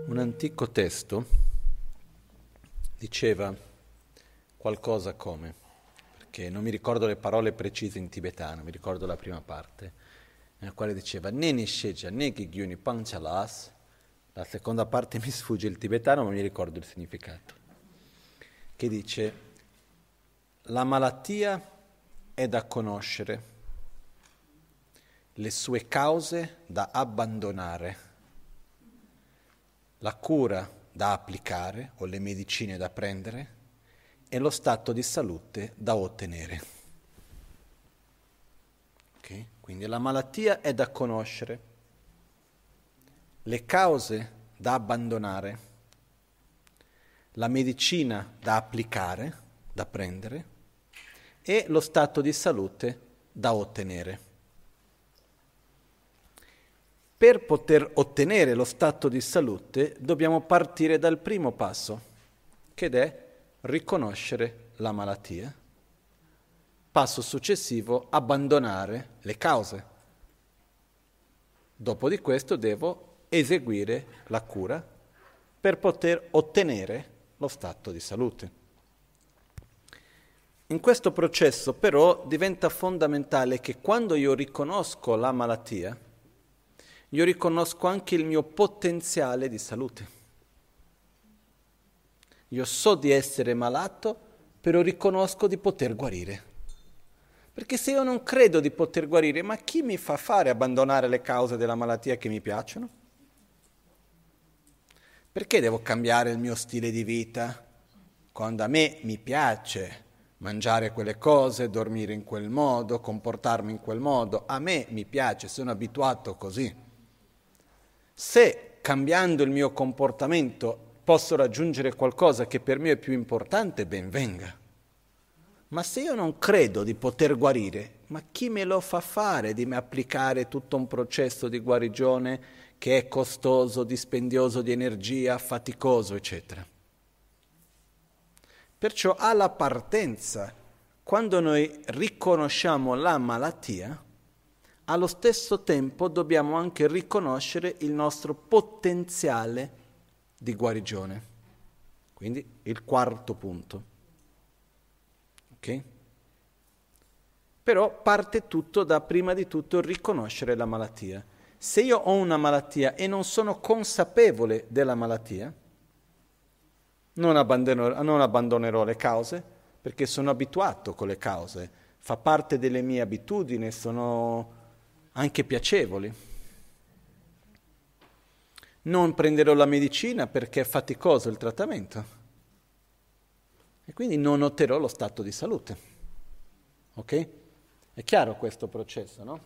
Un antico testo diceva qualcosa come, perché non mi ricordo le parole precise in tibetano, mi ricordo la prima parte, nella quale diceva Neni Sheja Negi Gyuni Panchalas, la seconda parte mi sfugge il tibetano ma mi ricordo il significato, che dice la malattia è da conoscere, le sue cause da abbandonare, la cura da applicare o le medicine da prendere e lo stato di salute da ottenere. Okay? Quindi la malattia è da conoscere, le cause da abbandonare, la medicina da applicare, da prendere e lo stato di salute da ottenere. Per poter ottenere lo stato di salute dobbiamo partire dal primo passo, che è riconoscere la malattia. Passo successivo, abbandonare le cause. Dopo di questo devo eseguire la cura per poter ottenere lo stato di salute. In questo processo però diventa fondamentale che quando io riconosco la malattia, io riconosco anche il mio potenziale di salute. Io so di essere malato, però riconosco di poter guarire. Perché se io non credo di poter guarire, ma chi mi fa fare abbandonare le cause della malattia che mi piacciono? Perché devo cambiare il mio stile di vita quando a me mi piace mangiare quelle cose, dormire in quel modo, comportarmi in quel modo? A me mi piace, sono abituato così. Se cambiando il mio comportamento posso raggiungere qualcosa che per me è più importante, ben venga. Ma se io non credo di poter guarire, ma chi me lo fa fare di applicare tutto un processo di guarigione che è costoso, dispendioso di energia, faticoso, eccetera? Perciò alla partenza, quando noi riconosciamo la malattia, allo stesso tempo dobbiamo anche riconoscere il nostro potenziale di guarigione. Quindi il quarto punto. Ok? Però parte tutto da, prima di tutto, riconoscere la malattia. Se io ho una malattia e non sono consapevole della malattia, non abbandonerò le cause, perché sono abituato con le cause, fa parte delle mie abitudini, sono anche piacevoli. Non prenderò la medicina perché è faticoso il trattamento e quindi non otterrò lo stato di salute. Ok? È chiaro questo processo, no?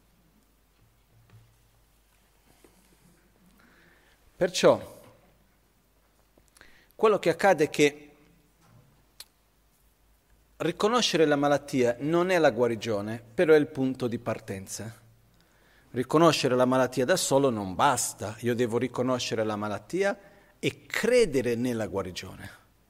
Perciò quello che accade è che riconoscere la malattia non è la guarigione, però è il punto di partenza. Riconoscere la malattia da solo non basta, io devo riconoscere la malattia e credere nella guarigione.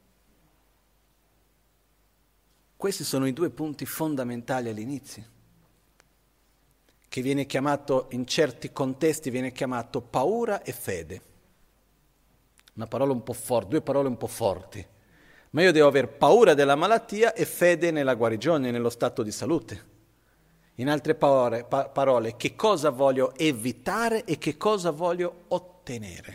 Questi sono i due punti fondamentali all'inizio, che viene chiamato, in certi contesti viene chiamato paura e fede. Una parola un po' forte, due parole un po' forti, ma io devo aver paura della malattia e fede nella guarigione, nello stato di salute. In altre parole, che cosa voglio evitare e che cosa voglio ottenere.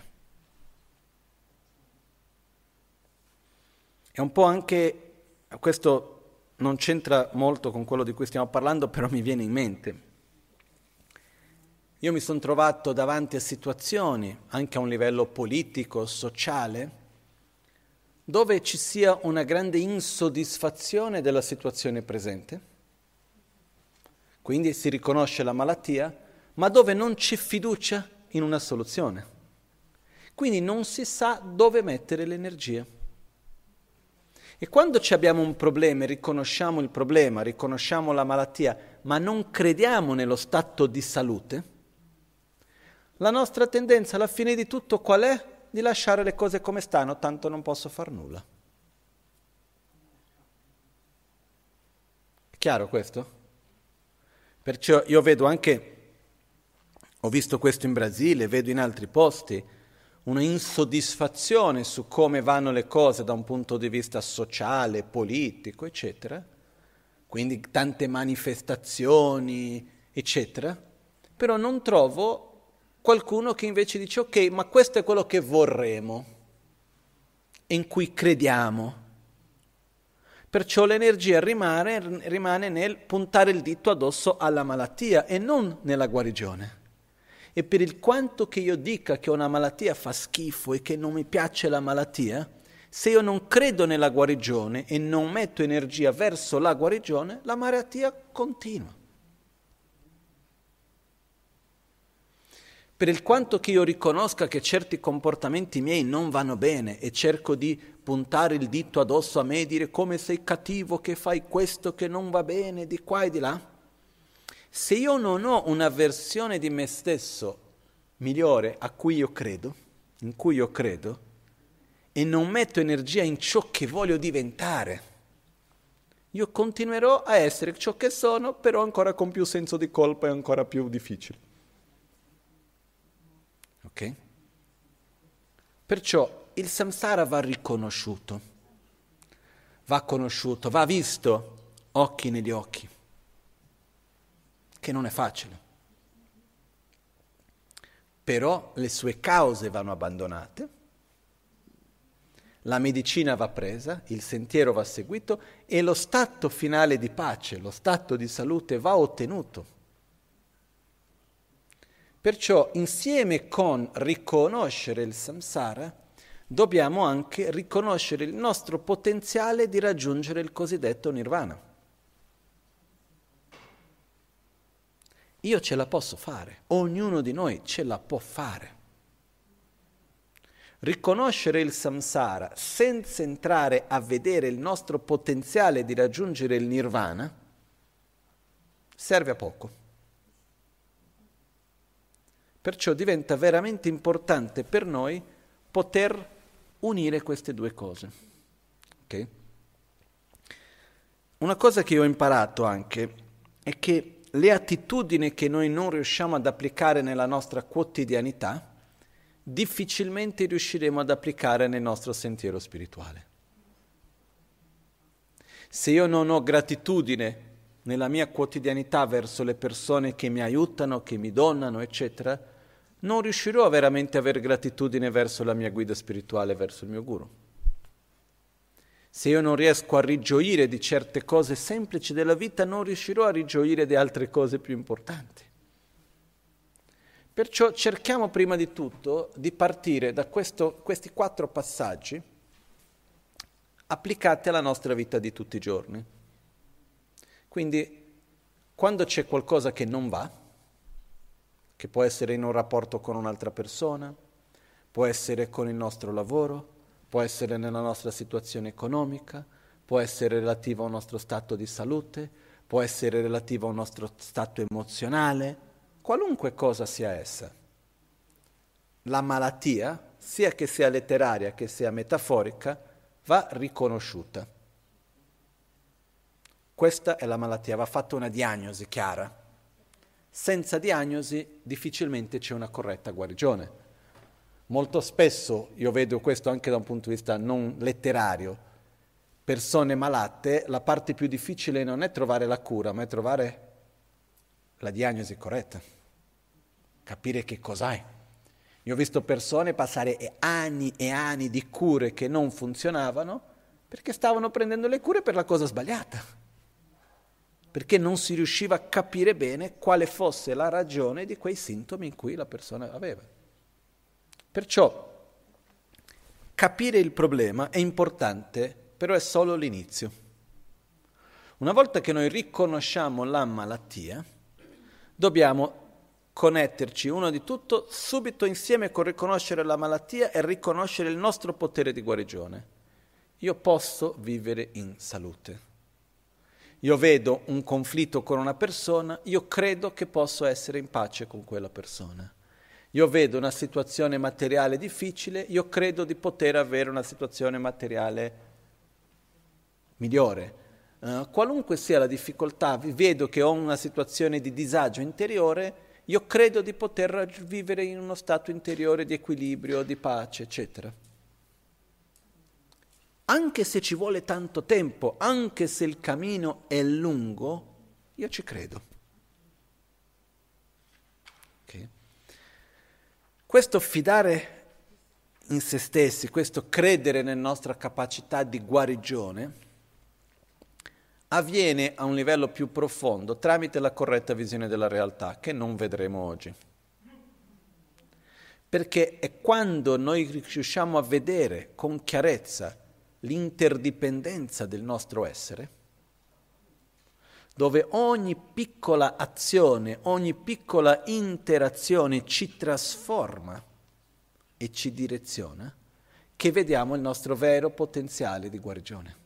È un po' anche, questo non c'entra molto con quello di cui stiamo parlando, però mi viene in mente. Io mi sono trovato davanti a situazioni, anche a un livello politico, sociale, dove ci sia una grande insoddisfazione della situazione presente. Quindi si riconosce la malattia, ma dove non c'è fiducia in una soluzione. Quindi non si sa dove mettere l'energia. E quando abbiamo un problema, riconosciamo il problema, riconosciamo la malattia, ma non crediamo nello stato di salute, la nostra tendenza alla fine di tutto qual è? Di lasciare le cose come stanno, tanto non posso far nulla. È chiaro questo? Perciò io vedo anche, ho visto questo in Brasile, vedo in altri posti, una insoddisfazione su come vanno le cose da un punto di vista sociale, politico, eccetera, quindi tante manifestazioni, eccetera, però non trovo qualcuno che invece dice ok, ma questo è quello che vorremmo, in cui crediamo. Perciò l'energia rimane nel puntare il dito addosso alla malattia e non nella guarigione. E per il quanto che io dica che una malattia fa schifo e che non mi piace la malattia, se io non credo nella guarigione e non metto energia verso la guarigione, la malattia continua. Per il quanto che io riconosca che certi comportamenti miei non vanno bene e cerco di puntare il dito addosso a me e dire come sei cattivo, che fai questo, che non va bene, di qua e di là, se io non ho una versione di me stesso migliore a cui io credo, in cui io credo, e non metto energia in ciò che voglio diventare, io continuerò a essere ciò che sono, però ancora con più senso di colpa e ancora più difficile. Ok? Perciò il samsara va riconosciuto, va conosciuto, va visto occhi negli occhi, che non è facile. Però le sue cause vanno abbandonate, la medicina va presa, il sentiero va seguito e lo stato finale di pace, lo stato di salute va ottenuto. Perciò insieme con riconoscere il samsara, dobbiamo anche riconoscere il nostro potenziale di raggiungere il cosiddetto nirvana. Io ce la posso fare, ognuno di noi ce la può fare. Riconoscere il samsara senza entrare a vedere il nostro potenziale di raggiungere il nirvana serve a poco. Perciò diventa veramente importante per noi poter unire queste due cose. Okay? Una cosa che ho imparato anche è che le attitudini che noi non riusciamo ad applicare nella nostra quotidianità, difficilmente riusciremo ad applicare nel nostro sentiero spirituale. Se io non ho gratitudine nella mia quotidianità verso le persone che mi aiutano, che mi donano, eccetera, non riuscirò veramente a avere gratitudine verso la mia guida spirituale, verso il mio guru. Se io non riesco a rigioire di certe cose semplici della vita, non riuscirò a rigioire di altre cose più importanti. Perciò cerchiamo prima di tutto di partire da questi 4 passaggi applicati alla nostra vita di tutti i giorni. Quindi, quando c'è qualcosa che non va, che può essere in un rapporto con un'altra persona, può essere con il nostro lavoro, può essere nella nostra situazione economica, può essere relativo al nostro stato di salute, può essere relativo al nostro stato emozionale, qualunque cosa sia essa. La malattia, sia che sia letteraria che sia metaforica, va riconosciuta. Questa è la malattia, va fatta una diagnosi chiara. Senza diagnosi difficilmente c'è una corretta guarigione. Molto spesso, io vedo questo anche da un punto di vista non letterario, persone malate, la parte più difficile non è trovare la cura, ma è trovare la diagnosi corretta, capire che cos'hai. Io ho visto persone passare anni e anni di cure che non funzionavano perché stavano prendendo le cure per la cosa sbagliata, perché non si riusciva a capire bene quale fosse la ragione di quei sintomi in cui la persona aveva. Perciò capire il problema è importante, però è solo l'inizio. Una volta che noi riconosciamo la malattia, dobbiamo connetterci uno di tutto subito insieme con riconoscere la malattia e riconoscere il nostro potere di guarigione. Io posso vivere in salute. Io vedo un conflitto con una persona, io credo che posso essere in pace con quella persona. Io vedo una situazione materiale difficile, io credo di poter avere una situazione materiale migliore. Qualunque sia la difficoltà, vedo che ho una situazione di disagio interiore, io credo di poter vivere in uno stato interiore di equilibrio, di pace, eccetera. Anche se ci vuole tanto tempo, anche se il cammino è lungo, io ci credo. Okay? Questo fidare in se stessi, questo credere nella nostra capacità di guarigione, avviene a un livello più profondo tramite la corretta visione della realtà, che non vedremo oggi. Perché è quando noi riusciamo a vedere con chiarezza l'interdipendenza del nostro essere, dove ogni piccola azione, ogni piccola interazione ci trasforma e ci direziona, che vediamo il nostro vero potenziale di guarigione.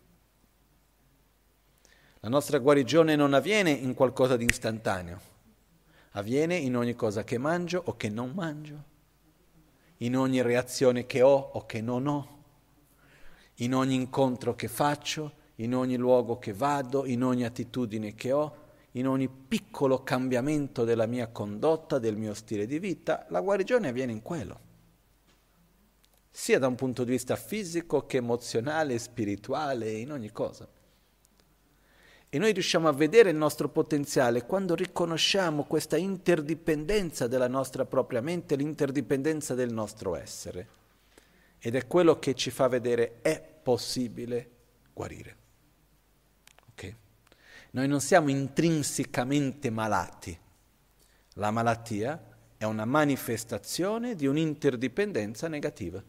La nostra guarigione non avviene in qualcosa di istantaneo, avviene in ogni cosa che mangio o che non mangio, in ogni reazione che ho o che non ho, in ogni incontro che faccio, in ogni luogo che vado, in ogni attitudine che ho, in ogni piccolo cambiamento della mia condotta, del mio stile di vita. La guarigione avviene in quello, sia da un punto di vista fisico che emozionale, spirituale, in ogni cosa. E noi riusciamo a vedere il nostro potenziale quando riconosciamo questa interdipendenza della nostra propria mente, l'interdipendenza del nostro essere. Ed è quello che ci fa vedere è possibile guarire. Okay? Noi non siamo intrinsecamente malati. La malattia è una manifestazione di un'interdipendenza negativa.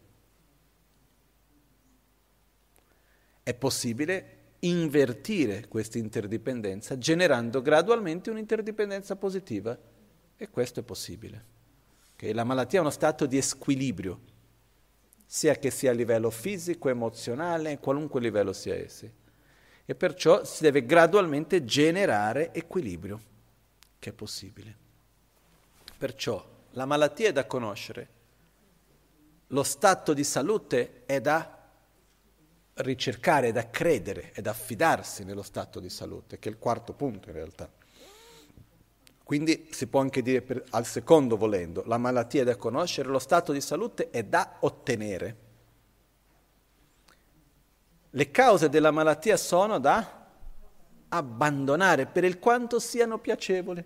È possibile invertire questa interdipendenza generando gradualmente un'interdipendenza positiva, e questo è possibile. Okay? La malattia è uno stato di squilibrio, sia che sia a livello fisico, emozionale, qualunque livello sia essi. E perciò si deve gradualmente generare equilibrio, che è possibile. Perciò la malattia è da conoscere, lo stato di salute è da ricercare, è da credere, è da affidarsi nello stato di salute, che è il quarto punto in realtà. Quindi si può anche dire al secondo volendo, la malattia è da conoscere, lo stato di salute è da ottenere. Le cause della malattia sono da abbandonare, per il quanto siano piacevoli,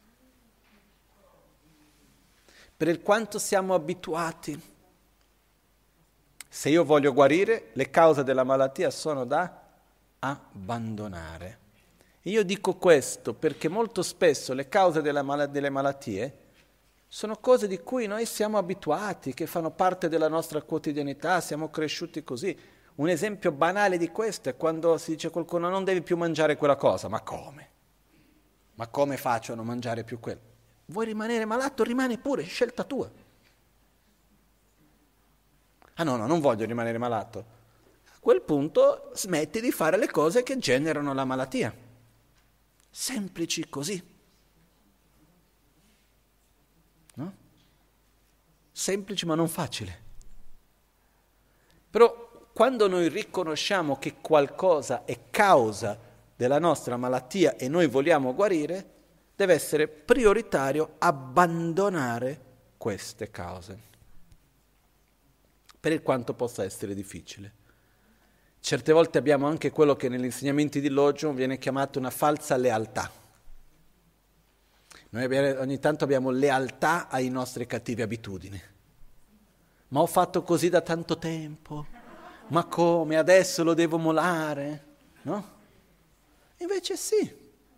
per il quanto siamo abituati. Se io voglio guarire, le cause della malattia sono da abbandonare. Io dico questo perché molto spesso le cause delle malattie sono cose di cui noi siamo abituati, che fanno parte della nostra quotidianità, siamo cresciuti così. Un esempio banale di questo è quando si dice a qualcuno non devi più mangiare quella cosa. Ma come? Ma come faccio a non mangiare più quello? Vuoi rimanere malato? Rimani pure, scelta tua. Ah no, non voglio rimanere malato. A quel punto smetti di fare le cose che generano la malattia. Semplici così. No? Semplici ma non facili. Però quando noi riconosciamo che qualcosa è causa della nostra malattia e noi vogliamo guarire, deve essere prioritario abbandonare queste cause, per quanto possa essere difficile. Certe volte abbiamo anche quello che negli insegnamenti di Loggion viene chiamato una falsa lealtà. Noi ogni tanto abbiamo lealtà ai nostri cattive abitudini. Ma ho fatto così da tanto tempo, ma come, adesso lo devo molare? No? Invece sì.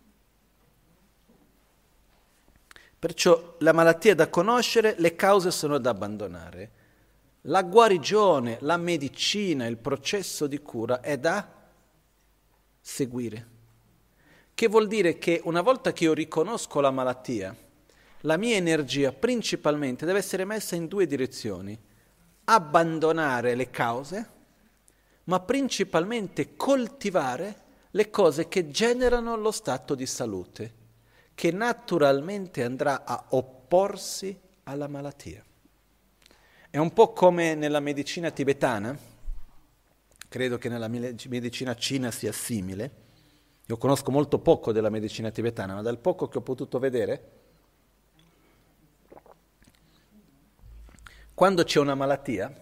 Perciò la malattia è da conoscere, le cause sono da abbandonare. La guarigione, la medicina, il processo di cura è da seguire. Che vuol dire che una volta che io riconosco la malattia, la mia energia principalmente deve essere messa in due direzioni. Abbandonare le cause, ma principalmente coltivare le cose che generano lo stato di salute, che naturalmente andrà a opporsi alla malattia. È un po' come nella medicina tibetana, credo che nella medicina cina sia simile. Io conosco molto poco della medicina tibetana, ma dal poco che ho potuto vedere, quando c'è una malattia,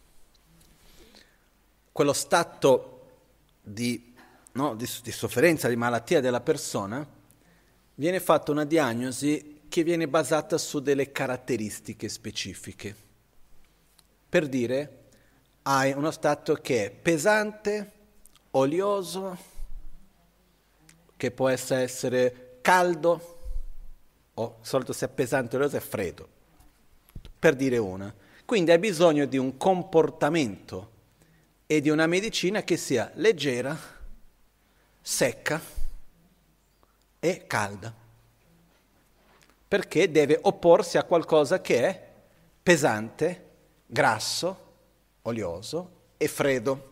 quello stato di sofferenza, di malattia della persona, viene fatta una diagnosi che viene basata su delle caratteristiche specifiche. Per dire, hai uno stato che è pesante, olioso, che può essere caldo, o di solito se è pesante, olioso è freddo, per dire una. Quindi hai bisogno di un comportamento e di una medicina che sia leggera, secca e calda, perché deve opporsi a qualcosa che è pesante, grasso, olioso e freddo.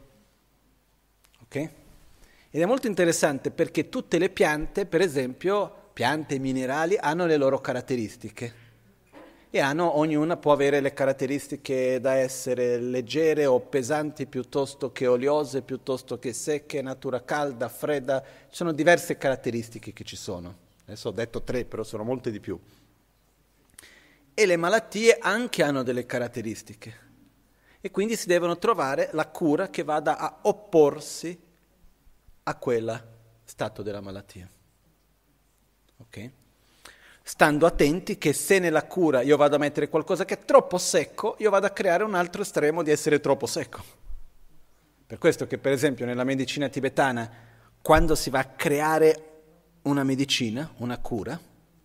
Ok? Ed è molto interessante perché tutte le piante, per esempio, piante minerali, hanno le loro caratteristiche. E ognuna può avere le caratteristiche da essere leggere o pesanti piuttosto che oliose, piuttosto che secche, natura calda, fredda. Ci sono diverse caratteristiche che ci sono. Adesso ho detto 3, però sono molte di più. E le malattie anche hanno delle caratteristiche. E quindi si devono trovare la cura che vada a opporsi a quel stato della malattia. Ok? Stando attenti che se nella cura io vado a mettere qualcosa che è troppo secco, io vado a creare un altro estremo di essere troppo secco. Per questo che per esempio nella medicina tibetana, quando si va a creare una medicina, una cura,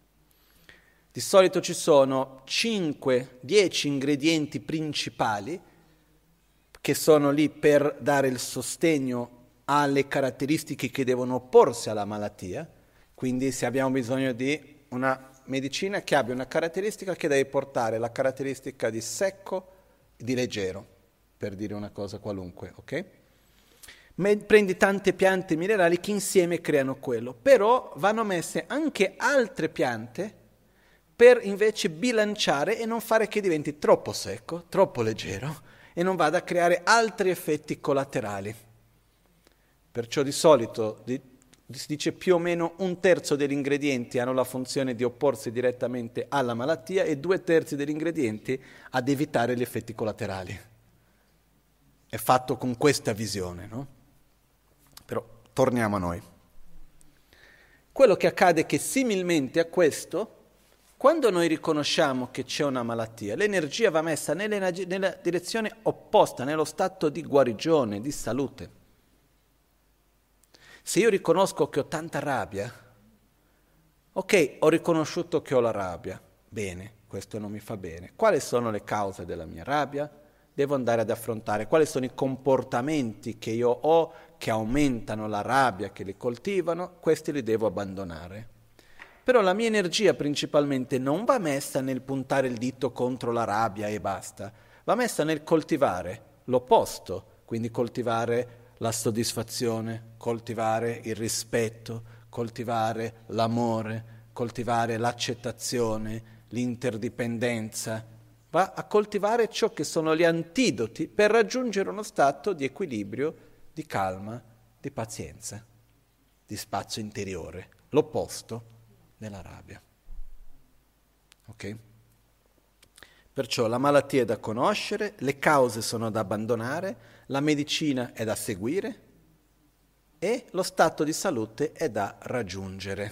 di solito ci sono 5-10 ingredienti principali che sono lì per dare il sostegno alle caratteristiche che devono opporsi alla malattia. Quindi se abbiamo bisogno di una medicina che abbia una caratteristica che deve portare la caratteristica di secco e di leggero, per dire una cosa qualunque, ok? Prendi tante piante minerali che insieme creano quello, però vanno messe anche altre piante per invece bilanciare e non fare che diventi troppo secco, troppo leggero e non vada a creare altri effetti collaterali. Perciò di solito si dice più o meno 1/3 degli ingredienti hanno la funzione di opporsi direttamente alla malattia e 2/3 degli ingredienti ad evitare gli effetti collaterali. È fatto con questa visione, no? Però torniamo a noi. Quello che accade è che similmente a questo, quando noi riconosciamo che c'è una malattia, l'energia va messa nella direzione opposta, nello stato di guarigione, di salute. Se io riconosco che ho tanta rabbia, ok, ho riconosciuto che ho la rabbia, bene, questo non mi fa bene. Quali sono le cause della mia rabbia? Devo andare ad affrontare. Quali sono i comportamenti che io ho che aumentano la rabbia, che li coltivano? Questi li devo abbandonare. Però la mia energia principalmente non va messa nel puntare il dito contro la rabbia e basta, va messa nel coltivare l'opposto, quindi coltivare la soddisfazione, coltivare il rispetto, coltivare l'amore, coltivare l'accettazione, l'interdipendenza. Va a coltivare ciò che sono gli antidoti per raggiungere uno stato di equilibrio, di calma, di pazienza, di spazio interiore, l'opposto della rabbia. Ok? Perciò la malattia è da conoscere, le cause sono da abbandonare, la medicina è da seguire e lo stato di salute è da raggiungere.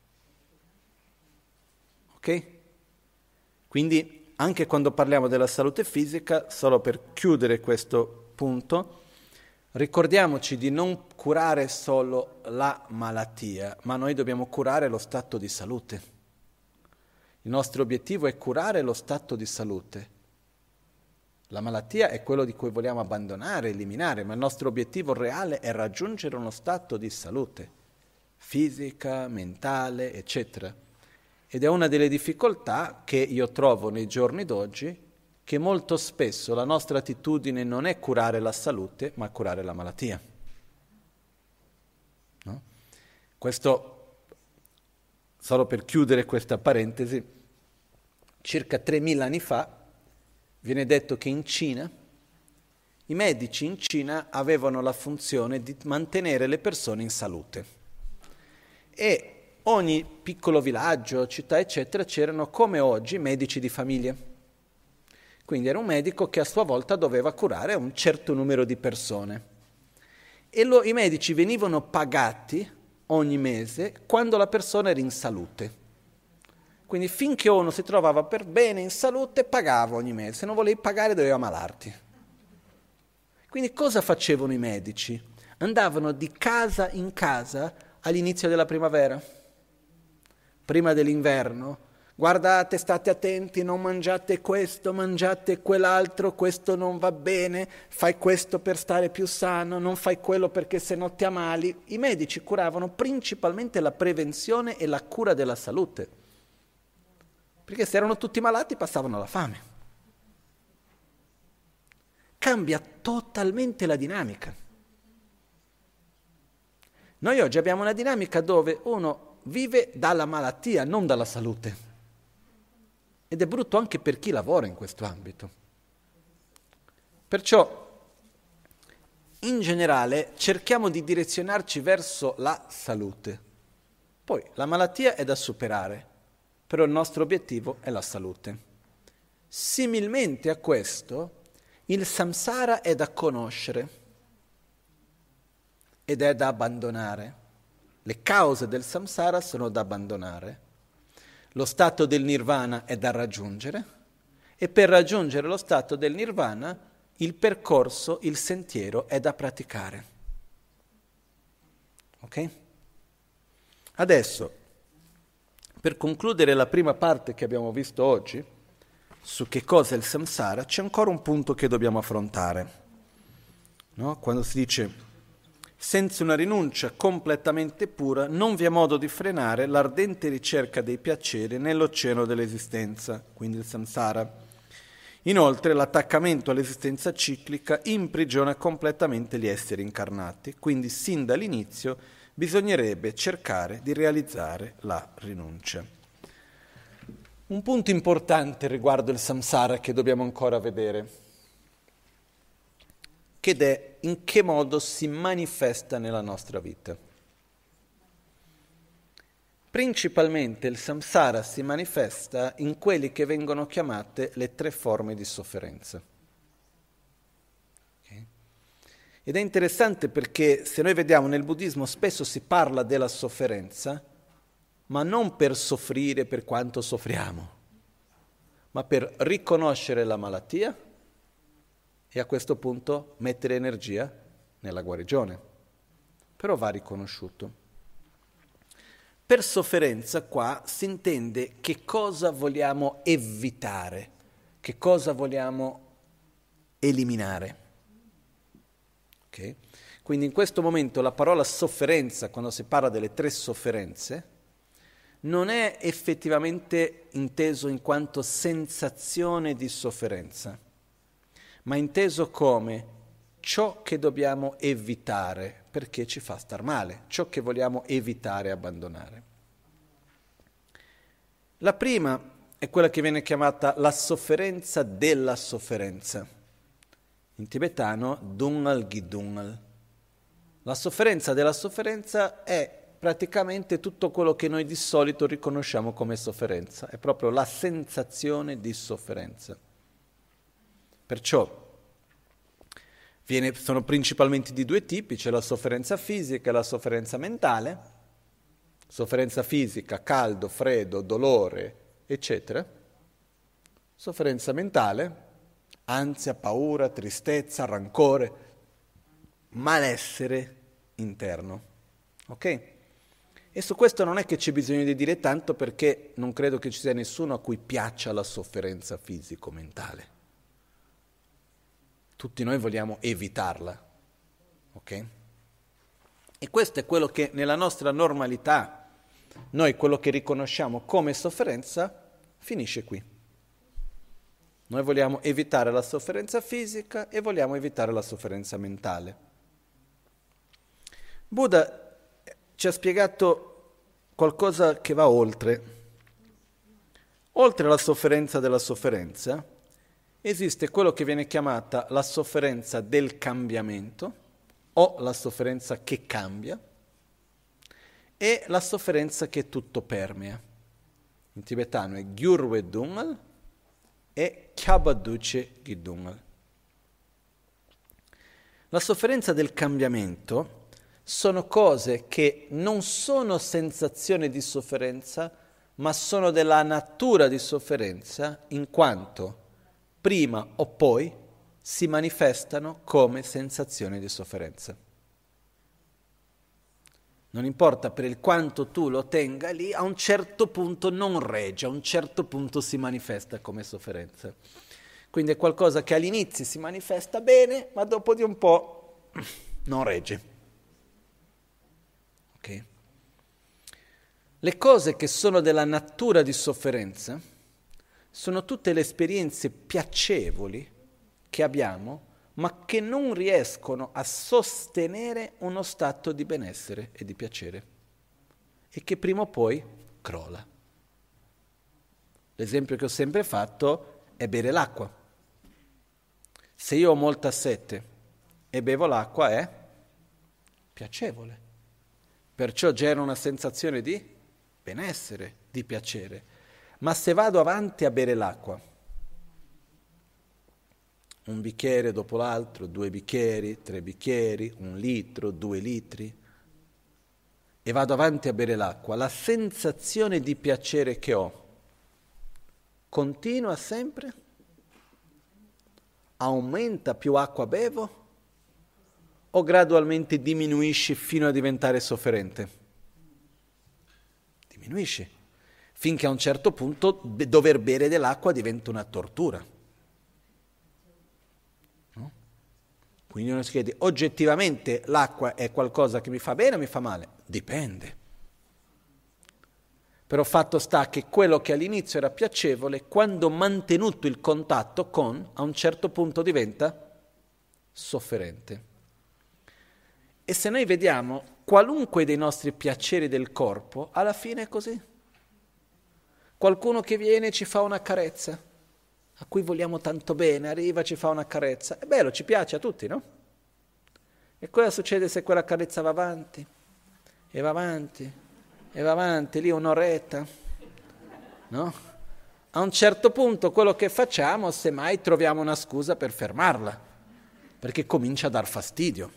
Ok? Quindi anche quando parliamo della salute fisica, solo per chiudere questo punto, ricordiamoci di non curare solo la malattia, ma noi dobbiamo curare lo stato di salute. Il nostro obiettivo è curare lo stato di salute. La malattia è quello di cui vogliamo abbandonare, eliminare, ma il nostro obiettivo reale è raggiungere uno stato di salute, fisica, mentale, eccetera. Ed è una delle difficoltà che io trovo nei giorni d'oggi, che molto spesso la nostra attitudine non è curare la salute, ma curare la malattia. No? Questo, solo per chiudere questa parentesi, circa 3000 anni fa viene detto che in Cina, i medici in Cina avevano la funzione di mantenere le persone in salute. E ogni piccolo villaggio, città, eccetera, c'erano come oggi medici di famiglia. Quindi era un medico che a sua volta doveva curare un certo numero di persone. E i medici venivano pagati ogni mese quando la persona era in salute. Quindi finché uno si trovava per bene, in salute, pagava ogni mese. Se non volevi pagare doveva ammalarti. Quindi cosa facevano i medici? Andavano di casa in casa all'inizio della primavera, prima dell'inverno. Guardate, state attenti, non mangiate questo, mangiate quell'altro, questo non va bene, fai questo per stare più sano, non fai quello perché se no ti ammali. I medici curavano principalmente la prevenzione e la cura della salute, perché se erano tutti malati passavano la fame. Cambia totalmente la dinamica. Noi oggi abbiamo una dinamica dove uno vive dalla malattia, non dalla salute. Ed è brutto anche per chi lavora in questo ambito. Perciò, in generale, cerchiamo di direzionarci verso la salute. Poi, la malattia è da superare, però il nostro obiettivo è la salute. Similmente a questo, il samsara è da conoscere ed è da abbandonare. Le cause del samsara sono da abbandonare. Lo stato del nirvana è da raggiungere e per raggiungere lo stato del nirvana il percorso, il sentiero è da praticare. Ok? Adesso, per concludere la prima parte che abbiamo visto oggi, su che cosa è il samsara, c'è ancora un punto che dobbiamo affrontare. No? Quando si dice senza una rinuncia completamente pura non vi è modo di frenare l'ardente ricerca dei piaceri nell'oceano dell'esistenza, quindi il samsara. Inoltre l'attaccamento all'esistenza ciclica imprigiona completamente gli esseri incarnati, quindi sin dall'inizio bisognerebbe cercare di realizzare la rinuncia. Un punto importante riguardo il samsara che dobbiamo ancora vedere, ed è in che modo si manifesta nella nostra vita. Principalmente il samsara si manifesta in quelli che vengono chiamate le 3 forme di sofferenza. Okay? Ed è interessante perché se noi vediamo nel buddismo spesso si parla della sofferenza, ma non per soffrire per quanto soffriamo, ma per riconoscere la malattia e a questo punto mettere energia nella guarigione. Però va riconosciuto. Per sofferenza qua si intende che cosa vogliamo evitare, che cosa vogliamo eliminare. Okay? Quindi in questo momento la parola sofferenza, quando si parla delle 3 sofferenze, non è effettivamente inteso in quanto sensazione di sofferenza, ma inteso come ciò che dobbiamo evitare perché ci fa star male, ciò che vogliamo evitare e abbandonare. La prima è quella che viene chiamata la sofferenza della sofferenza, in tibetano Dungal Gidungal. La sofferenza della sofferenza è praticamente tutto quello che noi di solito riconosciamo come sofferenza, è proprio la sensazione di sofferenza. Perciò sono principalmente di 2 tipi, c'è la sofferenza fisica e la sofferenza mentale. Sofferenza fisica, caldo, freddo, dolore, eccetera. Sofferenza mentale, ansia, paura, tristezza, rancore, malessere interno. Ok? E su questo non è che c'è bisogno di dire tanto perché non credo che ci sia nessuno a cui piaccia la sofferenza fisico-mentale. Tutti noi vogliamo evitarla, ok? E questo è quello che nella nostra normalità, noi quello che riconosciamo come sofferenza, finisce qui. Noi vogliamo evitare la sofferenza fisica e vogliamo evitare la sofferenza mentale. Buddha ci ha spiegato qualcosa che va oltre. Oltre alla sofferenza della sofferenza, esiste quello che viene chiamata la sofferenza del cambiamento o la sofferenza che cambia e la sofferenza che tutto permea. In tibetano è Gyurwe Dungal e Kyabaduce Gidungal. La sofferenza del cambiamento sono cose che non sono sensazioni di sofferenza, ma sono della natura di sofferenza, in quanto prima o poi si manifestano come sensazioni di sofferenza. Non importa per il quanto tu lo tenga lì, a un certo punto non regge, a un certo punto si manifesta come sofferenza. Quindi è qualcosa che all'inizio si manifesta bene, ma dopo di un po' non regge. Ok? Le cose che sono della natura di sofferenza sono tutte le esperienze piacevoli che abbiamo, ma che non riescono a sostenere uno stato di benessere e di piacere e che prima o poi crolla. L'esempio che ho sempre fatto è bere l'acqua. Se io ho molta sete e bevo l'acqua è piacevole, perciò genera una sensazione di benessere, di piacere. Ma se vado avanti a bere l'acqua, un bicchiere dopo l'altro, 2 bicchieri, 3 bicchieri, 1 litro, 2 litri, e vado avanti a bere l'acqua, la sensazione di piacere che ho continua sempre? Aumenta più acqua bevo? O gradualmente diminuisce fino a diventare sofferente? Diminuisce, finché a un certo punto dover bere dell'acqua diventa una tortura. No? Quindi uno si chiede, oggettivamente l'acqua è qualcosa che mi fa bene o mi fa male? Dipende. Però fatto sta che quello che all'inizio era piacevole, quando mantenuto il contatto con, a un certo punto diventa sofferente. E se noi vediamo qualunque dei nostri piaceri del corpo, alla fine è così. Qualcuno che viene e ci fa una carezza, a cui vogliamo tanto bene, arriva e ci fa una carezza, è bello, ci piace a tutti, no? E cosa succede se quella carezza va avanti? E va avanti? E va avanti lì un'oretta, no? A un certo punto quello che facciamo, semmai troviamo una scusa per fermarla, perché comincia a dar fastidio.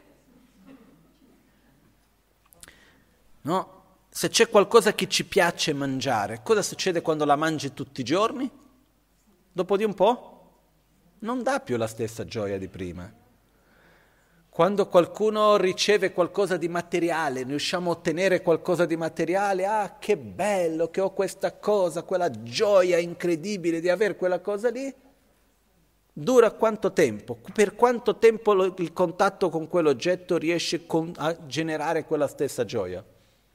No? Se c'è qualcosa che ci piace mangiare, cosa succede quando la mangi tutti i giorni? Dopo di un po' non dà più la stessa gioia di prima. Quando qualcuno riceve qualcosa di materiale, riusciamo a ottenere qualcosa di materiale, ah che bello che ho questa cosa, quella gioia incredibile di avere quella cosa lì, dura quanto tempo? Per quanto tempo il contatto con quell'oggetto riesce a generare quella stessa gioia?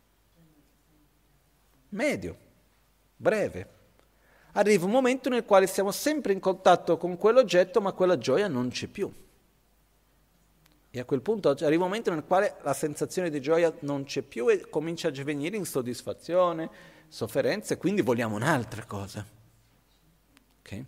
Medio, breve. Arriva un momento nel quale siamo sempre in contatto con quell'oggetto, ma quella gioia non c'è più. E a quel punto arriva un momento nel quale la sensazione di gioia non c'è più e comincia a venire insoddisfazione, sofferenza, e quindi vogliamo un'altra cosa. Okay?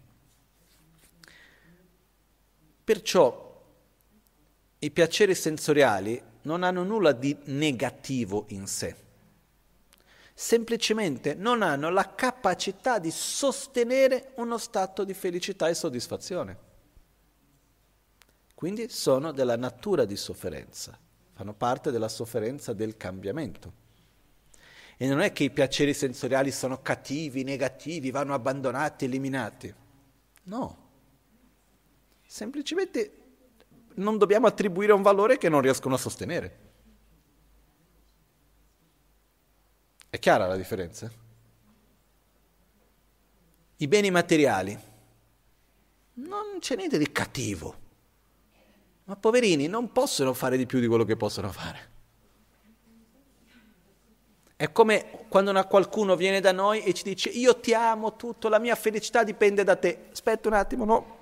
Perciò i piaceri sensoriali non hanno nulla di negativo in sé. Semplicemente non hanno la capacità di sostenere uno stato di felicità e soddisfazione. Quindi sono della natura di sofferenza, fanno parte della sofferenza del cambiamento. E non è che i piaceri sensoriali sono cattivi, negativi, vanno abbandonati, eliminati. No. Semplicemente non dobbiamo attribuire un valore che non riescono a sostenere. È chiara la differenza? I beni materiali, non c'è niente di cattivo, ma poverini non possono fare di più di quello che possono fare. È come quando qualcuno viene da noi e ci dice io ti amo tutto, la mia felicità dipende da te. Aspetta un attimo, no,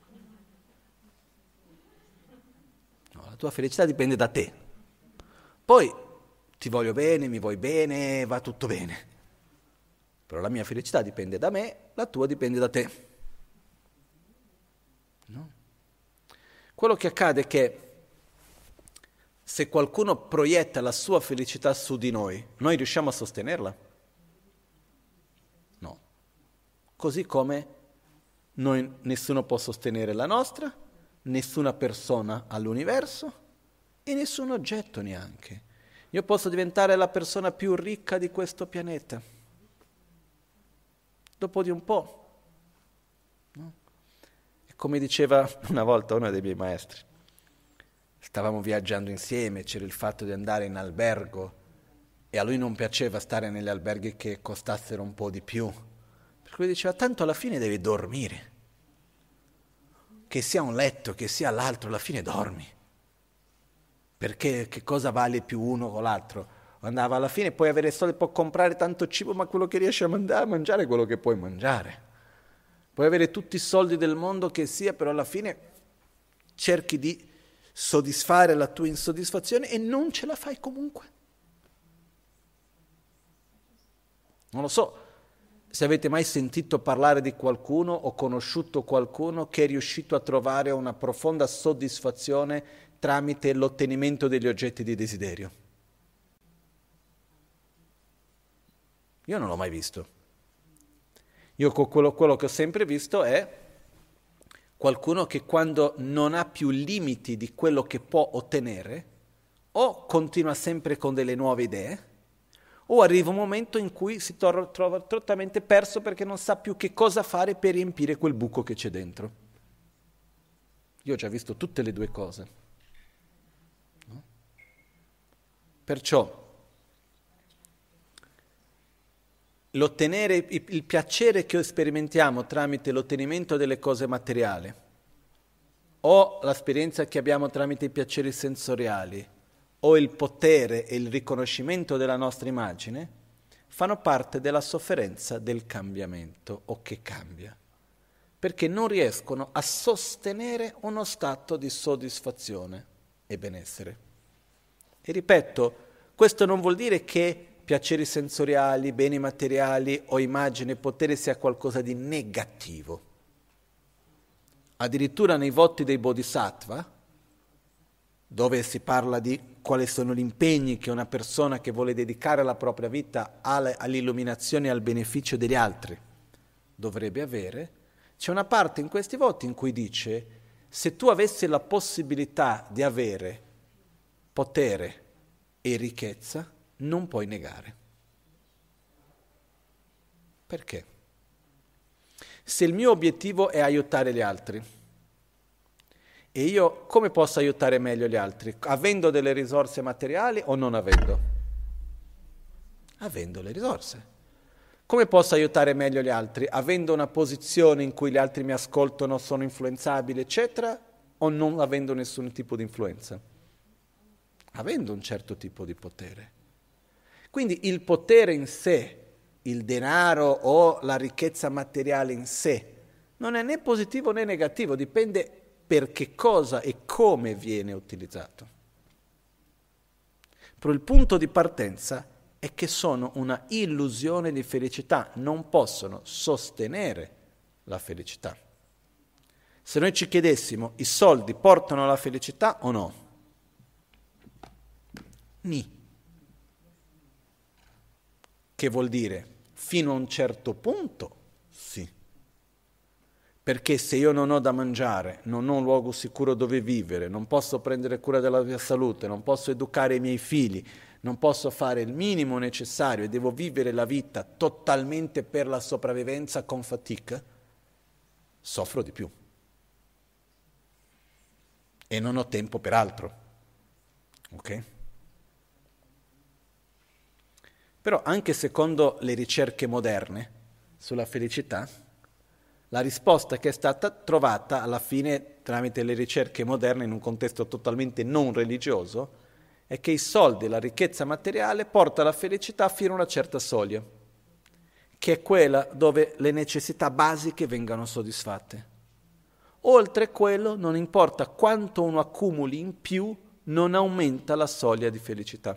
la tua felicità dipende da te. Poi ti voglio bene, mi vuoi bene, va tutto bene. Però la mia felicità dipende da me, la tua dipende da te. No? Quello che accade è che se qualcuno proietta la sua felicità su di noi riusciamo a sostenerla? No. Così come Nessuno può sostenere la nostra, nessuna persona all'universo e nessun oggetto neanche. Io posso diventare la persona più ricca di questo pianeta. Dopo di un po'. No? E come diceva una volta uno dei miei maestri, stavamo viaggiando insieme, c'era il fatto di andare in albergo e a lui non piaceva stare negli alberghi che costassero un po' di più. Per cui diceva, tanto alla fine devi dormire. Che sia un letto, che sia l'altro, alla fine dormi. Perché che cosa vale più uno o l'altro? Andava alla fine, puoi avere soldi, puoi comprare tanto cibo, ma quello che riesci a mangiare è quello che puoi mangiare. Puoi avere tutti i soldi del mondo che sia, però alla fine cerchi di soddisfare la tua insoddisfazione e non ce la fai comunque. Non lo so se avete mai sentito parlare di qualcuno o conosciuto qualcuno che è riuscito a trovare una profonda soddisfazione tramite l'ottenimento degli oggetti di desiderio. Io non l'ho mai visto. Io quello che ho sempre visto è qualcuno che quando non ha più limiti di quello che può ottenere, o continua sempre con delle nuove idee, o arriva un momento in cui si trova totalmente perso perché non sa più che cosa fare per riempire quel buco che c'è dentro. Io ho già visto tutte le due cose. No? Perciò l'ottenere il piacere che sperimentiamo tramite l'ottenimento delle cose materiali o l'esperienza che abbiamo tramite i piaceri sensoriali o il potere e il riconoscimento della nostra immagine fanno parte della sofferenza del cambiamento o che cambia, perché non riescono a sostenere uno stato di soddisfazione e benessere. E ripeto, questo non vuol dire che piaceri sensoriali, beni materiali o immagine, potere sia qualcosa di negativo. Addirittura nei voti dei Bodhisattva, dove si parla di quali sono gli impegni che una persona che vuole dedicare la propria vita all'illuminazione e al beneficio degli altri dovrebbe avere, c'è una parte in questi voti in cui dice: se tu avessi la possibilità di avere potere e ricchezza, non puoi negare. Perché? Se il mio obiettivo è aiutare gli altri, e io come posso aiutare meglio gli altri? Avendo delle risorse materiali o non avendo? Avendo le risorse. Come posso aiutare meglio gli altri? Avendo una posizione in cui gli altri mi ascoltano, sono influenzabili, eccetera, o non avendo nessun tipo di influenza? Avendo un certo tipo di potere. Quindi il potere in sé, il denaro o la ricchezza materiale in sé, non è né positivo né negativo, dipende per che cosa e come viene utilizzato. Però il punto di partenza è che sono una illusione di felicità, non possono sostenere la felicità. Se noi ci chiedessimo, i soldi portano alla felicità o no? Ni. Che vuol dire? Fino a un certo punto, sì. Perché se io non ho da mangiare, non ho un luogo sicuro dove vivere, non posso prendere cura della mia salute, non posso educare i miei figli, non posso fare il minimo necessario e devo vivere la vita totalmente per la sopravvivenza con fatica, soffro di più. E non ho tempo per altro. Ok? Però anche secondo le ricerche moderne sulla felicità, la risposta che è stata trovata alla fine tramite le ricerche moderne in un contesto totalmente non religioso è che i soldi e la ricchezza materiale portano alla felicità fino a una certa soglia, che è quella dove le necessità basiche vengano soddisfatte. Oltre quello, non importa quanto uno accumuli in più, non aumenta la soglia di felicità.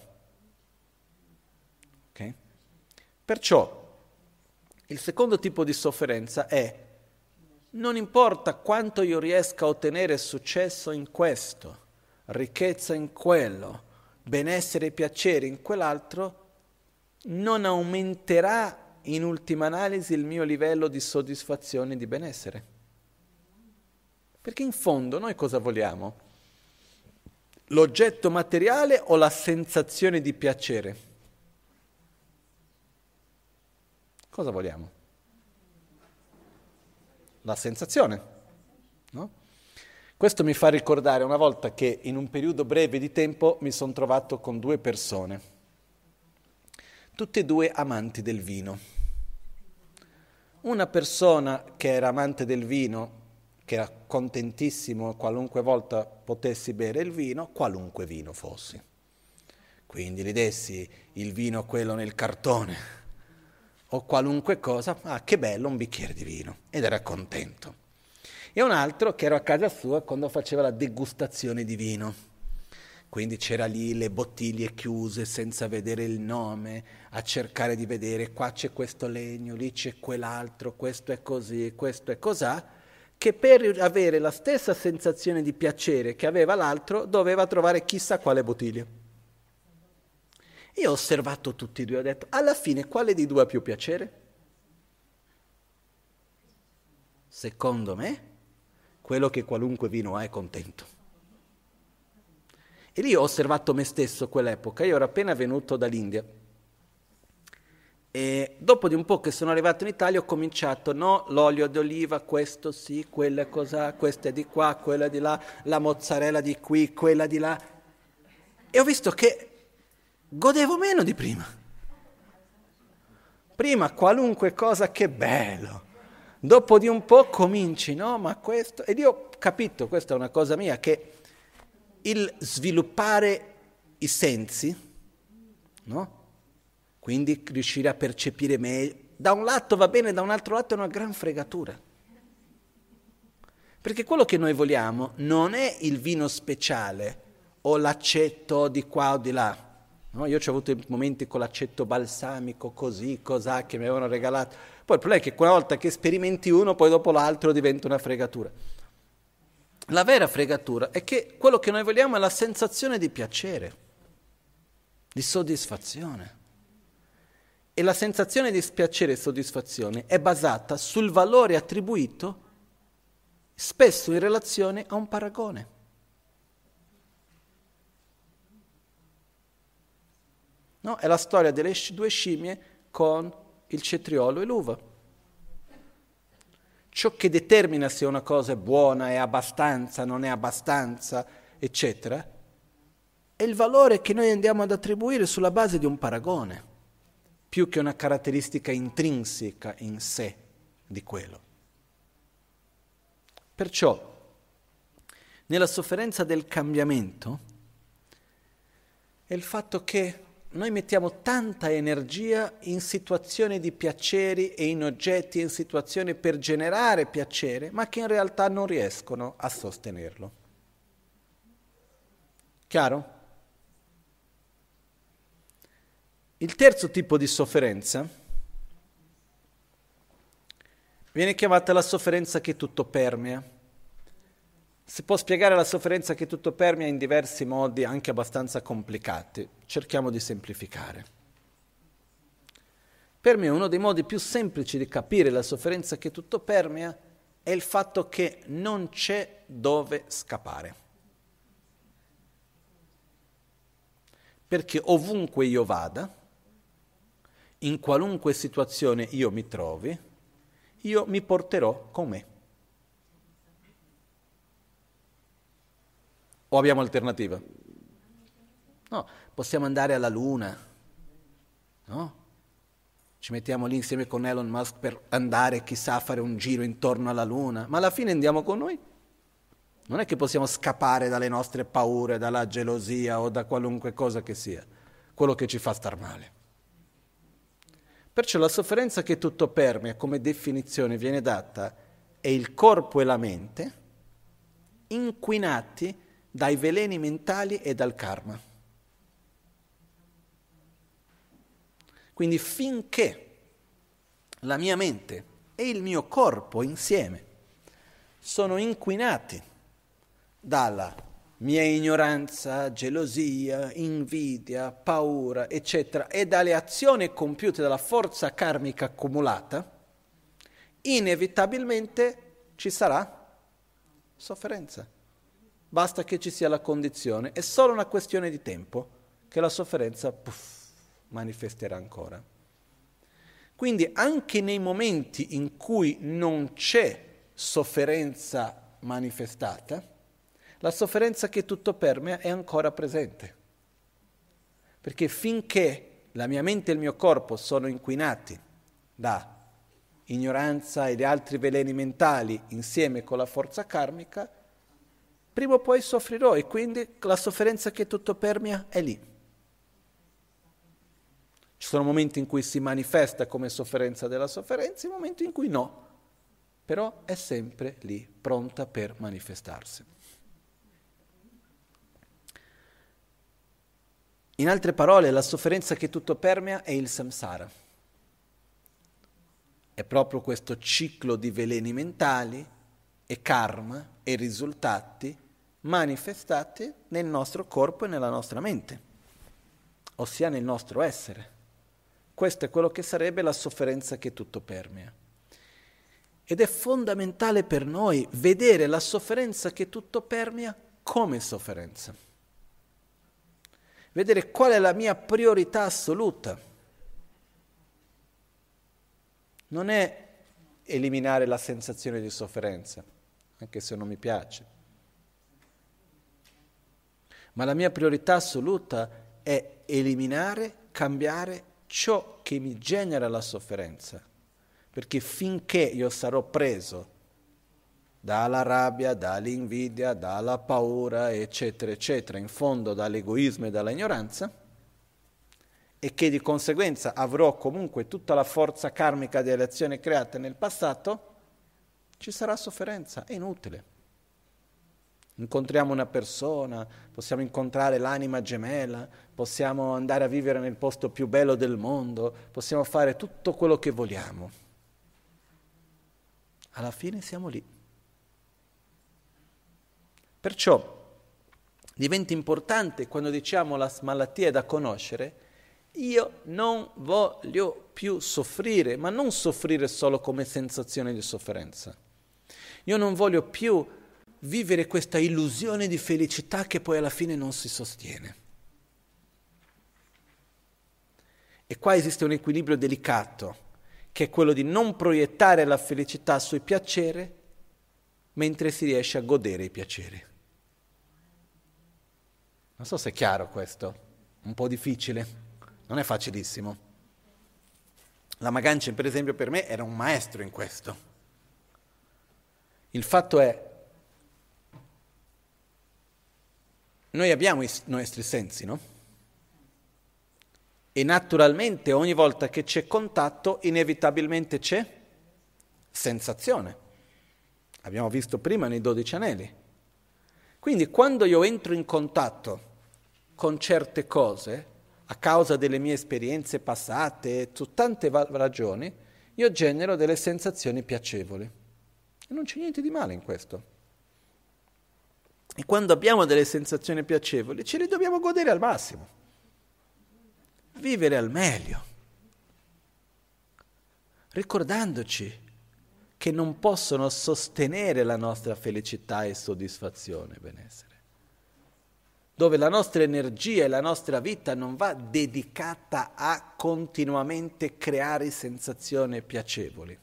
Okay? Perciò il secondo tipo di sofferenza è: non importa quanto io riesca a ottenere successo in questo, ricchezza in quello, benessere e piacere in quell'altro, non aumenterà in ultima analisi il mio livello di soddisfazione e di benessere. Perché in fondo noi cosa vogliamo? L'oggetto materiale o la sensazione di piacere? Cosa vogliamo? La sensazione, no? Questo mi fa ricordare una volta che in un periodo breve di tempo mi sono trovato con 2 persone, tutte e 2 amanti del vino. Una persona che era amante del vino, che era contentissimo qualunque volta potessi bere il vino, qualunque vino fossi. Quindi gli dessi il vino quello nel cartone o qualunque cosa, che bello un bicchiere di vino, ed era contento. E un altro che ero a casa sua quando faceva la degustazione di vino. Quindi c'era lì le bottiglie chiuse senza vedere il nome, a cercare di vedere qua c'è questo legno, lì c'è quell'altro, questo è così, questo è cos'ha, che per avere la stessa sensazione di piacere che aveva l'altro doveva trovare chissà quale bottiglia. Io ho osservato tutti e 2 e ho detto, alla fine quale di 2 ha più piacere? Secondo me, quello che qualunque vino ha è contento. E lì ho osservato me stesso quell'epoca, io ero appena venuto dall'India e dopo di un po' che sono arrivato in Italia ho cominciato, no, l'olio d'oliva, questo sì, quella è cos'ha, questa è di qua, quella di là, la mozzarella di qui, quella di là, e ho visto che godevo meno di prima. Prima qualunque cosa, che bello, dopo di un po' cominci, no, ma questo, ed io ho capito, questa è una cosa mia, che il sviluppare i sensi, no? Quindi riuscire a percepire meglio, da un lato va bene, da un altro lato è una gran fregatura. Perché quello che noi vogliamo non è il vino speciale o l'aceto di qua o di là. No? Io ho avuto momenti con l'aceto balsamico, così, cos'ha, che mi avevano regalato. Poi il problema è che una volta che sperimenti uno, poi dopo l'altro diventa una fregatura. La vera fregatura è che quello che noi vogliamo è la sensazione di piacere, di soddisfazione. E la sensazione di piacere e soddisfazione è basata sul valore attribuito spesso in relazione a un paragone. No? È la storia delle 2 scimmie con il cetriolo e l'uva. Ciò che determina se una cosa è buona, è abbastanza, non è abbastanza, eccetera, è il valore che noi andiamo ad attribuire sulla base di un paragone, più che una caratteristica intrinseca in sé di quello. Perciò, nella sofferenza del cambiamento, è il fatto che noi mettiamo tanta energia in situazioni di piaceri e in oggetti, in situazioni per generare piacere, ma che in realtà non riescono a sostenerlo. Chiaro? Il terzo tipo di sofferenza viene chiamata la sofferenza che tutto permea. Si può spiegare la sofferenza che tutto permea in diversi modi, anche abbastanza complicati. Cerchiamo di semplificare. Per me uno dei modi più semplici di capire la sofferenza che tutto permea è il fatto che non c'è dove scappare. Perché ovunque io vada, in qualunque situazione io mi trovi, io mi porterò con me. O abbiamo alternativa? No, possiamo andare alla Luna, no? Ci mettiamo lì insieme con Elon Musk per andare chissà a fare un giro intorno alla Luna, ma alla fine andiamo con noi. Non è che possiamo scappare dalle nostre paure, dalla gelosia o da qualunque cosa che sia, quello che ci fa star male. Perciò la sofferenza che tutto permea, come definizione viene data, è il corpo e la mente inquinati dai veleni mentali e dal karma. Quindi finché la mia mente e il mio corpo insieme sono inquinati dalla mia ignoranza, gelosia, invidia, paura, eccetera, e dalle azioni compiute dalla forza karmica accumulata, inevitabilmente ci sarà Sofferenza. Basta che ci sia la condizione, è solo una questione di tempo che la sofferenza manifesterà ancora. Quindi anche nei momenti in cui non c'è sofferenza manifestata, la sofferenza che tutto permea è ancora presente. Perché finché la mia mente e il mio corpo sono inquinati da ignoranza e di altri veleni mentali insieme con la forza karmica, prima o poi soffrirò e quindi la sofferenza che tutto permea è lì. Ci sono momenti in cui si manifesta come sofferenza della sofferenza e momenti in cui no, però è sempre lì, pronta per manifestarsi. In altre parole, la sofferenza che tutto permea è il samsara. È proprio questo ciclo di veleni mentali e karma e risultati manifestati nel nostro corpo e nella nostra mente, ossia nel nostro essere. Questo è quello che sarebbe la sofferenza che tutto permea. Ed è fondamentale per noi vedere la sofferenza che tutto permea come sofferenza. Vedere qual è la mia priorità assoluta. Non è eliminare la sensazione di sofferenza, anche se non mi piace. Ma la mia priorità assoluta è eliminare, cambiare ciò che mi genera la sofferenza. Perché finché io sarò preso dalla rabbia, dall'invidia, dalla paura, eccetera, eccetera, in fondo dall'egoismo e dalla ignoranza, e che di conseguenza avrò comunque tutta la forza karmica delle azioni create nel passato, ci sarà sofferenza, è inutile. Incontriamo una persona, possiamo incontrare l'anima gemella, possiamo andare a vivere nel posto più bello del mondo, possiamo fare tutto quello che vogliamo. Alla fine siamo lì. Perciò diventa importante quando diciamo la malattia è da conoscere, io non voglio più soffrire, ma non soffrire solo come sensazione di sofferenza. Io non voglio più vivere questa illusione di felicità che poi alla fine non si sostiene. E qua esiste un equilibrio delicato, che è quello di non proiettare la felicità sui piaceri, mentre si riesce a godere i piaceri. Non so se è chiaro questo, un po' difficile. Non è facilissimo. La Maganchen, per esempio, per me era un maestro in questo. Il fatto è, noi abbiamo i nostri sensi, no? E naturalmente ogni volta che c'è contatto, inevitabilmente c'è sensazione. Abbiamo visto prima nei 12 anelli. Quindi quando io entro in contatto con certe cose, a causa delle mie esperienze passate, su tante ragioni, io genero delle sensazioni piacevoli. E non c'è niente di male in questo. E quando abbiamo delle sensazioni piacevoli, ce le dobbiamo godere al massimo. Vivere al meglio. Ricordandoci che non possono sostenere la nostra felicità e soddisfazione e benessere. Dove la nostra energia e la nostra vita non va dedicata a continuamente creare sensazioni piacevoli.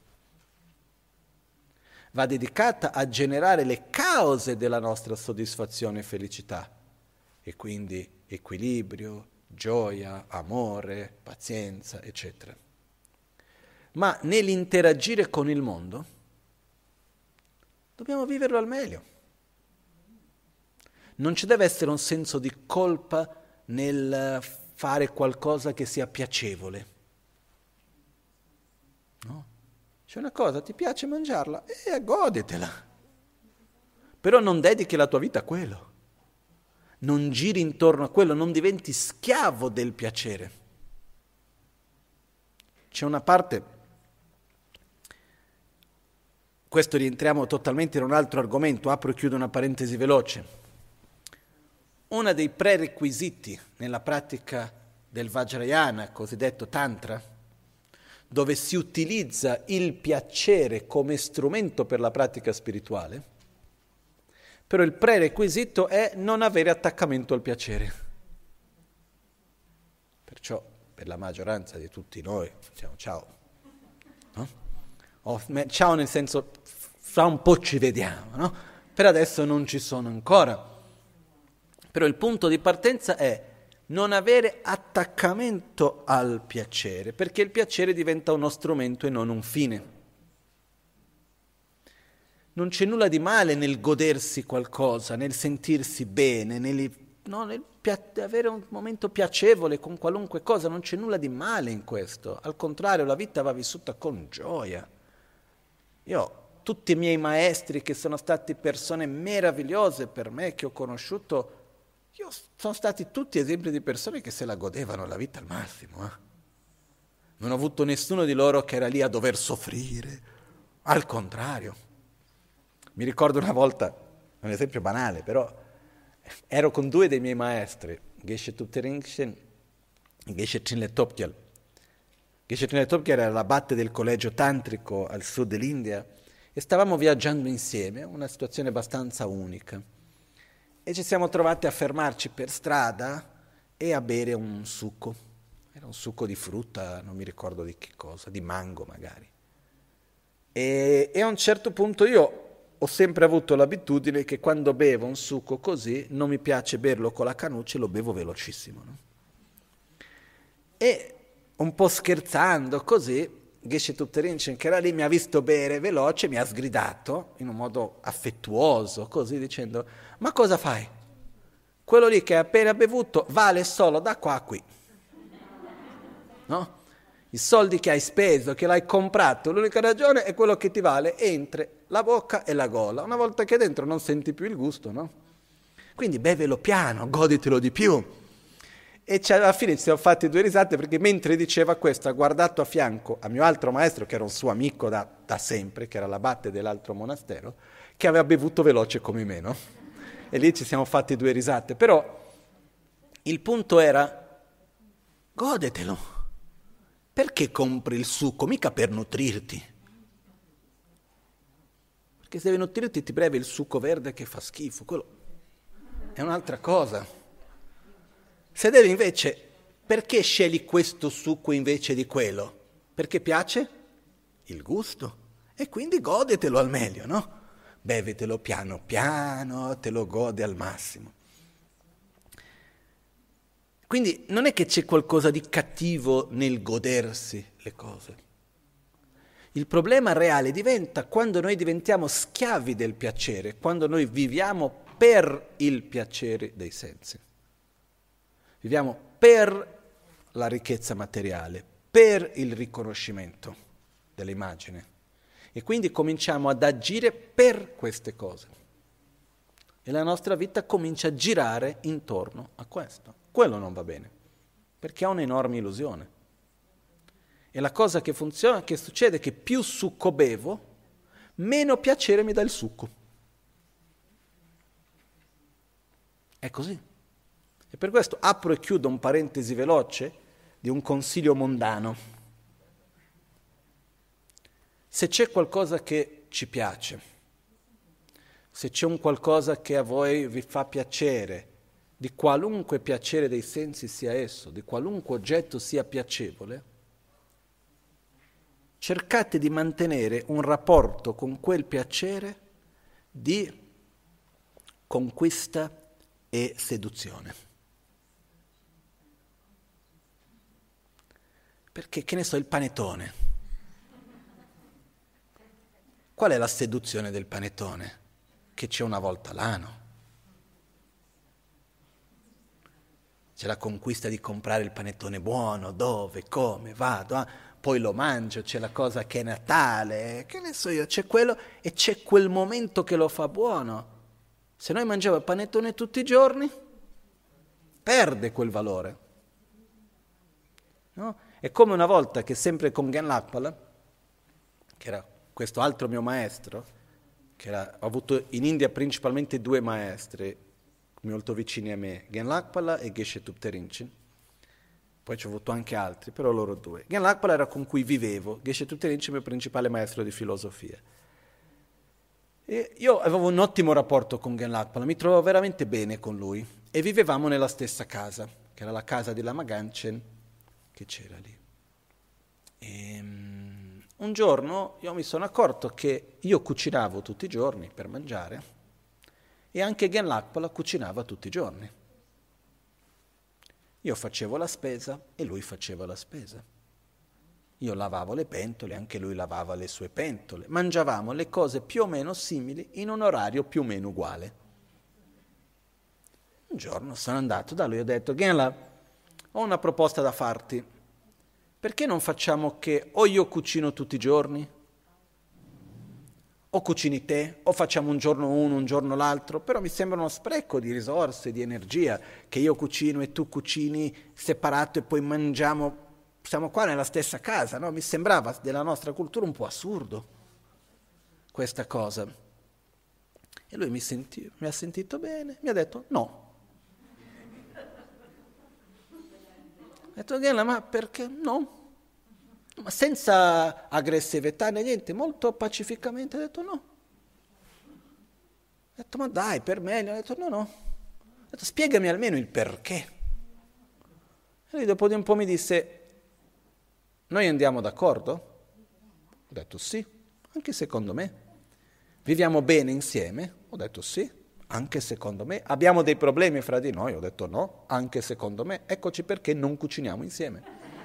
Va dedicata a generare le cause della nostra soddisfazione e felicità. E quindi equilibrio, gioia, amore, pazienza, eccetera. Ma nell'interagire con il mondo dobbiamo viverlo al meglio. Non ci deve essere un senso di colpa nel fare qualcosa che sia piacevole. No? C'è una cosa, ti piace mangiarla? Goditela. Però non dedichi la tua vita a quello. Non giri intorno a quello, non diventi schiavo del piacere. C'è una parte, questo rientriamo totalmente in un altro argomento, apro e chiudo una parentesi veloce. Uno dei prerequisiti nella pratica del Vajrayana, cosiddetto Tantra, dove si utilizza il piacere come strumento per la pratica spirituale, Però il prerequisito è non avere attaccamento al piacere. Perciò, per la maggioranza di tutti noi, diciamo ciao. No? Ciao nel senso, fra un po' ci vediamo, no? Per adesso non ci sono ancora. Però il punto di partenza è non avere attaccamento al piacere, perché il piacere diventa uno strumento e non un fine. Non c'è nulla di male nel godersi qualcosa, nel sentirsi bene, nel avere un momento piacevole con qualunque cosa, non c'è nulla di male in questo. Al contrario, la vita va vissuta con gioia. Tutti i miei maestri che sono stati persone meravigliose per me, che ho conosciuto, sono stati tutti esempi di persone che se la godevano la vita al massimo. Non ho avuto nessuno di loro che era lì a dover soffrire, al contrario. Mi ricordo una volta, un esempio banale, però ero con due dei miei maestri, Geshe Thupten Rinchen e Geshe Trinley Topkyal. Geshe Trinley Topkyal era l'abate del collegio tantrico al sud dell'India e stavamo viaggiando insieme, una situazione abbastanza unica. E ci siamo trovati a fermarci per strada e a bere un succo. Era un succo di frutta, non mi ricordo di che cosa, di mango magari. E a un certo punto io ho sempre avuto l'abitudine che quando bevo un succo così non mi piace berlo con la canuccia e lo bevo velocissimo. No? E un po' scherzando così, Geshe Thupten Rinchen, che era lì, mi ha visto bere veloce, mi ha sgridato in un modo affettuoso, così dicendo: ma cosa fai? Quello lì che hai appena bevuto vale solo da qua a qui. No? I soldi che hai speso, che l'hai comprato, l'unica ragione è quello che ti vale entre la bocca e la gola. Una volta che è dentro non senti più il gusto, no? Quindi bevelo piano, goditelo di più. E alla fine ci siamo fatti due risate perché mentre diceva questo ha guardato a fianco a mio altro maestro, che era un suo amico da sempre, che era l'abate dell'altro monastero, che aveva bevuto veloce come me, no? E lì ci siamo fatti due risate. Però il punto era: godetelo. Perché compri il succo? Mica per nutrirti. Perché se devi nutrirti ti bevi il succo verde che fa schifo. Quello è un'altra cosa. Se devi invece, perché scegli questo succo invece di quello? Perché piace? Il gusto. E quindi godetelo al meglio, no? Bevetelo piano piano, te lo gode al massimo. Quindi non è che c'è qualcosa di cattivo nel godersi le cose. Il problema reale diventa quando noi diventiamo schiavi del piacere, quando noi viviamo per il piacere dei sensi. Viviamo per la ricchezza materiale, per il riconoscimento dell'immagine. E quindi cominciamo ad agire per queste cose. E la nostra vita comincia a girare intorno a questo. Quello non va bene, perché ha un'enorme illusione. E la cosa che funziona, che succede, è che più succo bevo, meno piacere mi dà il succo. È così. E per questo apro e chiudo un parentesi veloce di un consiglio mondano. Se c'è qualcosa che ci piace, se c'è un qualcosa che a voi vi fa piacere, di qualunque piacere dei sensi sia esso, di qualunque oggetto sia piacevole, cercate di mantenere un rapporto con quel piacere di conquista e seduzione. Perché, che ne so, il panettone. Qual è la seduzione del panettone? Che c'è una volta l'anno. C'è la conquista di comprare il panettone buono, dove, come, vado, poi lo mangio, c'è la cosa che è Natale, che ne so io, c'è quello e c'è quel momento che lo fa buono. Se noi mangiamo il panettone tutti i giorni, perde quel valore. No? È come una volta che sempre con Gen Lakpala, che era questo altro mio maestro, ho avuto in India principalmente due maestri, molto vicini a me, Gen Lakpala e Geshe Thupten Rinchen. Poi ci ho avuto anche altri, però loro due. Gen Lakpala era con cui vivevo, Geshe Thupten Rinchen è il mio principale maestro di filosofia. E io avevo un ottimo rapporto con Genlakpala, mi trovavo veramente bene con lui e vivevamo nella stessa casa, che era la casa di Lama Ganchen che c'era lì. E, un giorno io mi sono accorto che io cucinavo tutti i giorni per mangiare e anche Genlakpala cucinava tutti i giorni. Io facevo la spesa e lui faceva la spesa. Io lavavo le pentole, anche lui lavava le sue pentole. Mangiavamo le cose più o meno simili in un orario più o meno uguale. Un giorno sono andato da lui e ho detto: Genla, ho una proposta da farti. Perché non facciamo che o io cucino tutti i giorni, o cucini te, o facciamo un giorno uno, un giorno l'altro, però mi sembra uno spreco di risorse, di energia, che io cucino e tu cucini separato e poi mangiamo. Siamo qua nella stessa casa, no? Mi sembrava della nostra cultura un po' assurdo questa cosa. E lui mi ha sentito bene, mi ha detto no. Ho detto: Ghela, ma perché no? Ma senza aggressività né niente, molto pacificamente ha detto no. Ho detto: ma dai, per me? Gli ho detto no. Ho detto: spiegami almeno il perché. E lui dopo di un po' mi disse: noi andiamo d'accordo? Ho detto sì, anche secondo me. Viviamo bene insieme? Ho detto sì, anche secondo me. Abbiamo dei problemi fra di noi? Ho detto no, anche secondo me. Eccoci perché non cuciniamo insieme.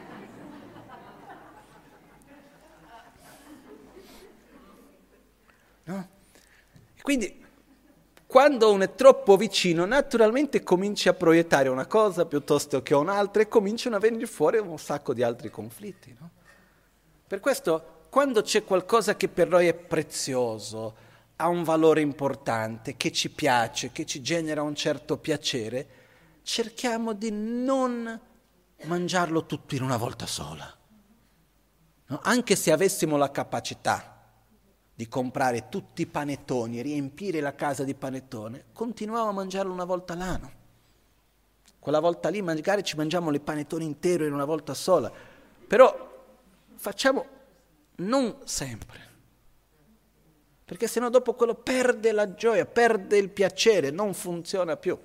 No? E quindi quando uno è troppo vicino, naturalmente cominci a proiettare una cosa piuttosto che un'altra e cominciano a venire fuori un sacco di altri conflitti. No? Per questo, quando c'è qualcosa che per noi è prezioso, ha un valore importante, che ci piace, che ci genera un certo piacere, cerchiamo di non mangiarlo tutto in una volta sola. No? Anche se avessimo la capacità di comprare tutti i panettoni e riempire la casa di panettone, continuiamo a mangiarlo una volta l'anno. Quella volta lì magari ci mangiamo le panettone intero in una volta sola, però facciamo non sempre, perché sennò dopo quello perde la gioia, perde il piacere, non funziona più.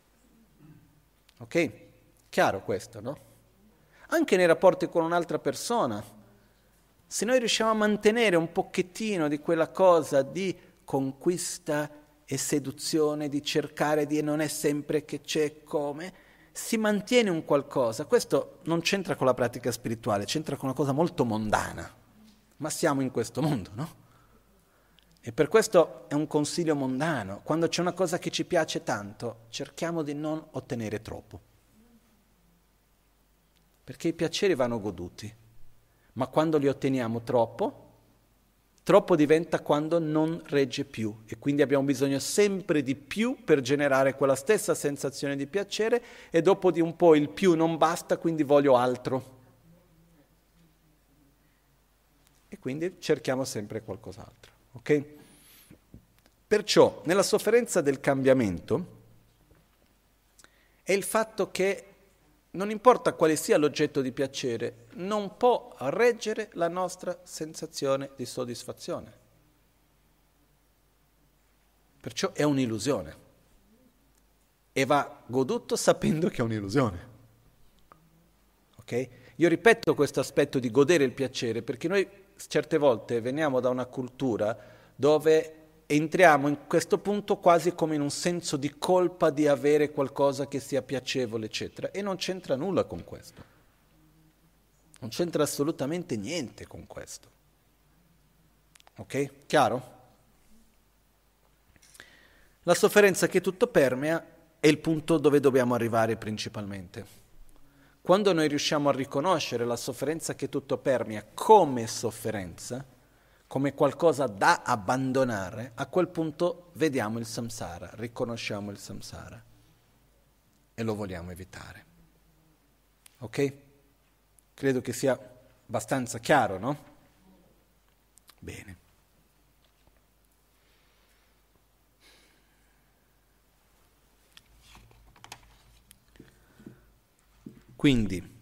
Ok? Chiaro questo, no? Anche nei rapporti con un'altra persona, se noi riusciamo a mantenere un pochettino di quella cosa di conquista e seduzione, di cercare di non è sempre che c'è come, si mantiene un qualcosa. Questo non c'entra con la pratica spirituale, c'entra con una cosa molto mondana. Ma siamo in questo mondo, no? E per questo è un consiglio mondano. Quando c'è una cosa che ci piace tanto, cerchiamo di non ottenere troppo. Perché i piaceri vanno goduti. Ma quando li otteniamo troppo diventa quando non regge più e quindi abbiamo bisogno sempre di più per generare quella stessa sensazione di piacere e dopo di un po' il più non basta, quindi voglio altro. E quindi cerchiamo sempre qualcos'altro, ok? Perciò nella sofferenza del cambiamento è il fatto che non importa quale sia l'oggetto di piacere, non può reggere la nostra sensazione di soddisfazione. Perciò è un'illusione. E va goduto sapendo che è un'illusione. Ok? Io ripeto questo aspetto di godere il piacere, perché noi certe volte veniamo da una cultura dove entriamo in questo punto quasi come in un senso di colpa di avere qualcosa che sia piacevole, eccetera, e non c'entra nulla con questo. Non c'entra assolutamente niente con questo. Ok? Chiaro? La sofferenza che tutto permea è il punto dove dobbiamo arrivare principalmente. Quando noi riusciamo a riconoscere la sofferenza che tutto permea come sofferenza, come qualcosa da abbandonare, a quel punto vediamo il samsara, riconosciamo il samsara e lo vogliamo evitare. Ok? Credo che sia abbastanza chiaro, no? Bene. Quindi,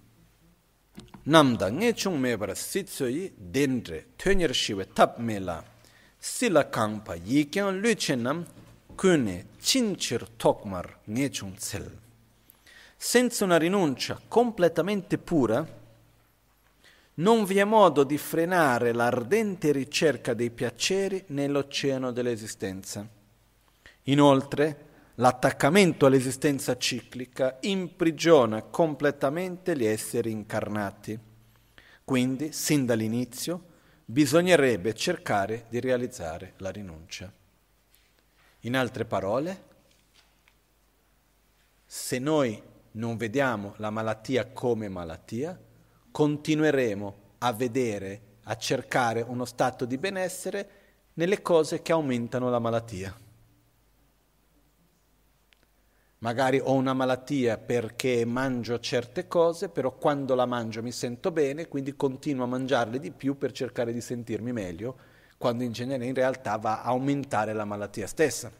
namda nge chung me bara sitso yi dendre tönyer shiwe tap me la Sila kampa yikyan luchenam kune cinchir tokmar ngechun tsel. Senza una rinuncia completamente pura, non vi è modo di frenare l'ardente ricerca dei piaceri nell'oceano dell'esistenza. Inoltre, l'attaccamento all'esistenza ciclica imprigiona completamente gli esseri incarnati. Quindi, sin dall'inizio, bisognerebbe cercare di realizzare la rinuncia. In altre parole, se noi non vediamo la malattia come malattia, continueremo a vedere, a cercare uno stato di benessere nelle cose che aumentano la malattia. Magari ho una malattia perché mangio certe cose, però quando la mangio mi sento bene, quindi continuo a mangiarle di più per cercare di sentirmi meglio, quando in genere in realtà va a aumentare la malattia stessa.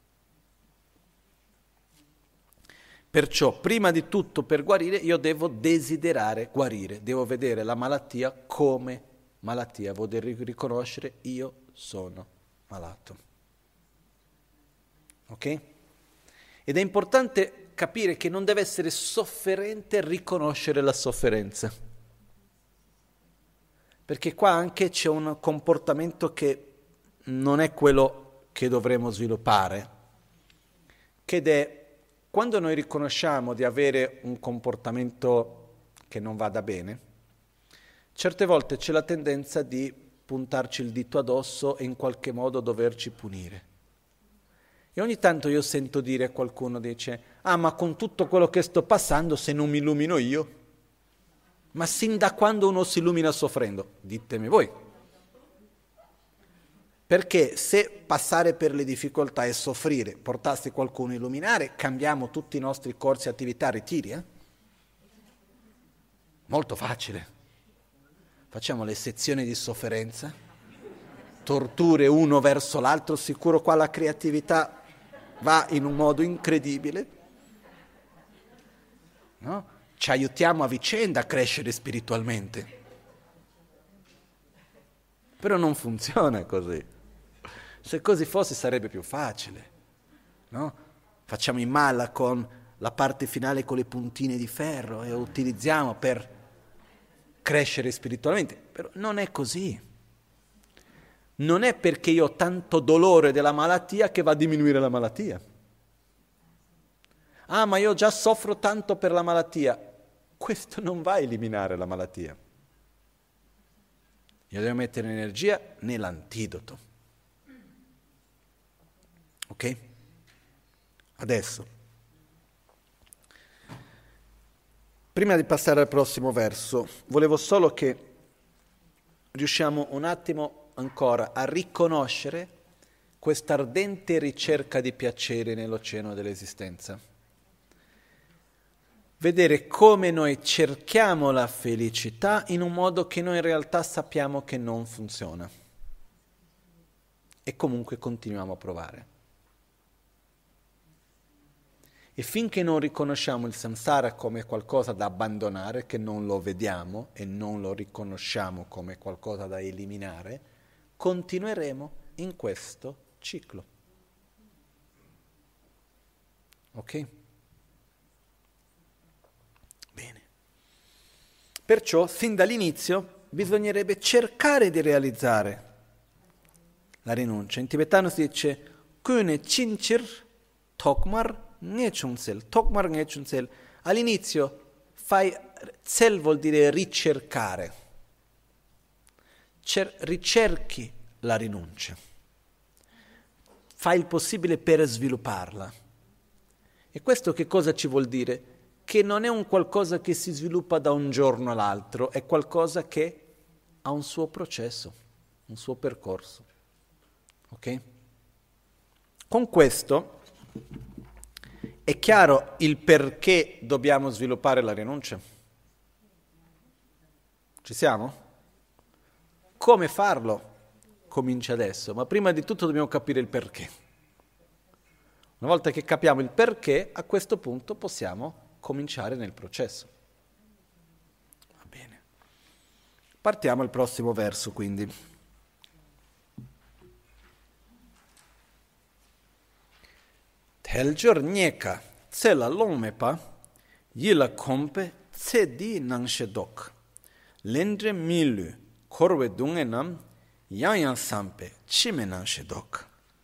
Perciò, prima di tutto, per guarire, io devo desiderare guarire, devo vedere la malattia come malattia, vuol dire riconoscere io sono malato. Ok? Ed è importante capire che non deve essere sofferente riconoscere la sofferenza. Perché qua anche c'è un comportamento che non è quello che dovremmo sviluppare, ed è quando noi riconosciamo di avere un comportamento che non vada bene, certe volte c'è la tendenza di puntarci il dito addosso e in qualche modo doverci punire. E ogni tanto io sento dire a qualcuno, dice, ma con tutto quello che sto passando, se non mi illumino io? Ma sin da quando uno si illumina soffrendo? Ditemi voi. Perché se passare per le difficoltà e soffrire portasse qualcuno a illuminare, cambiamo tutti i nostri corsi, attività, ritiri? Molto facile. Facciamo le sezioni di sofferenza, torture uno verso l'altro, sicuro qua la creatività va in un modo incredibile, no? Ci aiutiamo a vicenda a crescere spiritualmente. Però non funziona così. Se così fosse sarebbe più facile, no? Facciamo in malla con la parte finale con le puntine di ferro e utilizziamo per crescere spiritualmente, però non è così. Non è perché io ho tanto dolore della malattia che va a diminuire la malattia. Ma io già soffro tanto per la malattia. Questo non va a eliminare la malattia. Io devo mettere energia nell'antidoto. Ok? Adesso, prima di passare al prossimo verso, volevo solo che riusciamo un attimo ancora a riconoscere questa ardente ricerca di piacere nell'oceano dell'esistenza. Vedere come noi cerchiamo la felicità in un modo che noi in realtà sappiamo che non funziona. E comunque continuiamo a provare. E finché non riconosciamo il samsara come qualcosa da abbandonare, che non lo vediamo e non lo riconosciamo come qualcosa da eliminare, continueremo in questo ciclo. Ok? Bene. Perciò, fin dall'inizio, bisognerebbe cercare di realizzare la rinuncia. In tibetano si dice Kune Chinchir Tokmar Ngechunsel. Tokmar Ngechunsel. All'inizio Tsel vuol dire ricercare. Ricerchi la rinuncia, fai il possibile per svilupparla. E questo che cosa ci vuol dire? Che non è un qualcosa che si sviluppa da un giorno all'altro, è qualcosa che ha un suo processo, un suo percorso. Ok? Con questo è chiaro il perché dobbiamo sviluppare la rinuncia? Ci siamo? Come farlo? Comincia adesso, ma prima di tutto dobbiamo capire il perché. Una volta che capiamo il perché, a questo punto possiamo cominciare nel processo. Va bene. Partiamo al prossimo verso, quindi. Tel jornyeka tsela longmepa yila kompe tsedi nangshedok. Lendre milu korwe dungenam yang sampe cime nangshedok.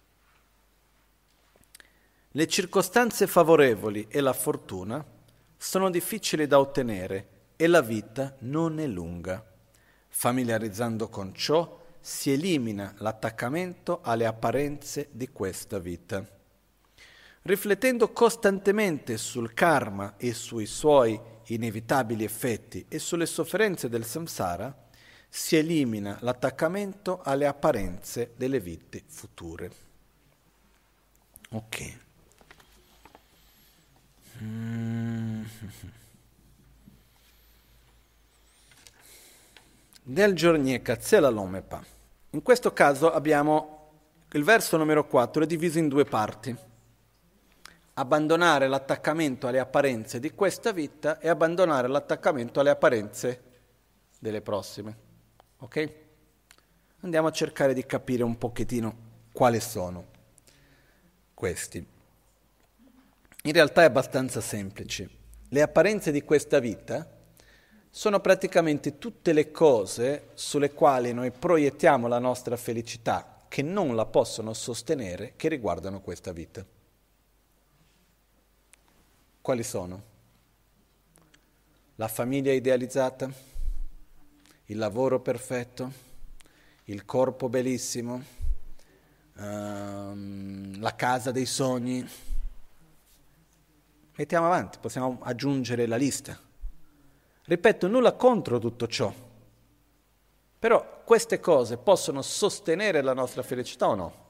Le circostanze favorevoli e la fortuna sono difficili da ottenere e la vita non è lunga. Familiarizzando con ciò si elimina l'attaccamento alle apparenze di questa vita. Riflettendo costantemente sul karma e sui suoi inevitabili effetti e sulle sofferenze del samsara, si elimina l'attaccamento alle apparenze delle vite future. Ok. Del Jornyeka Tsela Lomepa. In questo caso abbiamo il verso numero 4 è diviso in due parti. Abbandonare l'attaccamento alle apparenze di questa vita e abbandonare l'attaccamento alle apparenze delle prossime. Ok? Andiamo a cercare di capire un pochettino quali sono questi. In realtà è abbastanza semplice. Le apparenze di questa vita sono praticamente tutte le cose sulle quali noi proiettiamo la nostra felicità che non la possono sostenere, che riguardano questa vita. Quali sono? La famiglia idealizzata, il lavoro perfetto, il corpo bellissimo, la casa dei sogni. Mettiamo avanti, possiamo aggiungere la lista. Ripeto, nulla contro tutto ciò, però queste cose possono sostenere la nostra felicità o no?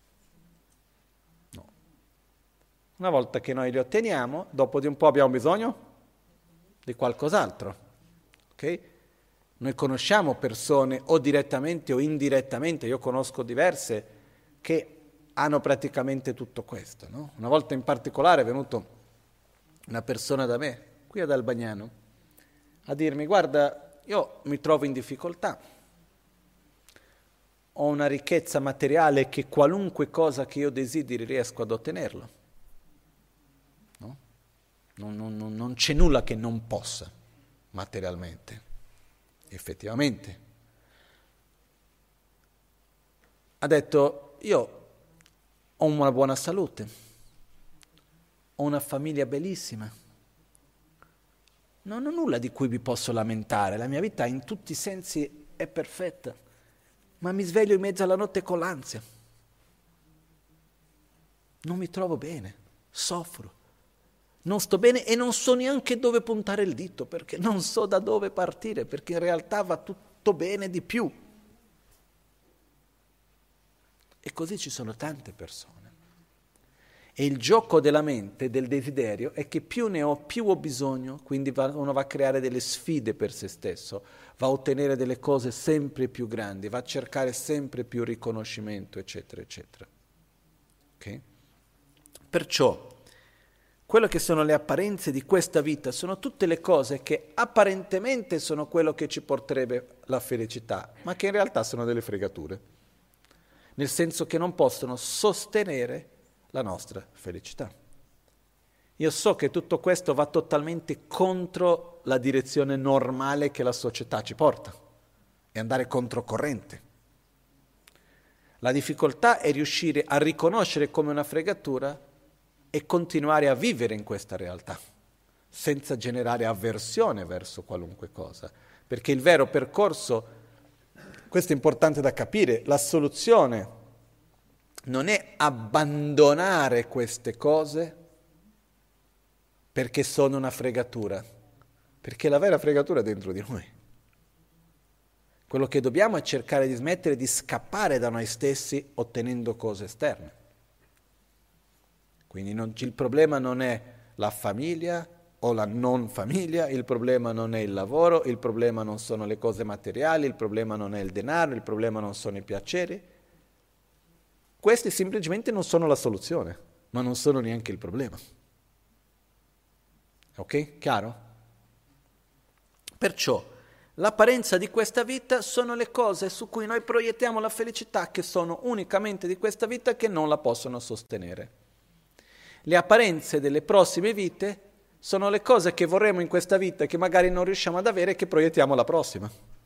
No. Una volta che noi li otteniamo, dopo di un po' abbiamo bisogno di qualcos'altro. Ok? Noi conosciamo persone o direttamente o indirettamente, io conosco diverse, che hanno praticamente tutto questo. No? Una volta in particolare è venuto una persona da me, qui ad Albagnano, a dirmi: guarda, io mi trovo in difficoltà, ho una ricchezza materiale che qualunque cosa che io desideri riesco ad ottenerlo. No? Non c'è nulla che non possa materialmente, effettivamente. Ha detto: io ho una buona salute, ho una famiglia bellissima, non ho nulla di cui mi posso lamentare, la mia vita in tutti i sensi è perfetta, ma mi sveglio in mezzo alla notte con l'ansia. Non mi trovo bene, soffro, non sto bene e non so neanche dove puntare il dito, perché non so da dove partire, perché in realtà va tutto bene di più. E così ci sono tante persone. E il gioco della mente, del desiderio, è che più ne ho, più ho bisogno, quindi uno va a creare delle sfide per se stesso, va a ottenere delle cose sempre più grandi, va a cercare sempre più riconoscimento, eccetera, eccetera. Okay? Perciò, quello che sono le apparenze di questa vita sono tutte le cose che apparentemente sono quello che ci porterebbe la felicità, ma che in realtà sono delle fregature, nel senso che non possono sostenere la nostra felicità. Io so che tutto questo va totalmente contro la direzione normale che la società ci porta, è andare controcorrente. La difficoltà è riuscire a riconoscere come una fregatura e continuare a vivere in questa realtà, senza generare avversione verso qualunque cosa, perché il vero percorso, questo è importante da capire, la soluzione non è abbandonare queste cose perché sono una fregatura, perché la vera fregatura è dentro di noi. Quello che dobbiamo è cercare di smettere di scappare da noi stessi ottenendo cose esterne. Quindi il problema non è la famiglia o la non famiglia, il problema non è il lavoro, il problema non sono le cose materiali, il problema non è il denaro, il problema non sono i piaceri. Questi semplicemente non sono la soluzione, ma non sono neanche il problema. Ok? Chiaro? Perciò l'apparenza di questa vita sono le cose su cui noi proiettiamo la felicità, che sono unicamente di questa vita, che non la possono sostenere. Le apparenze delle prossime vite sono le cose che vorremmo in questa vita che magari non riusciamo ad avere e che proiettiamo alla prossima.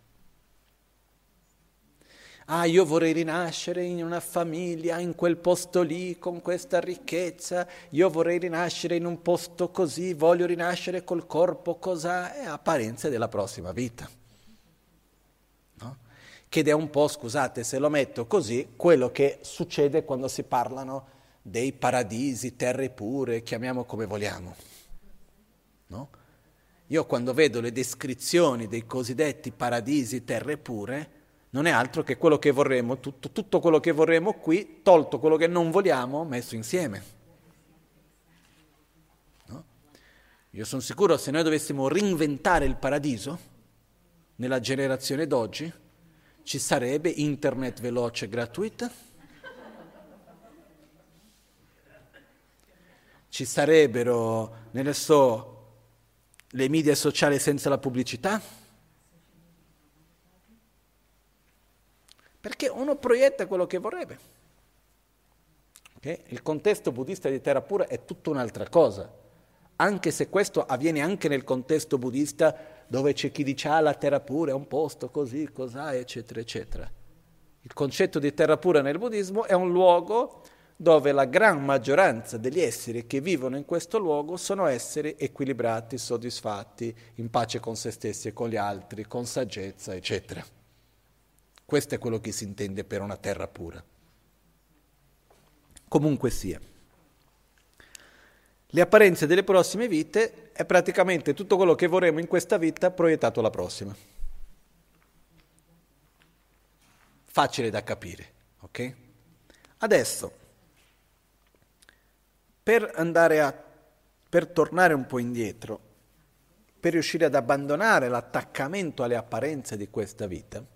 Ah, io vorrei rinascere in una famiglia, in quel posto lì, con questa ricchezza, io vorrei rinascere in un posto così, voglio rinascere col corpo cos'ha, è apparenze della prossima vita. No? Che è un po', scusate se lo metto così, quello che succede quando si parlano dei paradisi, terre pure, chiamiamo come vogliamo. No? Io quando vedo le descrizioni dei cosiddetti paradisi, terre pure, non è altro che quello che vorremmo, tutto quello che vorremmo qui, tolto quello che non vogliamo, messo insieme. No? Io sono sicuro se noi dovessimo reinventare il paradiso, nella generazione d'oggi, ci sarebbe internet veloce e gratuita, ci sarebbero, le media sociali senza la pubblicità, perché uno proietta quello che vorrebbe. Okay? Il contesto buddista di terra pura è tutta un'altra cosa, anche se questo avviene anche nel contesto buddista dove c'è chi dice la terra pura è un posto così, cos'ha, eccetera, eccetera. Il concetto di terra pura nel buddismo è un luogo dove la gran maggioranza degli esseri che vivono in questo luogo sono esseri equilibrati, soddisfatti, in pace con se stessi e con gli altri, con saggezza, eccetera. Questo è quello che si intende per una terra pura. Comunque sia. Le apparenze delle prossime vite è praticamente tutto quello che vorremmo in questa vita proiettato alla prossima. Facile da capire, ok? Adesso, per tornare un po' indietro, per riuscire ad abbandonare l'attaccamento alle apparenze di questa vita,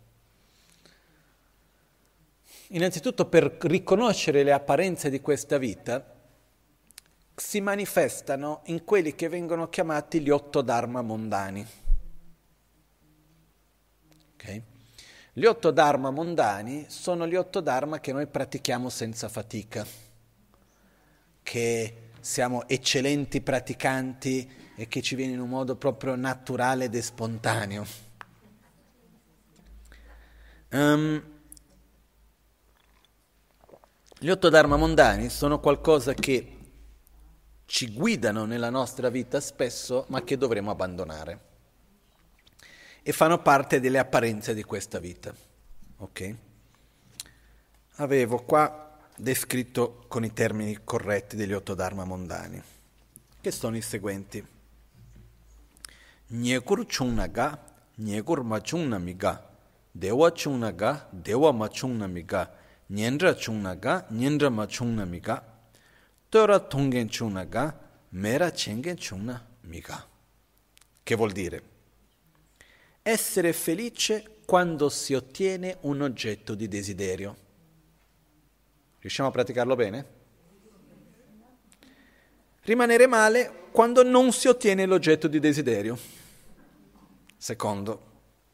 innanzitutto per riconoscere le apparenze di questa vita, si manifestano in quelli che vengono chiamati gli 8 dharma mondani. Okay? Gli 8 dharma mondani sono gli 8 dharma che noi pratichiamo senza fatica, che siamo eccellenti praticanti e che ci viene in un modo proprio naturale ed spontaneo. Gli 8 dharma mondani sono qualcosa che ci guidano nella nostra vita spesso, ma che dovremo abbandonare. E fanno parte delle apparenze di questa vita. Ok? Avevo qua descritto con i termini corretti degli 8 dharma mondani, che sono i seguenti. Nyekur chungnaga, nyekur machungnamiga, dewa chungnaga, dewa machungnamiga, Nyendra chungnaga, nyendra ma chungnamiga, tora tungen chungnaga, mera chengen chungnamiga. Che vuol dire? Essere felice quando si ottiene un oggetto di desiderio. Riusciamo a praticarlo bene? Rimanere male quando non si ottiene l'oggetto di desiderio. Secondo.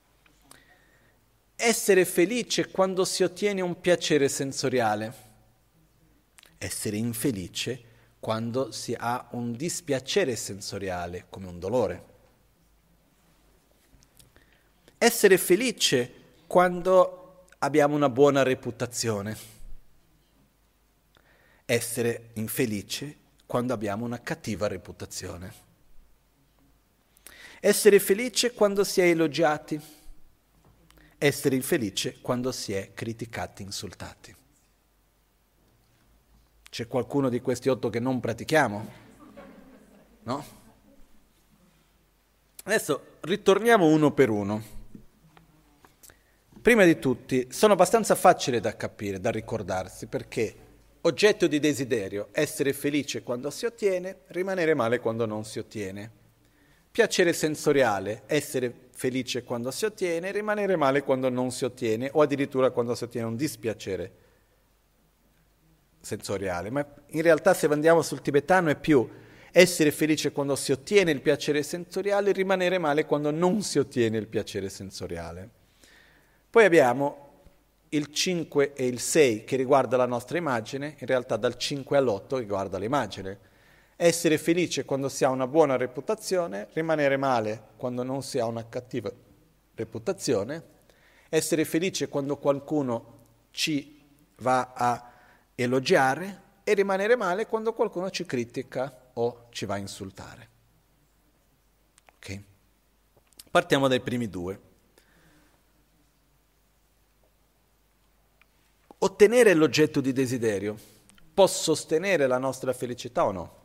Essere felice quando si ottiene un piacere sensoriale. Essere infelice quando si ha un dispiacere sensoriale, come un dolore. Essere felice quando abbiamo una buona reputazione. Essere infelice quando abbiamo una cattiva reputazione. Essere felice quando si è elogiati. Essere infelice quando si è criticati, insultati. C'è qualcuno di questi 8 che non pratichiamo? No? Adesso ritorniamo uno per uno. Prima di tutti, sono abbastanza facili da capire, da ricordarsi, perché oggetto di desiderio, essere felice quando si ottiene, rimanere male quando non si ottiene. Piacere sensoriale, essere felice quando si ottiene, rimanere male quando non si ottiene, o addirittura quando si ottiene un dispiacere sensoriale. Ma in realtà se andiamo sul tibetano è più essere felice quando si ottiene il piacere sensoriale, rimanere male quando non si ottiene il piacere sensoriale. Poi abbiamo il 5 e il 6 che riguarda la nostra immagine, in realtà dal 5 all'8 riguarda l'immagine. Essere felice quando si ha una buona reputazione, rimanere male quando non si ha una cattiva reputazione, essere felice quando qualcuno ci va a elogiare e rimanere male quando qualcuno ci critica o ci va a insultare. Ok? Partiamo dai primi due. Ottenere l'oggetto di desiderio può sostenere la nostra felicità o no?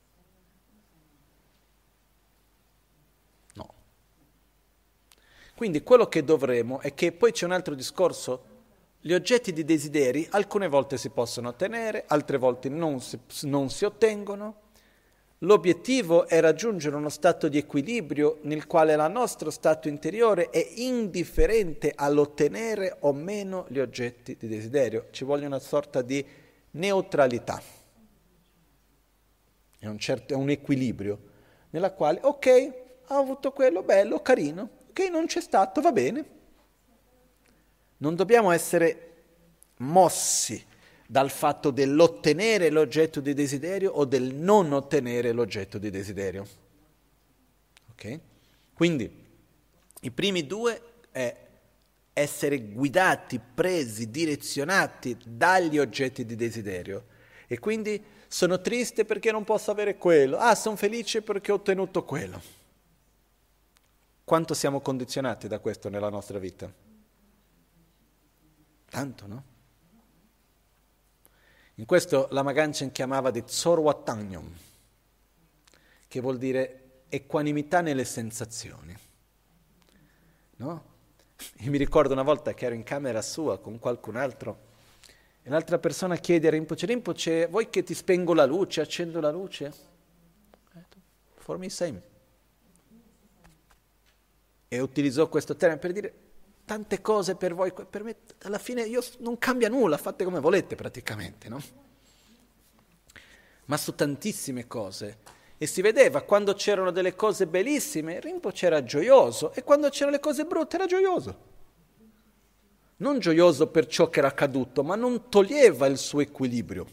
No. Quindi quello che dovremo è che poi c'è un altro discorso. Gli oggetti di desideri alcune volte si possono ottenere, altre volte non si ottengono. L'obiettivo è raggiungere uno stato di equilibrio nel quale il nostro stato interiore è indifferente all'ottenere o meno gli oggetti di desiderio. Ci vuole una sorta di neutralità. È un equilibrio nella quale, ok, ho avuto quello, bello, carino, ok, non c'è stato, va bene. Non dobbiamo essere mossi dal fatto dell'ottenere l'oggetto di desiderio o del non ottenere l'oggetto di desiderio. Ok? Quindi i primi due è essere guidati, presi, direzionati dagli oggetti di desiderio. E quindi sono triste perché non posso avere quello. Ah, sono felice perché ho ottenuto quello. Quanto siamo condizionati da questo nella nostra vita? Tanto, no? In questo la Maganchen chiamava di Zorwatanyam, che vuol dire equanimità nelle sensazioni. No? Io mi ricordo una volta che ero in camera sua con qualcun altro e l'altra persona chiede a Rinpoche, vuoi che ti spengo la luce, accendo la luce? For me same. E utilizzò questo termine per dire tante cose per voi, per me alla fine non cambia nulla, fate come volete praticamente, no? Ma su tantissime cose. E si vedeva, quando c'erano delle cose bellissime, Rinpoche era gioioso, e quando c'erano le cose brutte era gioioso. Non gioioso per ciò che era accaduto, ma non toglieva il suo equilibrio.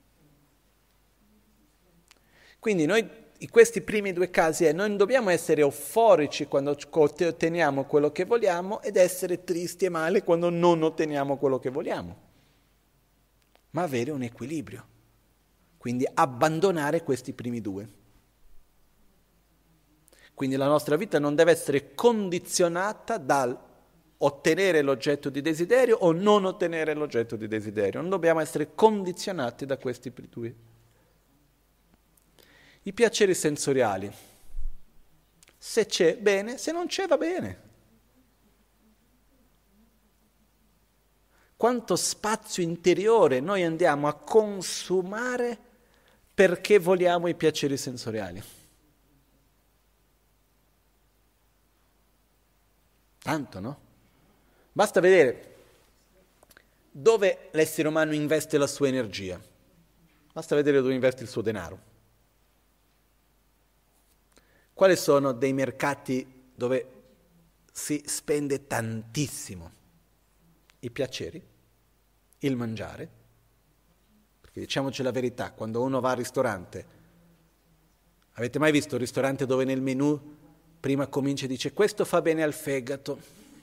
Quindi noi, in questi primi due casi, noi non dobbiamo essere euforici quando otteniamo quello che vogliamo ed essere tristi e male quando non otteniamo quello che vogliamo, ma avere un equilibrio. Quindi abbandonare questi primi due. Quindi la nostra vita non deve essere condizionata dal ottenere l'oggetto di desiderio o non ottenere l'oggetto di desiderio. Non dobbiamo essere condizionati da questi due. I piaceri sensoriali. Se c'è, bene, se non c'è, va bene. Quanto spazio interiore noi andiamo a consumare perché vogliamo i piaceri sensoriali? Tanto, no? Basta vedere dove l'essere umano investe la sua energia. Basta vedere dove investe il suo denaro. Quali sono dei mercati dove si spende tantissimo? I piaceri, il mangiare. Perché diciamoci la verità, quando uno va al ristorante, avete mai visto un ristorante dove nel menù prima comincia e dice questo fa bene al fegato?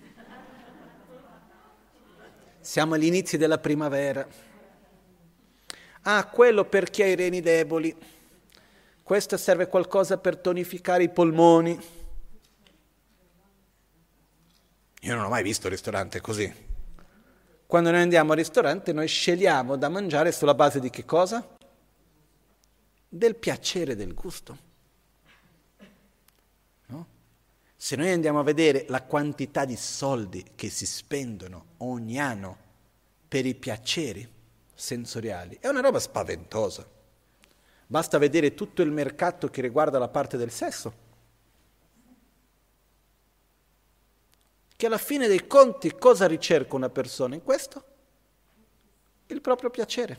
Siamo agli inizi della primavera. Ah, quello per chi ha i reni deboli. Questo serve qualcosa per tonificare i polmoni. Io non ho mai visto un ristorante così. Quando noi andiamo al ristorante noi scegliamo da mangiare sulla base di che cosa? Del piacere del gusto. No? Se noi andiamo a vedere la quantità di soldi che si spendono ogni anno per i piaceri sensoriali, è una roba spaventosa. Basta vedere tutto il mercato che riguarda la parte del sesso, che alla fine dei conti cosa ricerca una persona in questo? Il proprio piacere.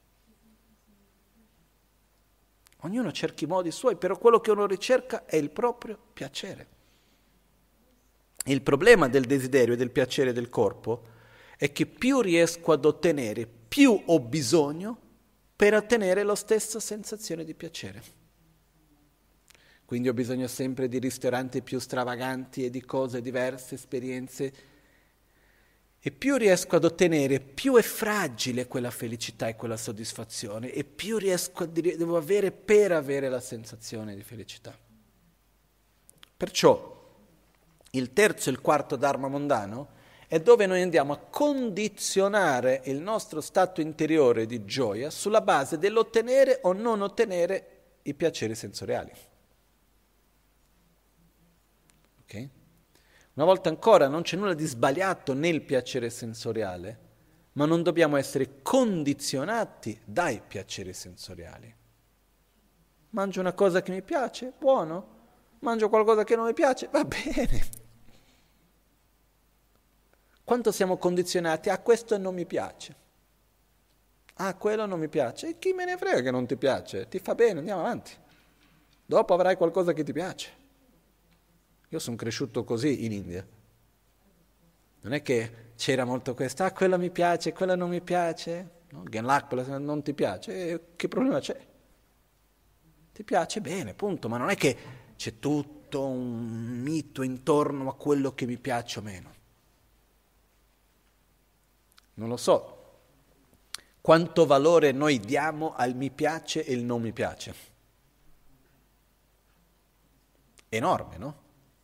Ognuno cerca i modi suoi, però quello che uno ricerca è il proprio piacere. Il problema del desiderio e del piacere del corpo è che più riesco ad ottenere, più ho bisogno per ottenere la stessa sensazione di piacere. quindi ho bisogno sempre di ristoranti più stravaganti e di cose diverse, esperienze. E più riesco ad ottenere, più è fragile quella felicità e quella soddisfazione, e più devo avere per avere la sensazione di felicità. Perciò il terzo e il quarto dharma mondano è dove noi andiamo a condizionare il nostro stato interiore di gioia sulla base dell'ottenere o non ottenere i piaceri sensoriali. Ok? Una volta ancora non c'è nulla di sbagliato nel piacere sensoriale, ma non dobbiamo essere condizionati dai piaceri sensoriali. Mangio una cosa che mi piace, buono. Mangio qualcosa che non mi piace, va bene. Quanto siamo condizionati? Questo non mi piace. Quello non mi piace. E chi me ne frega che non ti piace? Ti fa bene, andiamo avanti. Dopo avrai qualcosa che ti piace. Io sono cresciuto così in India. Non è che c'era molto questo, quello mi piace, quello non mi piace. No? Genlak non ti piace. Che problema c'è? Ti piace? Bene, punto. Ma non è che c'è tutto un mito intorno a quello che mi piace o meno. Non lo so quanto valore noi diamo al mi piace e il non mi piace. Enorme, no?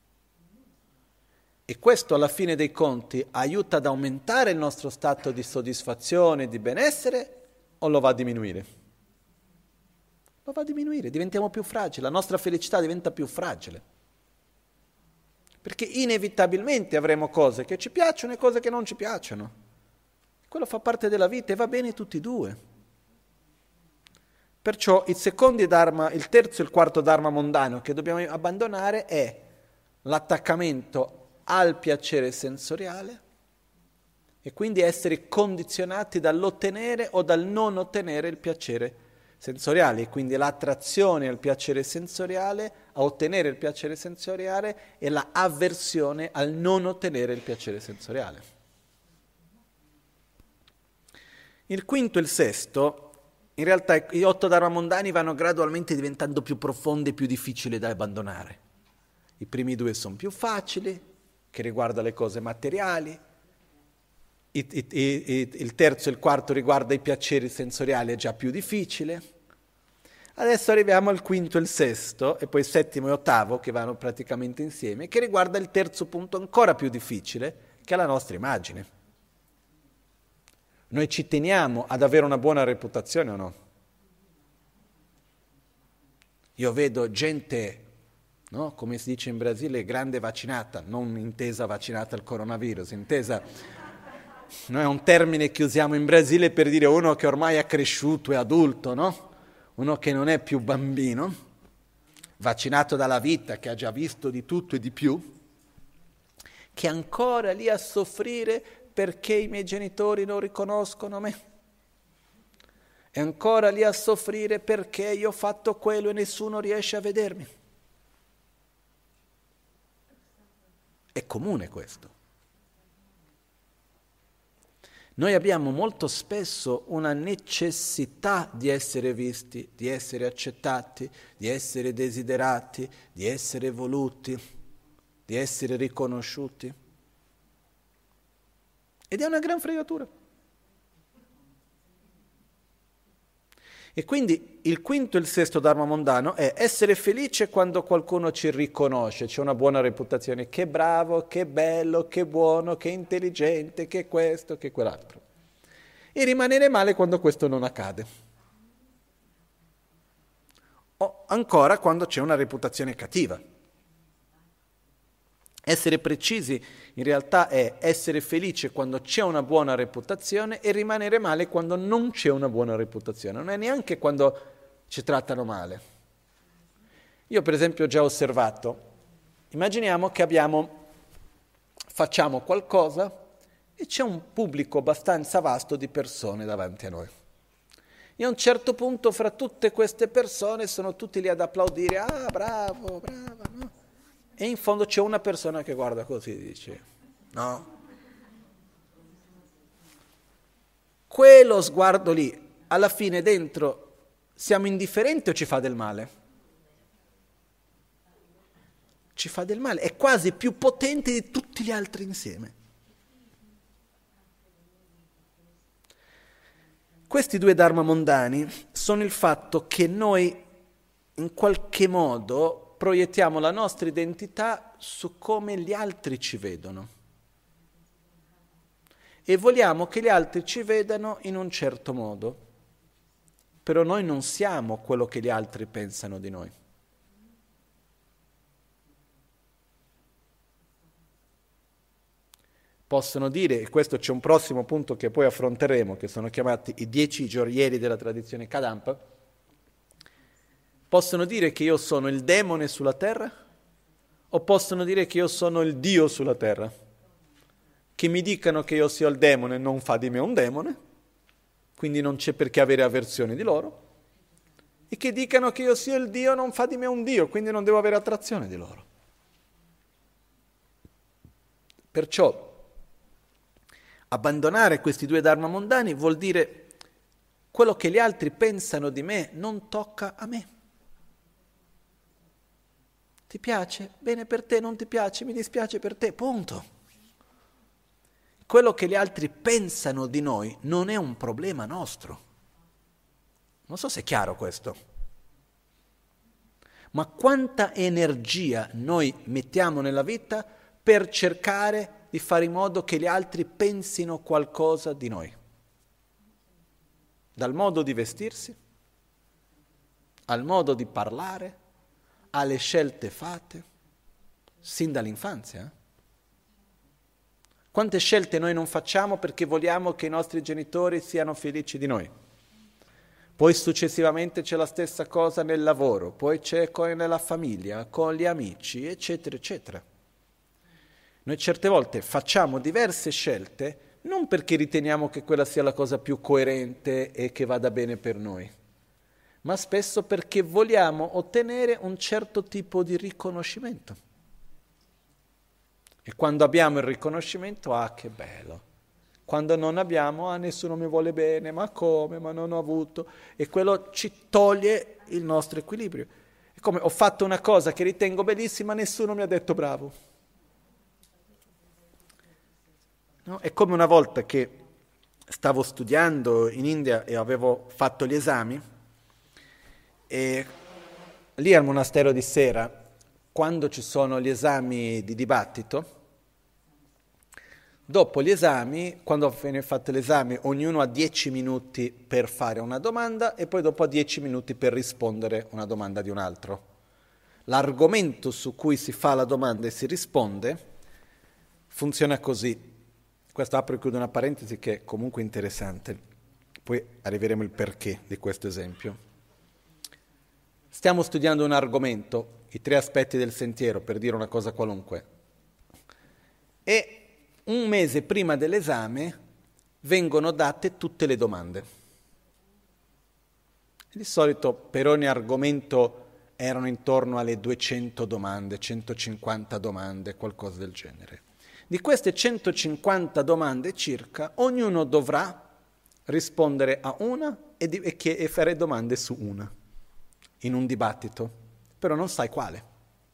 E questo alla fine dei conti aiuta ad aumentare il nostro stato di soddisfazione, di benessere, o lo va a diminuire? Lo va a diminuire, diventiamo più fragili, la nostra felicità diventa più fragile. Perché inevitabilmente avremo cose che ci piacciono e cose che non ci piacciono. Quello fa parte della vita e va bene tutti e due. Perciò il terzo e il quarto dharma mondano che dobbiamo abbandonare è l'attaccamento al piacere sensoriale e quindi essere condizionati dall'ottenere o dal non ottenere il piacere sensoriale, e quindi l'attrazione al piacere sensoriale, a ottenere il piacere sensoriale, e la avversione al non ottenere il piacere sensoriale. Il quinto e il sesto, in realtà gli 8 dharma mondani vanno gradualmente diventando più profondi e più difficili da abbandonare. I primi 2 sono più facili, che riguarda le cose materiali, il terzo e il quarto riguarda i piaceri sensoriali, è già più difficile. Adesso arriviamo al quinto e il sesto, e poi il settimo e ottavo, che vanno praticamente insieme, che riguarda il terzo punto ancora più difficile, che è la nostra immagine. Noi ci teniamo ad avere una buona reputazione o no? Io vedo gente, no? Come si dice in Brasile, grande vaccinata, non intesa vaccinata al coronavirus, intesa... Noi è un termine che usiamo in Brasile per dire uno che ormai è cresciuto, è adulto, no? Uno che non è più bambino, vaccinato dalla vita, che ha già visto di tutto e di più, che è ancora lì a soffrire perché i miei genitori non riconoscono me. È ancora lì a soffrire perché io ho fatto quello e nessuno riesce a vedermi. È comune questo. Noi abbiamo molto spesso una necessità di essere visti, di essere accettati, di essere desiderati, di essere voluti, di essere riconosciuti. Ed è una gran fregatura. E quindi il quinto e il sesto dharma mondano è essere felice quando qualcuno ci riconosce, c'è una buona reputazione, che bravo, che bello, che buono, che intelligente, che questo, che quell'altro. E rimanere male quando questo non accade. O ancora quando c'è una reputazione cattiva. Essere precisi in realtà è essere felice quando c'è una buona reputazione e rimanere male quando non c'è una buona reputazione. Non è neanche quando ci trattano male. Io per esempio ho già osservato, immaginiamo che facciamo qualcosa e c'è un pubblico abbastanza vasto di persone davanti a noi. E a un certo punto fra tutte queste persone sono tutti lì ad applaudire, bravo, brava, no? E in fondo c'è una persona che guarda così e dice, no. Quello sguardo lì, alla fine dentro, siamo indifferenti o ci fa del male? ci fa del male, è quasi più potente di tutti gli altri insieme. Questi due dharma mondani sono il fatto che noi in qualche modo proiettiamo la nostra identità su come gli altri ci vedono e vogliamo che gli altri ci vedano in un certo modo, però noi non siamo quello che gli altri pensano di noi. Possono dire, e questo c'è un prossimo punto che poi affronteremo, che sono chiamati i 10 gioielli della tradizione Kadampa, possono dire che io sono il demone sulla terra o possono dire che io sono il Dio sulla terra. Che mi dicano che io sia il demone non fa di me un demone, quindi non c'è perché avere avversione di loro, e che dicano che io sia il Dio non fa di me un Dio, quindi non devo avere attrazione di loro. Perciò abbandonare questi due dharma mondani vuol dire quello che gli altri pensano di me non tocca a me. Ti piace? Bene per te, non ti piace? Mi dispiace per te, punto. Quello che gli altri pensano di noi non è un problema nostro. Non so se è chiaro questo. Ma quanta energia noi mettiamo nella vita per cercare di fare in modo che gli altri pensino qualcosa di noi. Dal modo di vestirsi, al modo di parlare, alle scelte fatte, sin dall'infanzia. Quante scelte noi non facciamo perché vogliamo che i nostri genitori siano felici di noi. Poi successivamente c'è la stessa cosa nel lavoro, poi c'è nella famiglia, con gli amici, eccetera, eccetera. Noi certe volte facciamo diverse scelte non perché riteniamo che quella sia la cosa più coerente e che vada bene per noi, ma spesso perché vogliamo ottenere un certo tipo di riconoscimento. E quando abbiamo il riconoscimento, che bello. Quando non abbiamo, nessuno mi vuole bene, ma come, ma non ho avuto. E quello ci toglie il nostro equilibrio. È come ho fatto una cosa che ritengo bellissima, nessuno mi ha detto bravo. No? È come una volta che stavo studiando in India e avevo fatto gli esami, e lì al monastero di Sera, quando ci sono gli esami di dibattito, dopo gli esami, quando viene fatto l'esame, ognuno ha 10 minuti per fare una domanda e poi dopo ha 10 minuti per rispondere a una domanda di un altro. L'argomento su cui si fa la domanda e si risponde funziona così. Questo apro e chiudo una parentesi che è comunque interessante, poi arriveremo al perché di questo esempio. Stiamo studiando un argomento, i 3 aspetti del sentiero, per dire una cosa qualunque, e un mese prima dell'esame vengono date tutte le domande. Di solito per ogni argomento erano intorno alle 200 domande, 150 domande, qualcosa del genere. Di queste 150 domande circa, ognuno dovrà rispondere a una e fare domande su una, in un dibattito, però non sai quale.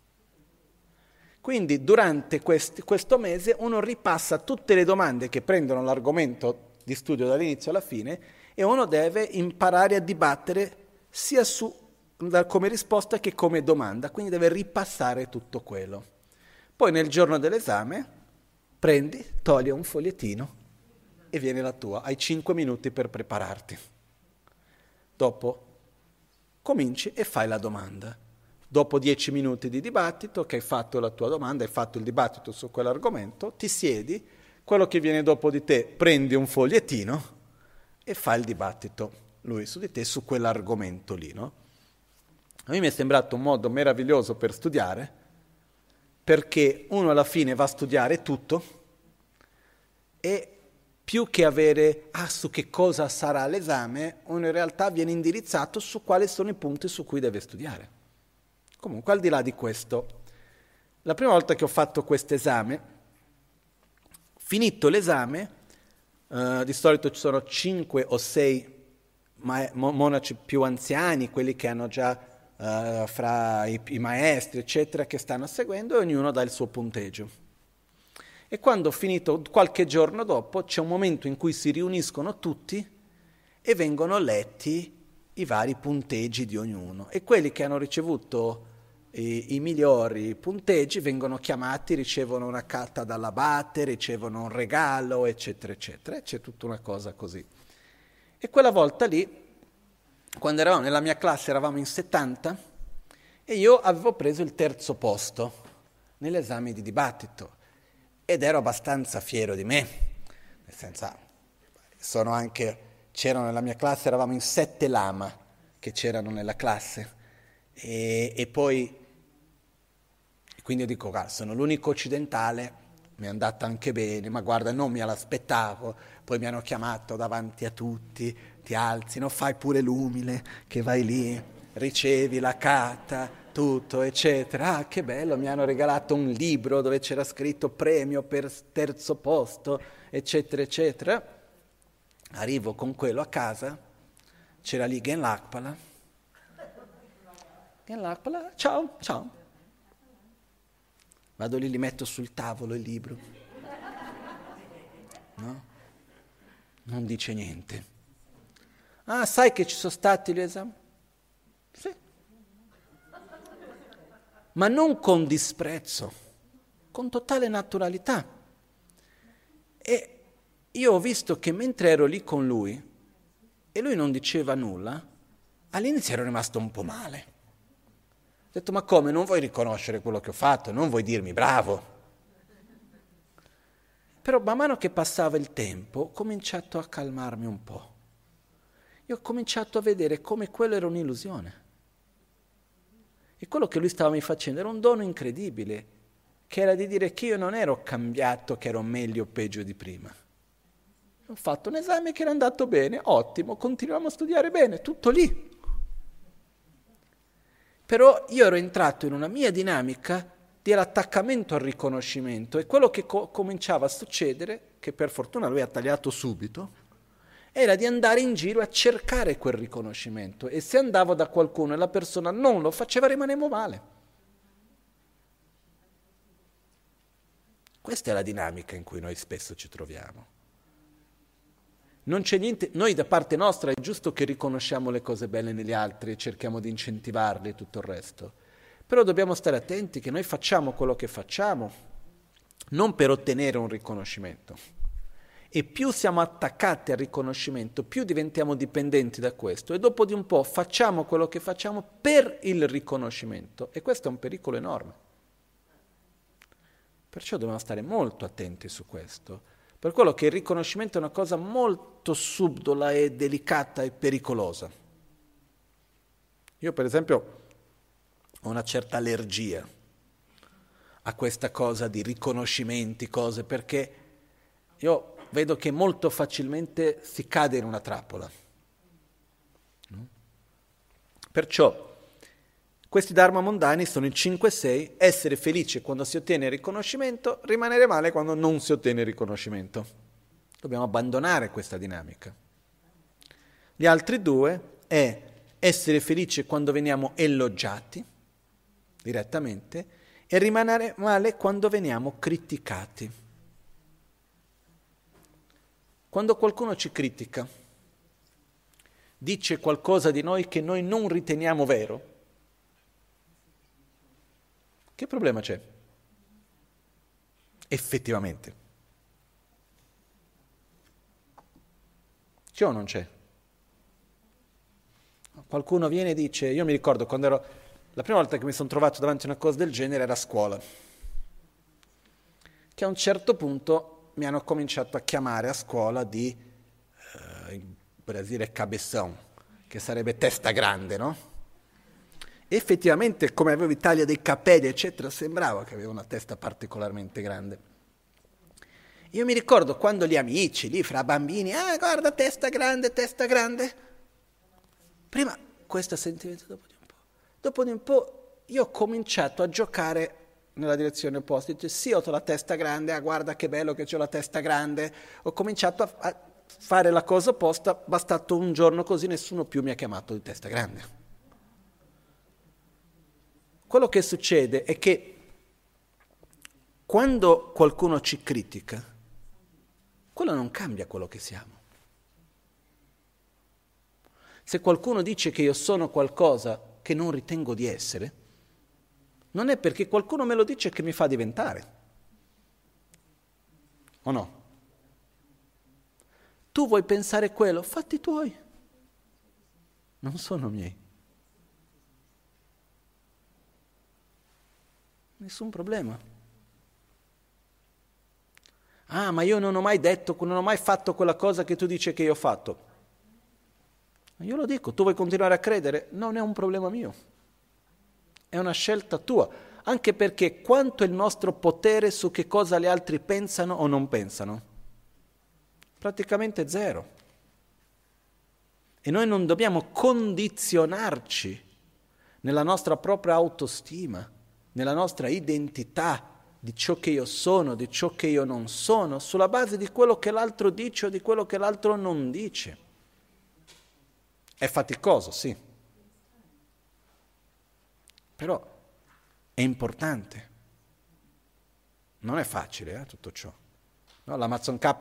Quindi durante questo mese uno ripassa tutte le domande che prendono l'argomento di studio dall'inizio alla fine e uno deve imparare a dibattere sia come risposta che come domanda, quindi deve ripassare tutto quello. Poi nel giorno dell'esame prendi, togli un fogliettino e viene la tua, hai 5 minuti per prepararti. Dopo cominci e fai la domanda. Dopo 10 minuti di dibattito, che hai fatto la tua domanda, hai fatto il dibattito su quell'argomento, ti siedi, quello che viene dopo di te prendi un fogliettino e fai il dibattito, lui su di te, su quell'argomento lì, no? A me mi è sembrato un modo meraviglioso per studiare, perché uno alla fine va a studiare tutto e più che avere su che cosa sarà l'esame, uno in realtà viene indirizzato su quali sono i punti su cui deve studiare. Comunque, al di là di questo, la prima volta che ho fatto questo esame, finito l'esame, di solito ci sono 5 o 6 monaci più anziani, quelli che hanno già fra i maestri, eccetera, che stanno seguendo, e ognuno dà il suo punteggio. E quando finito, qualche giorno dopo, c'è un momento in cui si riuniscono tutti e vengono letti i vari punteggi di ognuno. E quelli che hanno ricevuto i migliori punteggi vengono chiamati, ricevono una carta dall'abate, ricevono un regalo, eccetera, eccetera. E c'è tutta una cosa così. E quella volta lì, quando eravamo nella mia classe, eravamo in 70, e io avevo preso il 3° posto nell'esame di dibattito. Ed ero abbastanza fiero di me, nel senso, c'erano nella mia classe, eravamo in 7 lama che c'erano nella classe, e poi, quindi io dico, sono l'unico occidentale, mi è andata anche bene, ma guarda, non me l'aspettavo, poi mi hanno chiamato davanti a tutti, ti alzi, no, fai pure l'umile, che vai lì, ricevi la carta, tutto, eccetera. Ah, che bello, mi hanno regalato un libro dove c'era scritto premio per 3° posto, eccetera, eccetera. Arrivo con quello a casa, c'era lì Gen Lakpala, ciao, ciao. Vado lì, li metto sul tavolo il libro. No? Non dice niente. Ah, sai che ci sono stati gli esami? Sì. Ma non con disprezzo, con totale naturalità. E io ho visto che mentre ero lì con lui, e lui non diceva nulla, all'inizio ero rimasto un po' male. Ho detto, ma come, non vuoi riconoscere quello che ho fatto? Non vuoi dirmi bravo? Però man mano che passava il tempo, ho cominciato a calmarmi un po'. Io ho cominciato a vedere come quello era un'illusione. E quello che lui stava mi facendo era un dono incredibile, che era di dire che io non ero cambiato, che ero meglio o peggio di prima. Ho fatto un esame che era andato bene, ottimo, continuiamo a studiare bene, tutto lì. Però io ero entrato in una mia dinamica di attaccamento al riconoscimento, e quello che cominciava a succedere, che per fortuna lui ha tagliato subito, era di andare in giro a cercare quel riconoscimento, e se andavo da qualcuno e la persona non lo faceva, rimanevo male. Questa è la dinamica in cui noi spesso ci troviamo. Non c'è niente, noi da parte nostra è giusto che riconosciamo le cose belle negli altri e cerchiamo di incentivarli e tutto il resto, però dobbiamo stare attenti che noi facciamo quello che facciamo non per ottenere un riconoscimento. E più siamo attaccati al riconoscimento, più diventiamo dipendenti da questo, e dopo di un po' facciamo quello che facciamo per il riconoscimento, e questo è un pericolo enorme. Perciò dobbiamo stare molto attenti su questo, per quello che il riconoscimento è una cosa molto subdola e delicata e pericolosa. Io per esempio ho una certa allergia a questa cosa di riconoscimenti, cose, perché io vedo che molto facilmente si cade in una trappola. Perciò questi dharma mondani sono i 5-6: essere felice quando si ottiene il riconoscimento, rimanere male quando non si ottiene il riconoscimento. Dobbiamo abbandonare questa dinamica. Gli altri 2 è essere felice quando veniamo elogiati direttamente e rimanere male quando veniamo criticati. Quando qualcuno ci critica, dice qualcosa di noi che noi non riteniamo vero, che problema c'è? Effettivamente. C'è o non c'è? Qualcuno viene e dice, io mi ricordo quando ero, la prima volta che mi sono trovato davanti a una cosa del genere era a scuola, che a un certo punto mi hanno cominciato a chiamare a scuola in Brasile cabeção, che sarebbe testa grande, no? Effettivamente, come avevo i tagli dei capelli, eccetera, sembrava che avevo una testa particolarmente grande. Io mi ricordo quando gli amici, lì fra bambini, guarda, testa grande, testa grande. Prima questo sentimento, dopo di un po' io ho cominciato a giocare nella direzione opposta. Dice, sì, ho la testa grande, guarda che bello che ho la testa grande. Ho cominciato a fare la cosa opposta, bastato un giorno così nessuno più mi ha chiamato di testa grande. quello che succede è che quando qualcuno ci critica, quello non cambia quello che siamo. Se qualcuno dice che io sono qualcosa che non ritengo di essere, non è perché qualcuno me lo dice che mi fa diventare. O no? Tu vuoi pensare quello? Fatti tuoi. Non sono miei. Nessun problema. Ah, ma io non ho mai detto, non ho mai fatto quella cosa che tu dici che io ho fatto. Io lo dico, tu vuoi continuare a credere? Non è un problema mio. È una scelta tua. Anche perché quanto è il nostro potere su che cosa gli altri pensano o non pensano? Praticamente zero. E noi non dobbiamo condizionarci nella nostra propria autostima, nella nostra identità di ciò che io sono, di ciò che io non sono, sulla base di quello che l'altro dice o di quello che l'altro non dice. È faticoso, sì. Però è importante. Non è facile, tutto ciò. No, l'Amazon K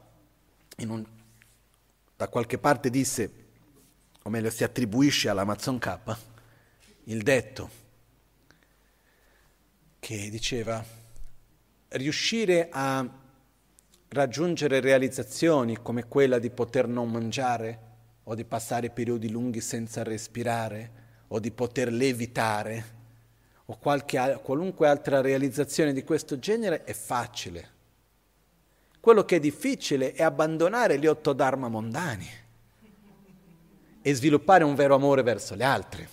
da qualche parte disse, o meglio si attribuisce all'Amazon K, il detto che diceva riuscire a raggiungere realizzazioni come quella di poter non mangiare o di passare periodi lunghi senza respirare o di poter levitare o qualunque altra realizzazione di questo genere è facile. Quello che è difficile è abbandonare gli 8 dharma mondani e sviluppare un vero amore verso gli altri.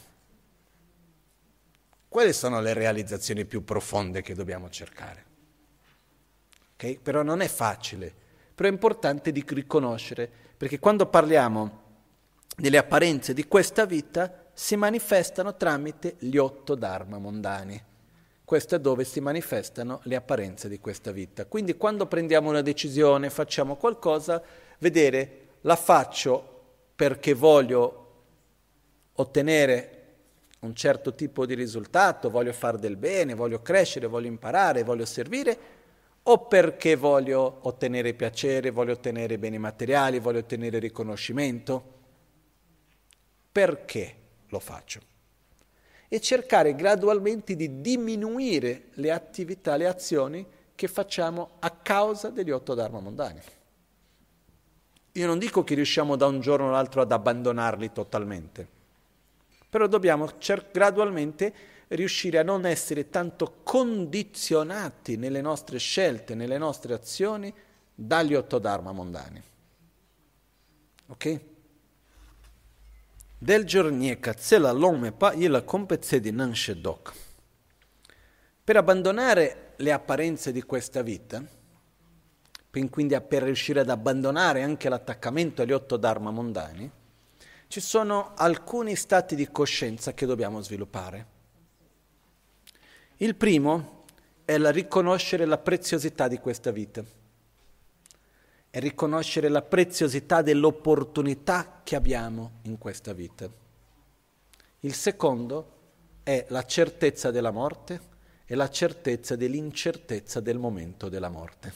Quelle sono le realizzazioni più profonde che dobbiamo cercare. Okay? Però non è facile, però è importante di riconoscere, perché quando parliamo delle apparenze di questa vita si manifestano tramite gli 8 dharma mondani. Questo è dove si manifestano le apparenze di questa vita. Quindi quando prendiamo una decisione, facciamo qualcosa, vedere, la faccio perché voglio ottenere un certo tipo di risultato, voglio fare del bene, voglio crescere, voglio imparare, voglio servire, o perché voglio ottenere piacere, voglio ottenere beni materiali, voglio ottenere riconoscimento. Perché lo faccio? E cercare gradualmente di diminuire le attività, le azioni che facciamo a causa degli 8 dharma mondani. Io non dico che riusciamo da un giorno all'altro ad abbandonarli totalmente, però dobbiamo gradualmente riuscire a non essere tanto condizionati nelle nostre scelte, nelle nostre azioni, dagli 8 dharma mondani. Ok? Del giornieka tsela lome pa yila compezze di nanshe dok. Per abbandonare le apparenze di questa vita, quindi per riuscire ad abbandonare anche l'attaccamento agli 8 dharma mondani, ci sono alcuni stati di coscienza che dobbiamo sviluppare. Il primo è il riconoscere la preziosità di questa vita. È riconoscere la preziosità dell'opportunità che abbiamo in questa vita. Il secondo è la certezza della morte e la certezza dell'incertezza del momento della morte.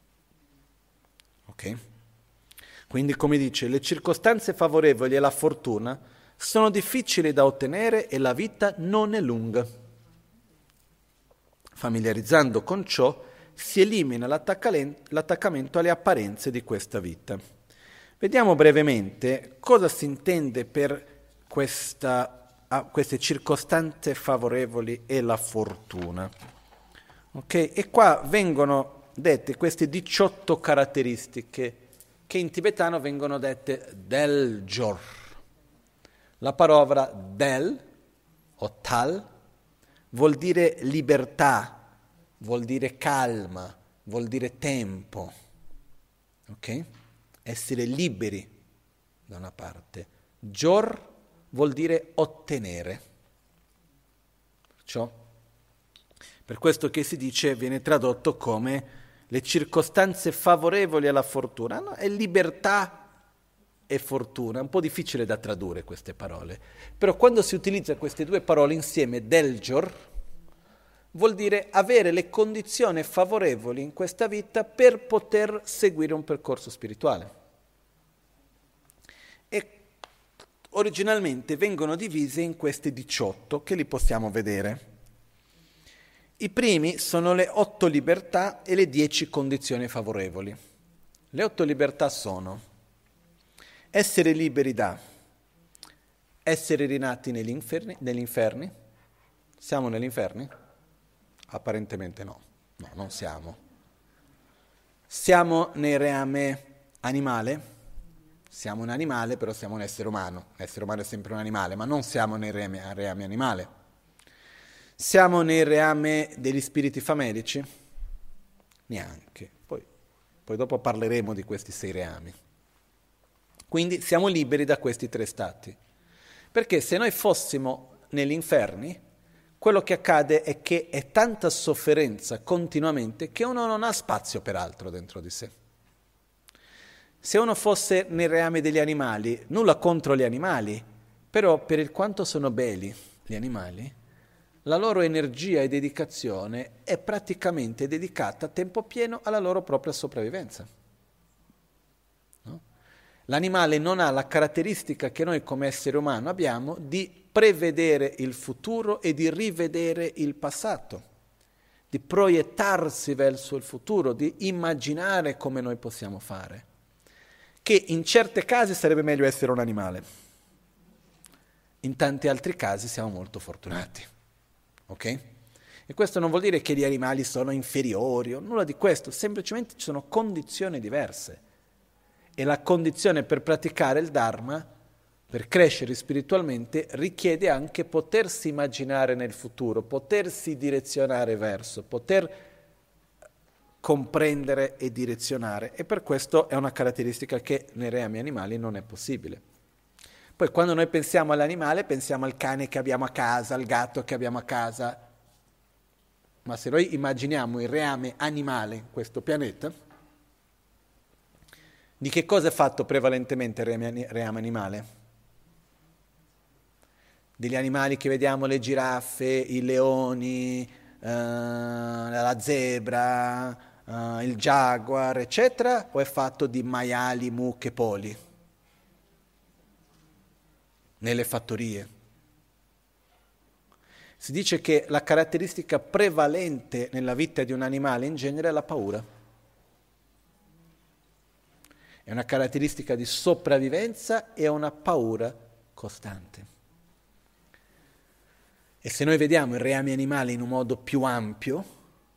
Ok? Quindi, come dice, le circostanze favorevoli e la fortuna sono difficili da ottenere e la vita non è lunga. Familiarizzando con ciò, si elimina l'attaccamento alle apparenze di questa vita. Vediamo brevemente cosa si intende per queste circostanze favorevoli e la fortuna. Okay? E qua vengono dette queste 18 caratteristiche che in tibetano vengono dette del jor. La parola del o tal vuol dire libertà, vuol dire calma, vuol dire tempo, ok? Essere liberi da una parte. Jor vuol dire ottenere. Perciò, per questo che si dice, viene tradotto come le circostanze favorevoli alla fortuna. No, è libertà e fortuna. È un po' difficile da tradurre queste parole. Però quando si utilizza queste due parole insieme, del jor, vuol dire avere le condizioni favorevoli in questa vita per poter seguire un percorso spirituale. E originalmente vengono divise in queste 18 che li possiamo vedere. I primi sono le 8 libertà e le 10 condizioni favorevoli. Le 8 libertà sono essere liberi da essere rinati negli inferni. Siamo negli inferni? Apparentemente no. No, non siamo. Siamo nel reame animale? Siamo un animale, però siamo un essere umano. L'essere umano è sempre un animale, ma non siamo nel reame animale. Siamo nel reame degli spiriti famelici? Neanche. Poi dopo parleremo di questi 6 reami. Quindi siamo liberi da questi 3 stati. Perché se noi fossimo negli inferni, quello che accade è che è tanta sofferenza continuamente che uno non ha spazio per altro dentro di sé. Se uno fosse nel reame degli animali, nulla contro gli animali, però per il quanto sono belli gli animali, la loro energia e dedicazione è praticamente dedicata a tempo pieno alla loro propria sopravvivenza. No? L'animale non ha la caratteristica che noi come essere umano abbiamo di prevedere il futuro e di rivedere il passato, di proiettarsi verso il futuro, di immaginare come noi possiamo fare, che in certi casi sarebbe meglio essere un animale, in tanti altri casi siamo molto fortunati. Ok? E questo non vuol dire che gli animali sono inferiori o nulla di questo, semplicemente ci sono condizioni diverse e la condizione per praticare il Dharma, per crescere spiritualmente, richiede anche potersi immaginare nel futuro, potersi direzionare verso, poter comprendere e direzionare, e per questo è una caratteristica che nei reami animali non è possibile. Poi quando noi pensiamo all'animale, pensiamo al cane che abbiamo a casa, al gatto che abbiamo a casa. Ma se noi immaginiamo il reame animale in questo pianeta, di che cosa è fatto prevalentemente il reame animale? Degli animali che vediamo, le giraffe, i leoni, la zebra, il jaguar, eccetera, o è fatto di maiali, mucche, poli? Nelle fattorie. Si dice che la caratteristica prevalente nella vita di un animale in genere è la paura. È una caratteristica di sopravvivenza e una paura costante. E se noi vediamo i reami animali in un modo più ampio,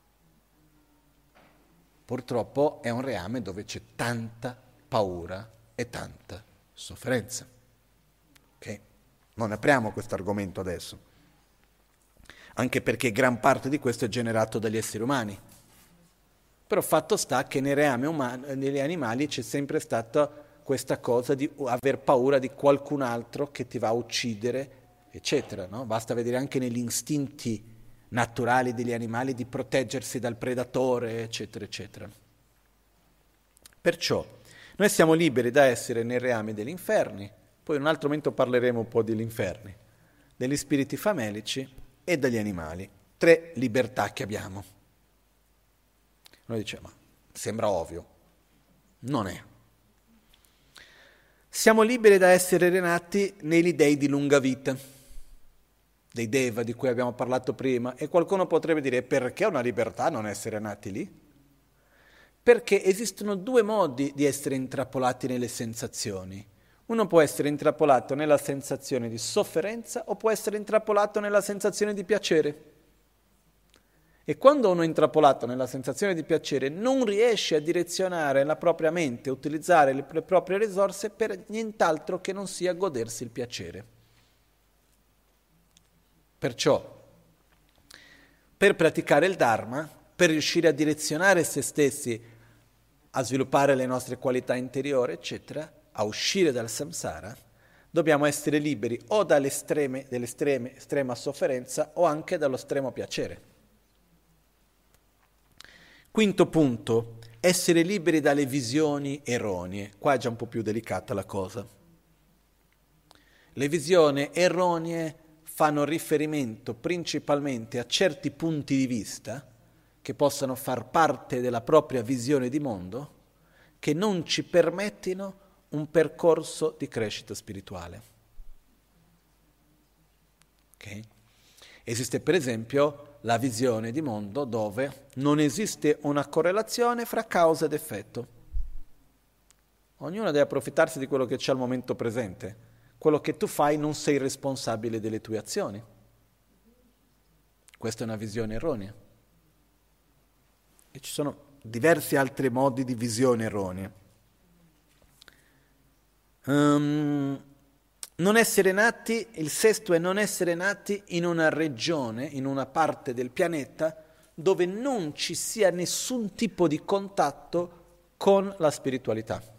purtroppo è un reame dove c'è tanta paura e tanta sofferenza. Okay? Non apriamo questo argomento adesso, anche perché gran parte di questo è generato dagli esseri umani. Però fatto sta che nei reami negli animali c'è sempre stata questa cosa di aver paura di qualcun altro che ti va a uccidere, eccetera. No? Basta vedere anche negli istinti naturali degli animali di proteggersi dal predatore, eccetera, eccetera. Perciò noi siamo liberi da essere nei reami degli inferni. Poi in un altro momento parleremo un po' degli inferni, degli spiriti famelici e degli animali. 3 libertà che abbiamo. Noi diciamo, ma sembra ovvio. Non è. Siamo liberi da essere rinati negli dei di lunga vita, dei Deva di cui abbiamo parlato prima, e qualcuno potrebbe dire, perché una libertà non essere nati lì? Perché esistono 2 modi di essere intrappolati nelle sensazioni. Uno può essere intrappolato nella sensazione di sofferenza o può essere intrappolato nella sensazione di piacere. E quando uno è intrappolato nella sensazione di piacere non riesce a direzionare la propria mente, a utilizzare le proprie risorse per nient'altro che non sia godersi il piacere. Perciò, per praticare il Dharma, per riuscire a direzionare se stessi, a sviluppare le nostre qualità interiori, eccetera, a uscire dal samsara, dobbiamo essere liberi o dall'estrema sofferenza o anche dallo estremo piacere. Quinto punto, essere liberi dalle visioni erronee. Qua è già un po' più delicata la cosa. Le visioni erronee fanno riferimento principalmente a certi punti di vista che possano far parte della propria visione di mondo, che non ci permettino un percorso di crescita spirituale. Okay? Esiste per esempio la visione di mondo dove non esiste una correlazione fra causa ed effetto. Ognuno deve approfittarsi di quello che c'è al momento presente. Quello che tu fai non sei responsabile delle tue azioni. Questa è una visione erronea. E ci sono diversi altri modi di visione erronea. Non essere nati, il sesto è non essere nati in una regione, in una parte del pianeta dove non ci sia nessun tipo di contatto con la spiritualità.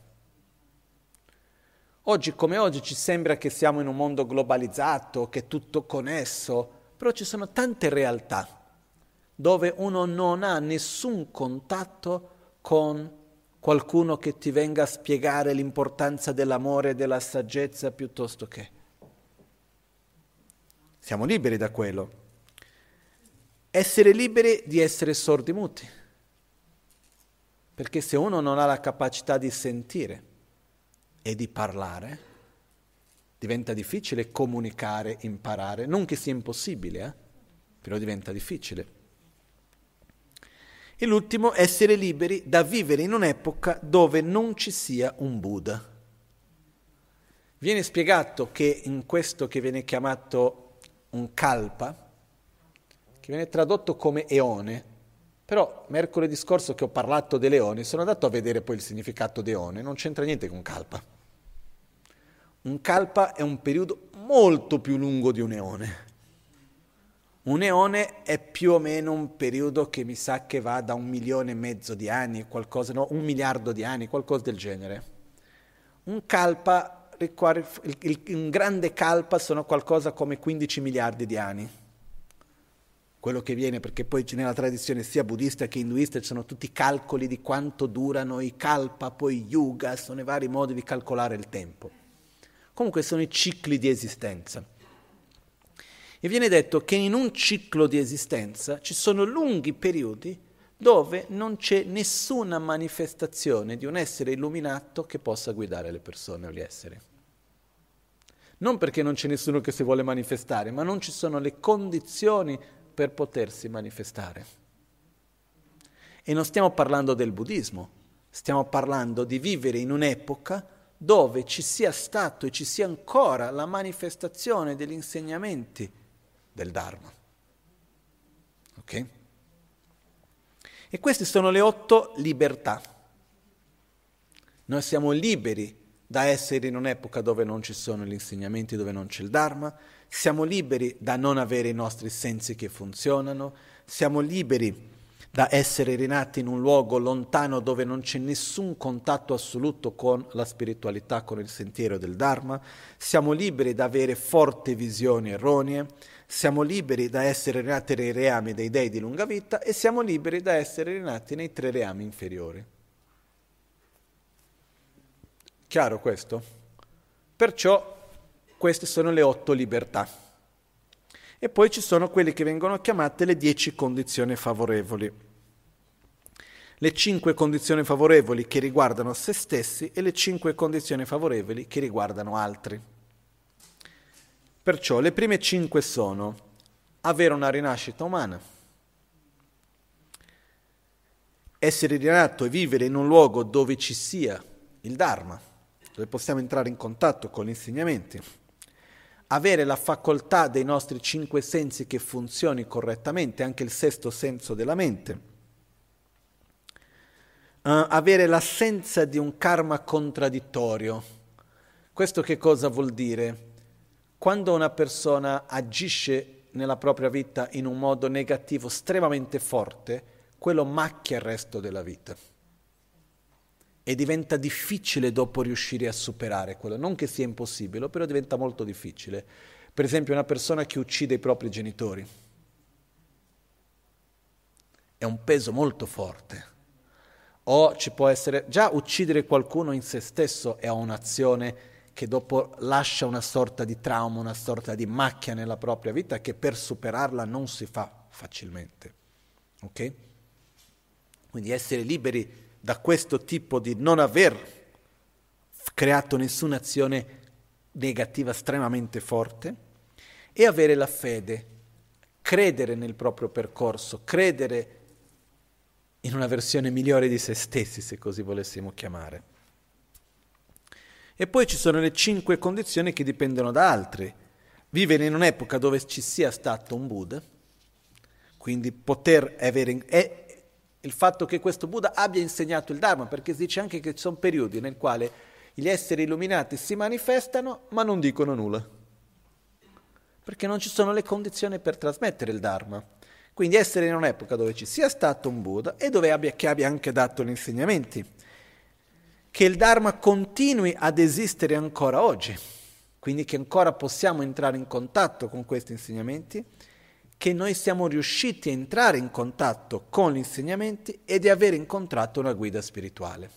Oggi come oggi ci sembra che siamo in un mondo globalizzato, che è tutto connesso, però ci sono tante realtà dove uno non ha nessun contatto con qualcuno che ti venga a spiegare l'importanza dell'amore e della saggezza piuttosto che. Siamo liberi da quello. Essere liberi di essere sordi muti. Perché se uno non ha la capacità di sentire e di parlare, diventa difficile comunicare, imparare. Non che sia impossibile, però diventa difficile. E l'ultimo, essere liberi da vivere in un'epoca dove non ci sia un Buddha. Viene spiegato che in questo che viene chiamato un kalpa, che viene tradotto come eone, però mercoledì scorso che ho parlato dell'eone, sono andato a vedere poi il significato di eone, non c'entra niente con kalpa. Un kalpa è un periodo molto più lungo di un eone. Un eone è più o meno un periodo che mi sa che va da 1,5 milioni di anni, qualcosa, no, 1 miliardo di anni, qualcosa del genere. Un kalpa, un grande kalpa sono qualcosa come 15 miliardi di anni. Quello che viene, perché poi nella tradizione sia buddista che induista ci sono tutti i calcoli di quanto durano i kalpa, poi yuga, sono i vari modi di calcolare il tempo. Comunque sono i cicli di esistenza. E viene detto che in un ciclo di esistenza ci sono lunghi periodi dove non c'è nessuna manifestazione di un essere illuminato che possa guidare le persone o gli esseri. Non perché non c'è nessuno che si vuole manifestare, ma non ci sono le condizioni per potersi manifestare. E non stiamo parlando del buddismo, stiamo parlando di vivere in un'epoca dove ci sia stato e ci sia ancora la manifestazione degli insegnamenti del Dharma. Ok? E queste sono le 8 libertà. Noi siamo liberi da essere in un'epoca dove non ci sono gli insegnamenti, dove non c'è il Dharma, siamo liberi da non avere i nostri sensi che funzionano, siamo liberi da essere rinati in un luogo lontano dove non c'è nessun contatto assoluto con la spiritualità, con il sentiero del Dharma, siamo liberi da avere forti visioni erronee, siamo liberi da essere rinati nei reami dei dei di lunga vita e siamo liberi da essere rinati nei 3 reami inferiori. Chiaro questo? Perciò queste sono le 8 libertà. E poi ci sono quelle che vengono chiamate le 10 condizioni favorevoli. Le 5 condizioni favorevoli che riguardano se stessi e le 5 condizioni favorevoli che riguardano altri. Perciò le prime 5 sono avere una rinascita umana, essere rinato e vivere in un luogo dove ci sia il Dharma, dove possiamo entrare in contatto con gli insegnamenti, avere la facoltà dei nostri 5 sensi che funzioni correttamente, anche il sesto senso della mente, avere l'assenza di un karma contraddittorio. Questo che cosa vuol dire? Quando una persona agisce nella propria vita in un modo negativo estremamente forte, quello macchia il resto della vita. E diventa difficile dopo riuscire a superare quello. Non che sia impossibile, però diventa molto difficile. Per esempio una persona che uccide i propri genitori. È un peso molto forte. O ci può essere... Già uccidere qualcuno in se stesso è un'azione che dopo lascia una sorta di trauma, una sorta di macchia nella propria vita che per superarla non si fa facilmente. Ok? Quindi essere liberi da questo tipo di non aver creato nessuna azione negativa estremamente forte e avere la fede, credere nel proprio percorso, credere in una versione migliore di se stessi, se così volessimo chiamare. E poi ci sono le 5 condizioni che dipendono da altri. Vivere in un'epoca dove ci sia stato un Buddha, quindi poter avere il fatto che questo Buddha abbia insegnato il Dharma, perché si dice anche che ci sono periodi nel quale gli esseri illuminati si manifestano ma non dicono nulla, perché non ci sono le condizioni per trasmettere il Dharma. Quindi essere in un'epoca dove ci sia stato un Buddha e che abbia anche dato gli insegnamenti, che il Dharma continui ad esistere ancora oggi, quindi che ancora possiamo entrare in contatto con questi insegnamenti, che noi siamo riusciti a entrare in contatto con gli insegnamenti e di aver incontrato una guida spirituale.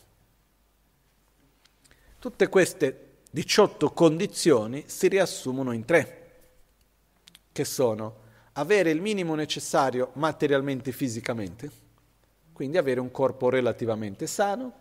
Tutte queste 18 condizioni si riassumono in 3, che sono avere il minimo necessario materialmente e fisicamente, quindi avere un corpo relativamente sano,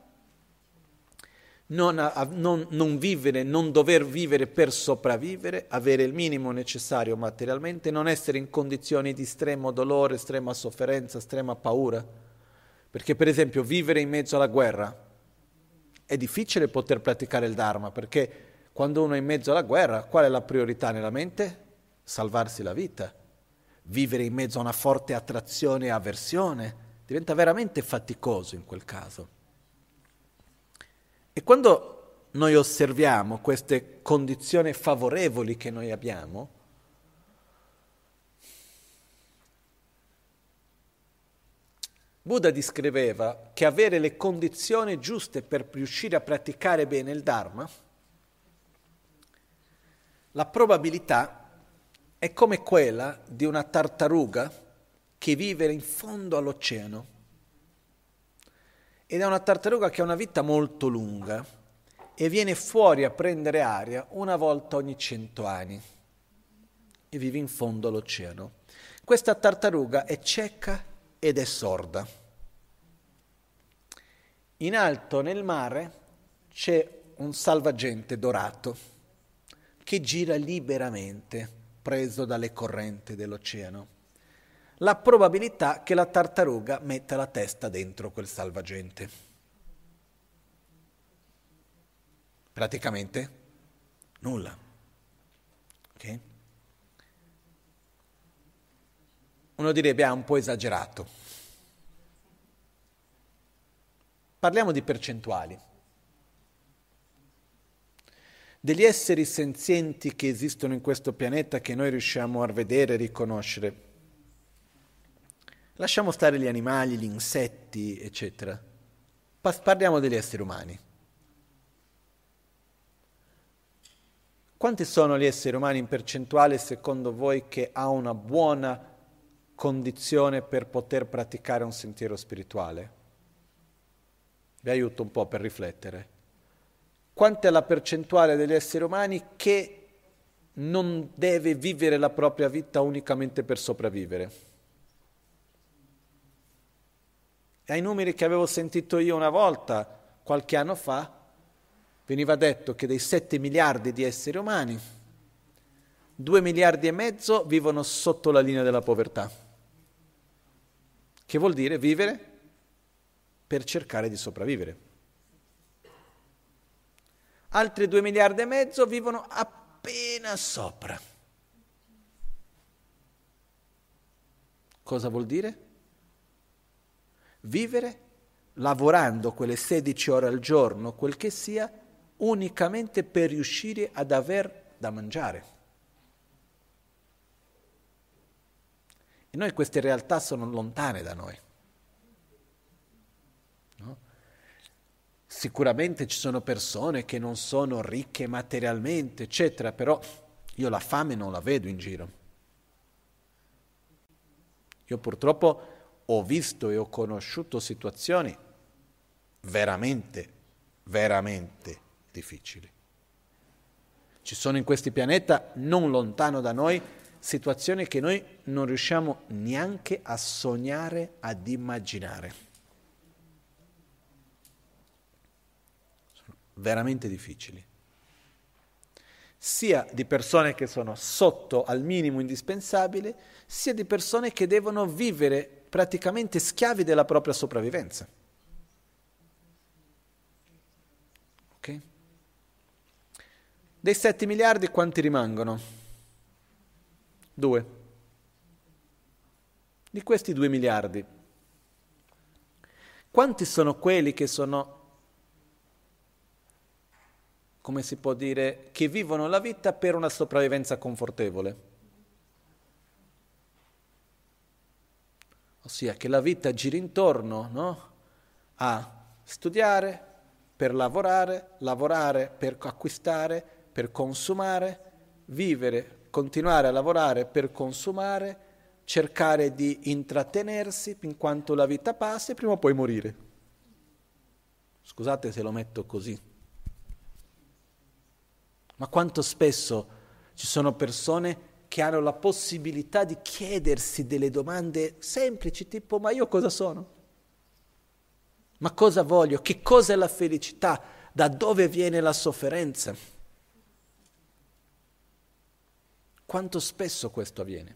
non vivere, non dover vivere per sopravvivere, avere il minimo necessario materialmente, non essere in condizioni di estremo dolore, estrema sofferenza, estrema paura, perché per esempio vivere in mezzo alla guerra è difficile poter praticare il Dharma, perché quando uno è in mezzo alla guerra, qual è la priorità nella mente? Salvarsi la vita. Vivere in mezzo a una forte attrazione e avversione diventa veramente faticoso in quel caso. E quando noi osserviamo queste condizioni favorevoli che noi abbiamo, Buddha descriveva che avere le condizioni giuste per riuscire a praticare bene il Dharma, la probabilità è come quella di una tartaruga che vive in fondo all'oceano. Ed è una tartaruga che ha una vita molto lunga e viene fuori a prendere aria una volta ogni 100 anni e vive in fondo all'oceano. Questa tartaruga è cieca ed è sorda. In alto nel mare c'è un salvagente dorato che gira liberamente, preso dalle correnti dell'oceano. La probabilità che la tartaruga metta la testa dentro quel salvagente. Praticamente nulla. Ok? Uno direbbe, un po' esagerato. Parliamo di percentuali. Degli esseri senzienti che esistono in questo pianeta che noi riusciamo a vedere e riconoscere. Lasciamo stare gli animali, gli insetti, eccetera. Parliamo degli esseri umani. Quanti sono gli esseri umani in percentuale secondo voi che ha una buona condizione per poter praticare un sentiero spirituale? Vi aiuto un po' per riflettere. Quanta è la percentuale degli esseri umani che non deve vivere la propria vita unicamente per sopravvivere? E ai numeri che avevo sentito io una volta, qualche anno fa, veniva detto che dei 7 miliardi di esseri umani, 2 miliardi e mezzo vivono sotto la linea della povertà. Che vuol dire vivere per cercare di sopravvivere. Altri 2 miliardi e mezzo vivono appena sopra. Cosa vuol dire? Vivere lavorando quelle 16 ore al giorno, quel che sia, unicamente per riuscire ad aver da mangiare. E noi queste realtà sono lontane da noi. No? Sicuramente ci sono persone che non sono ricche materialmente, eccetera, però io la fame non la vedo in giro. Io purtroppo ho visto e ho conosciuto situazioni veramente, veramente difficili. Ci sono in questi pianeta, non lontano da noi, situazioni che noi non riusciamo neanche a sognare, ad immaginare. Sono veramente difficili. Sia di persone che sono sotto al minimo indispensabile, sia di persone che devono vivere praticamente schiavi della propria sopravvivenza. Ok? Dei 7 miliardi quanti rimangono? 2. Di questi 2 miliardi, quanti sono quelli che sono, come si può dire, che vivono la vita per una sopravvivenza confortevole? Ossia che la vita gira intorno, no? A studiare, per lavorare, lavorare per acquistare, per consumare, vivere, continuare a lavorare per consumare, cercare di intrattenersi fin quanto la vita passa e prima o poi morire. Scusate se lo metto così. Ma quanto spesso ci sono persone che hanno la possibilità di chiedersi delle domande semplici, tipo: ma io cosa sono? Ma cosa voglio? Che cosa è la felicità? Da dove viene la sofferenza? Quanto spesso questo avviene?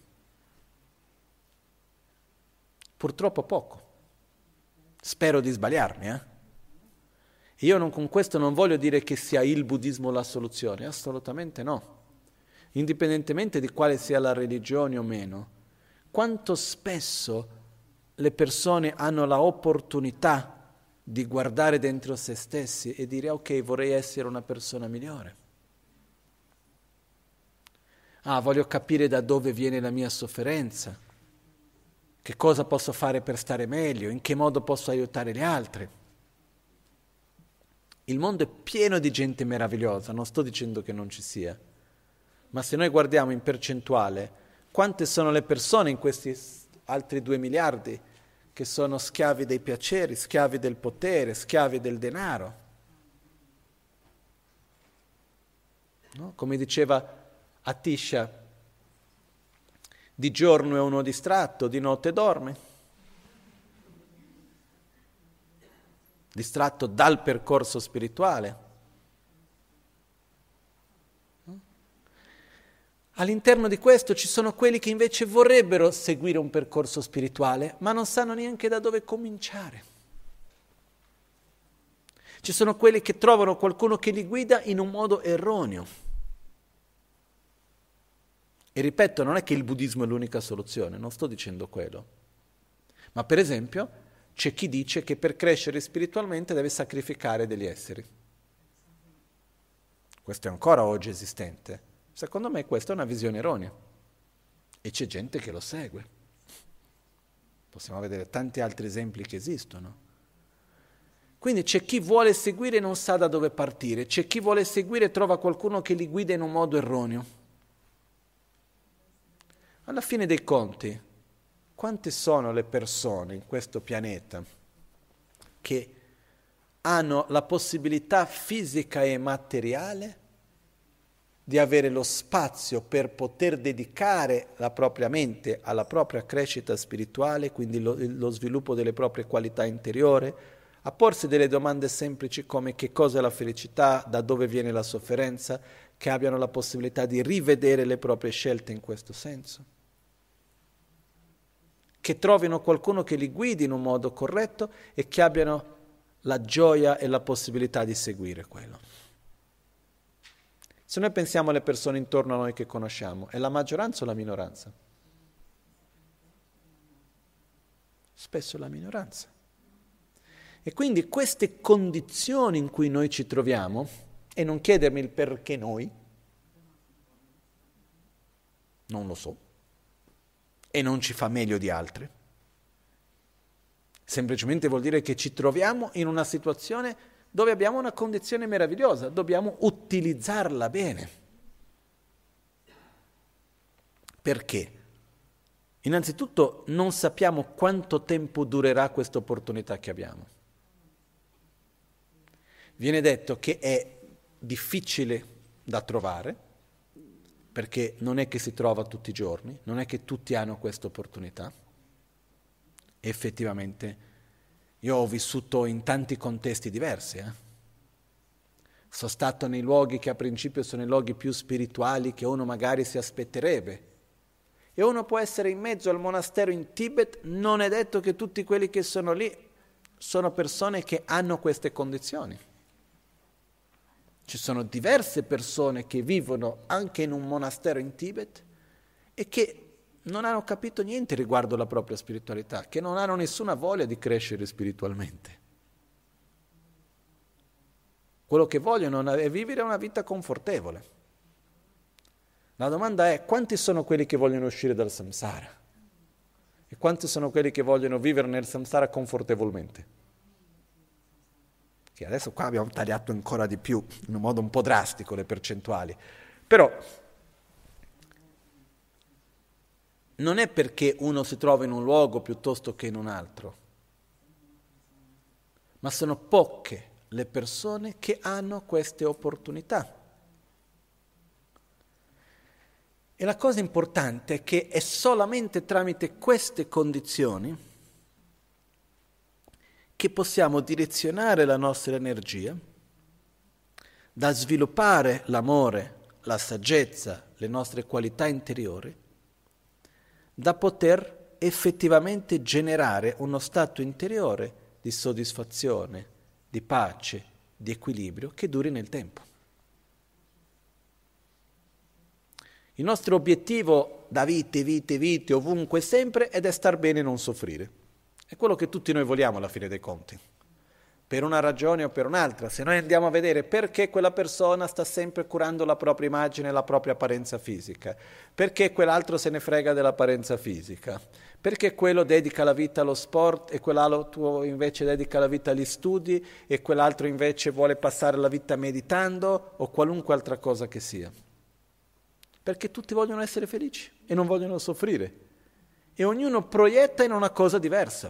Purtroppo poco. Spero di sbagliarmi, Io con questo non voglio dire che sia il buddismo la soluzione, assolutamente no. Indipendentemente di quale sia la religione o meno, quanto spesso le persone hanno la opportunità di guardare dentro se stessi e dire: ok, vorrei essere una persona migliore. Voglio capire da dove viene la mia sofferenza, che cosa posso fare per stare meglio, in che modo posso aiutare gli altri. Il mondo è pieno di gente meravigliosa, non sto dicendo che non ci sia, ma se noi guardiamo in percentuale, quante sono le persone in questi altri 2 miliardi che sono schiavi dei piaceri, schiavi del potere, schiavi del denaro? No? Come diceva Atisha, di giorno è uno distratto, di notte dorme. Distratto dal percorso spirituale. All'interno di questo ci sono quelli che invece vorrebbero seguire un percorso spirituale, ma non sanno neanche da dove cominciare. Ci sono quelli che trovano qualcuno che li guida in un modo erroneo. E ripeto, non è che il buddismo è l'unica soluzione, non sto dicendo quello. Ma per esempio, c'è chi dice che per crescere spiritualmente deve sacrificare degli esseri. Questo è ancora oggi esistente. Secondo me questa è una visione erronea. E c'è gente che lo segue. Possiamo vedere tanti altri esempi che esistono. Quindi c'è chi vuole seguire e non sa da dove partire. C'è chi vuole seguire e trova qualcuno che li guida in un modo erroneo. Alla fine dei conti, quante sono le persone in questo pianeta che hanno la possibilità fisica e materiale di avere lo spazio per poter dedicare la propria mente alla propria crescita spirituale, quindi lo sviluppo delle proprie qualità interiori, a porsi delle domande semplici come: che cosa è la felicità, da dove viene la sofferenza, che abbiano la possibilità di rivedere le proprie scelte in questo senso, che trovino qualcuno che li guidi in un modo corretto e che abbiano la gioia e la possibilità di seguire quello. Se noi pensiamo alle persone intorno a noi che conosciamo, è la maggioranza o la minoranza? Spesso la minoranza. E quindi queste condizioni in cui noi ci troviamo, e non chiedermi il perché noi, non lo so, e non ci fa meglio di altri. Semplicemente vuol dire che ci troviamo in una situazione dove abbiamo una condizione meravigliosa, dobbiamo utilizzarla bene. Perché? Innanzitutto non sappiamo quanto tempo durerà questa opportunità che abbiamo. Viene detto che è difficile da trovare, perché non è che si trova tutti i giorni, non è che tutti hanno questa opportunità. Effettivamente io ho vissuto in tanti contesti diversi. Sono stato nei luoghi che a principio sono i luoghi più spirituali che uno magari si aspetterebbe. E uno può essere in mezzo al monastero in Tibet, non è detto che tutti quelli che sono lì sono persone che hanno queste condizioni. Ci sono diverse persone che vivono anche in un monastero in Tibet e che non hanno capito niente riguardo la propria spiritualità, che non hanno nessuna voglia di crescere spiritualmente. Quello che vogliono è vivere una vita confortevole. La domanda è: quanti sono quelli che vogliono uscire dal samsara? E quanti sono quelli che vogliono vivere nel samsara confortevolmente? Che adesso qua abbiamo tagliato ancora di più, in un modo un po' drastico, le percentuali. Però non è perché uno si trova in un luogo piuttosto che in un altro, ma sono poche le persone che hanno queste opportunità. E la cosa importante è che è solamente tramite queste condizioni che possiamo direzionare la nostra energia da sviluppare l'amore, la saggezza, le nostre qualità interiori, da poter effettivamente generare uno stato interiore di soddisfazione, di pace, di equilibrio che duri nel tempo. Il nostro obiettivo da vite, ovunque, sempre, è star bene e non soffrire. È quello che tutti noi vogliamo alla fine dei conti, per una ragione o per un'altra. Se noi andiamo a vedere perché quella persona sta sempre curando la propria immagine e la propria apparenza fisica, perché quell'altro se ne frega dell'apparenza fisica, perché quello dedica la vita allo sport e quell'altro invece dedica la vita agli studi e quell'altro invece vuole passare la vita meditando o qualunque altra cosa che sia. Perché tutti vogliono essere felici e non vogliono soffrire. E ognuno proietta in una cosa diversa.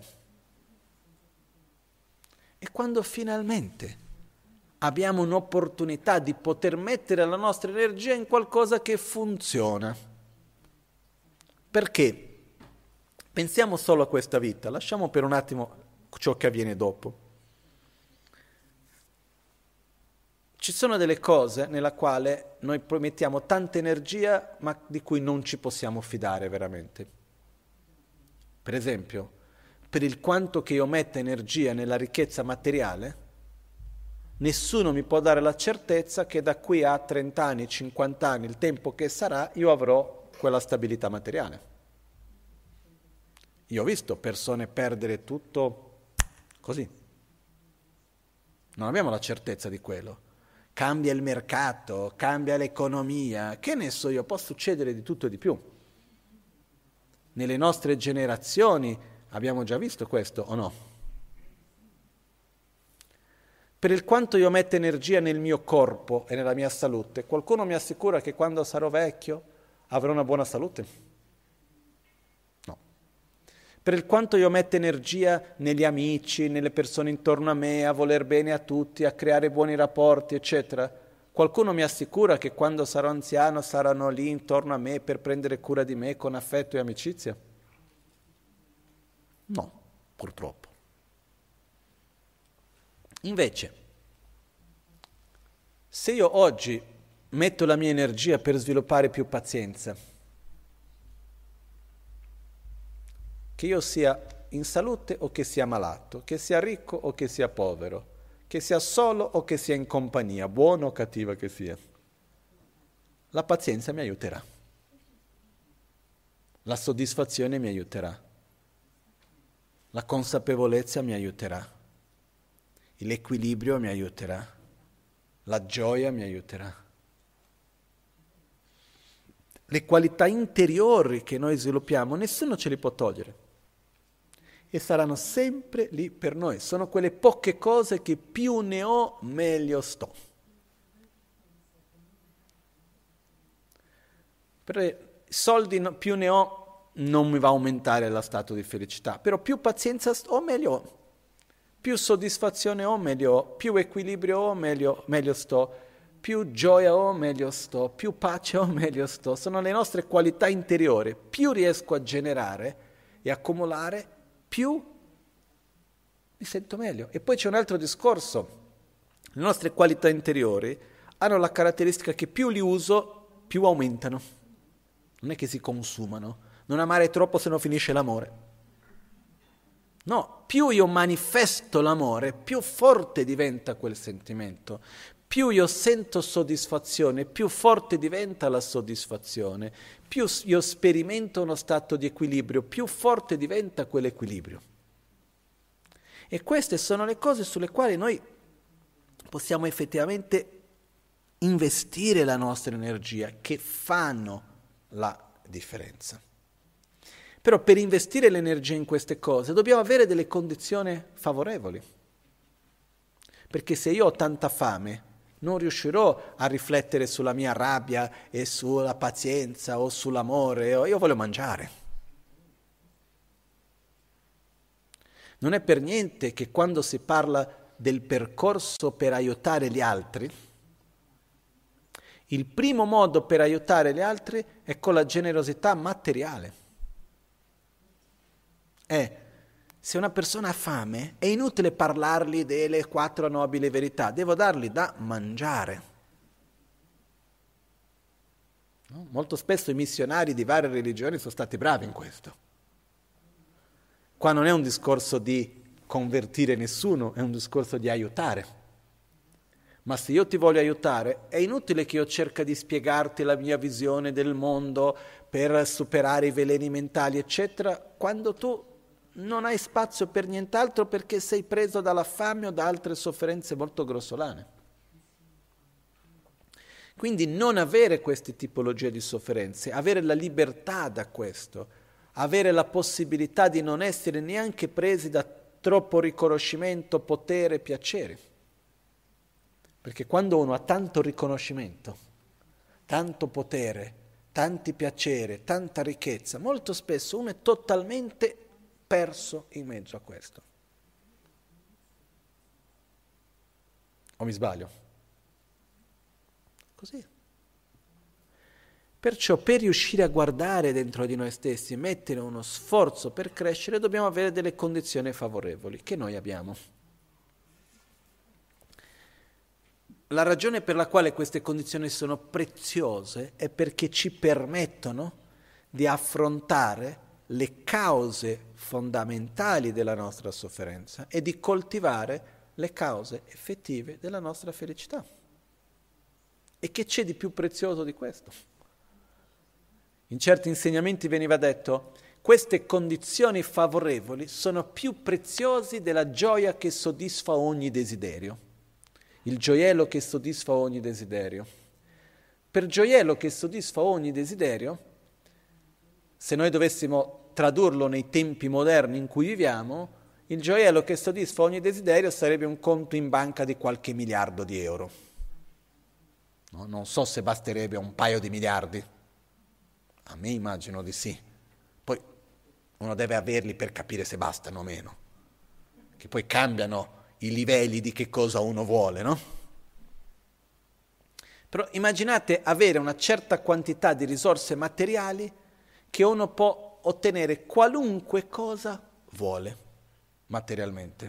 E quando finalmente abbiamo un'opportunità di poter mettere la nostra energia in qualcosa che funziona. Perché? Pensiamo solo a questa vita, lasciamo per un attimo ciò che avviene dopo. Ci sono delle cose nella quale noi mettiamo tanta energia ma di cui non ci possiamo fidare veramente. Per esempio, per il quanto che io metta energia nella ricchezza materiale, nessuno mi può dare la certezza che da qui a 30 anni, 50 anni, il tempo che sarà, io avrò quella stabilità materiale. Io ho visto persone perdere tutto così. Non abbiamo la certezza di quello. Cambia il mercato, cambia l'economia, che ne so io, può succedere di tutto e di più. Nelle nostre generazioni abbiamo già visto questo, o no? Per il quanto io metto energia nel mio corpo e nella mia salute, qualcuno mi assicura che quando sarò vecchio avrò una buona salute? No. Per il quanto io metto energia negli amici, nelle persone intorno a me, a voler bene a tutti, a creare buoni rapporti, eccetera, qualcuno mi assicura che quando sarò anziano saranno lì intorno a me per prendere cura di me con affetto e amicizia? No, purtroppo. Invece, se io oggi metto la mia energia per sviluppare più pazienza, che io sia in salute o che sia malato, che sia ricco o che sia povero, che sia solo o che sia in compagnia, buona o cattiva che sia, la pazienza mi aiuterà, la soddisfazione mi aiuterà, la consapevolezza mi aiuterà, l'equilibrio mi aiuterà, la gioia mi aiuterà. Le qualità interiori che noi sviluppiamo, nessuno ce li può togliere. E saranno sempre lì per noi. Sono quelle poche cose che più ne ho, meglio sto. Per soldi più ne ho, non mi va a aumentare lo stato di felicità. Però più pazienza ho, meglio ho. Più soddisfazione ho, meglio ho. Più equilibrio ho, meglio sto. più gioia ho, meglio sto, più pace ho, meglio sto. Sono le nostre qualità interiori. Più riesco a generare e accumulare, più mi sento meglio. E poi c'è un altro discorso. Le nostre qualità interiori hanno la caratteristica che più li uso, più aumentano. Non è che si consumano. Non amare troppo se no finisce l'amore. No, più io manifesto l'amore, più forte diventa quel sentimento, più io sento soddisfazione, più forte diventa la soddisfazione, più io sperimento uno stato di equilibrio, più forte diventa quell'equilibrio. E queste sono le cose sulle quali noi possiamo effettivamente investire la nostra energia, che fanno la differenza. Però per investire l'energia in queste cose dobbiamo avere delle condizioni favorevoli. Perché se io ho tanta fame, non riuscirò a riflettere sulla mia rabbia e sulla pazienza o sull'amore. Io voglio mangiare. Non è per niente che quando si parla del percorso per aiutare gli altri, il primo modo per aiutare gli altri è con la generosità materiale. Se una persona ha fame, è inutile parlargli delle 4 nobili verità, devo dargli da mangiare. No? Molto spesso i missionari di varie religioni sono stati bravi in questo. Qua non è un discorso di convertire nessuno, è un discorso di aiutare. Ma se io ti voglio aiutare, è inutile che io cerchi di spiegarti la mia visione del mondo per superare i veleni mentali, eccetera, quando tu non hai spazio per nient'altro perché sei preso dalla fame o da altre sofferenze molto grossolane. Quindi non avere queste tipologie di sofferenze, avere la libertà da questo, avere la possibilità di non essere neanche presi da troppo riconoscimento, potere, piaceri. Perché quando uno ha tanto riconoscimento, tanto potere, tanti piaceri, tanta ricchezza, molto spesso uno è totalmente perso in mezzo a questo. O mi sbaglio? Così. Perciò per riuscire a guardare dentro di noi stessi, mettere uno sforzo per crescere, dobbiamo avere delle condizioni favorevoli che noi abbiamo. La ragione per la quale queste condizioni sono preziose è perché ci permettono di affrontare le cause fondamentali della nostra sofferenza e di coltivare le cause effettive della nostra felicità. E che c'è di più prezioso di questo? In certi insegnamenti veniva detto: queste condizioni favorevoli sono più preziosi della gioia che soddisfa ogni desiderio. Il gioiello che soddisfa ogni desiderio. Per gioiello che soddisfa ogni desiderio, se noi dovessimo tradurlo nei tempi moderni in cui viviamo, il gioiello che soddisfa ogni desiderio sarebbe un conto in banca di qualche miliardo di euro. No, non so se basterebbe un paio di miliardi. A me immagino di sì. Poi uno deve averli per capire se bastano o meno. Che poi cambiano i livelli di che cosa uno vuole, no? Però immaginate avere una certa quantità di risorse materiali che uno può ottenere qualunque cosa vuole materialmente.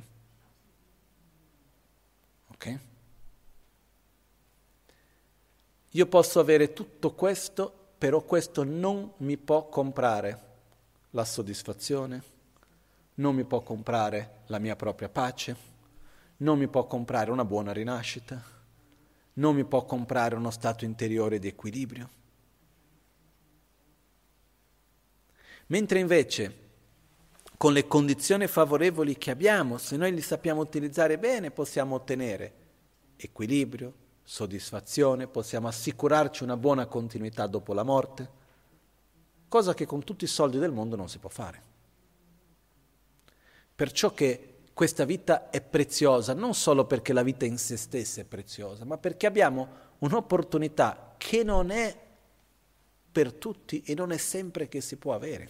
Ok? Io posso avere tutto questo, però questo non mi può comprare la soddisfazione, non mi può comprare la mia propria pace, non mi può comprare una buona rinascita, non mi può comprare uno stato interiore di equilibrio. Mentre invece, con le condizioni favorevoli che abbiamo, se noi li sappiamo utilizzare bene, possiamo ottenere equilibrio, soddisfazione, possiamo assicurarci una buona continuità dopo la morte, cosa che con tutti i soldi del mondo non si può fare. Perciò che questa vita è preziosa, non solo perché la vita in se stessa è preziosa, ma perché abbiamo un'opportunità che non è per tutti e non è sempre che si può avere.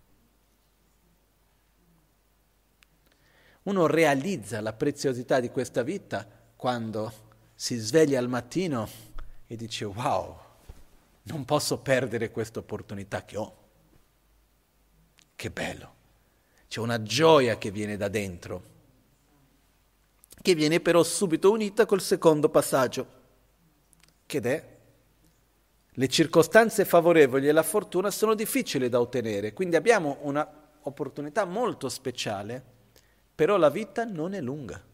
Uno realizza la preziosità di questa vita quando si sveglia al mattino e dice wow, non posso perdere questa opportunità che ho. Che bello. C'è una gioia che viene da dentro, che viene però subito unita col secondo passaggio, che è le circostanze favorevoli e la fortuna sono difficili da ottenere, quindi abbiamo una opportunità molto speciale, però la vita non è lunga.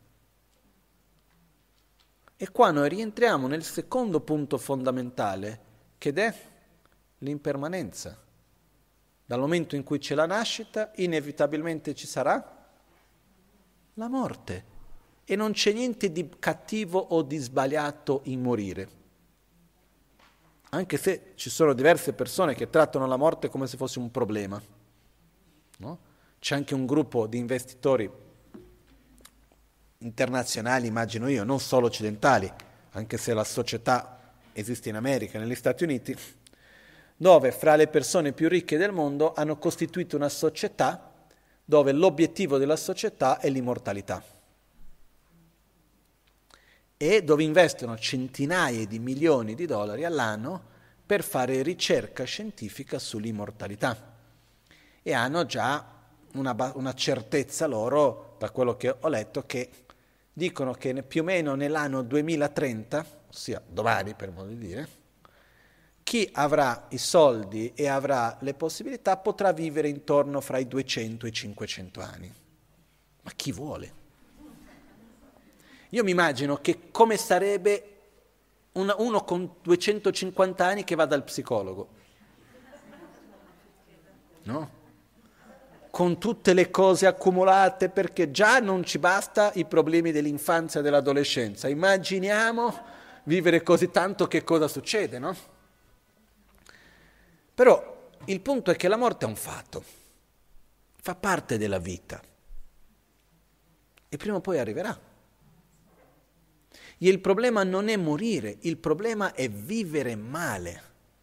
E qua noi rientriamo nel secondo punto fondamentale, che è l'impermanenza. Dal momento in cui c'è la nascita, inevitabilmente ci sarà la morte. E non c'è niente di cattivo o di sbagliato in morire. Anche se ci sono diverse persone che trattano la morte come se fosse un problema. No? C'è anche un gruppo di investitori internazionali, immagino io, non solo occidentali, anche se la società esiste in America, negli Stati Uniti, dove fra le persone più ricche del mondo hanno costituito una società dove l'obiettivo della società è l'immortalità e dove investono centinaia di milioni di dollari all'anno per fare ricerca scientifica sull'immortalità e hanno già una certezza loro, da quello che ho letto, che dicono che più o meno nell'anno 2030, ossia domani per modo di dire, chi avrà i soldi e avrà le possibilità potrà vivere intorno fra i 200 e i 500 anni. Ma chi vuole? Io mi immagino che come sarebbe uno con 250 anni che va dal psicologo. No? Con tutte le cose accumulate, perché già non ci basta i problemi dell'infanzia e dell'adolescenza. Immaginiamo vivere così tanto, che cosa succede, no? Però il punto è che la morte è un fatto, fa parte della vita e prima o poi arriverà. E il problema non è morire, il problema è vivere male.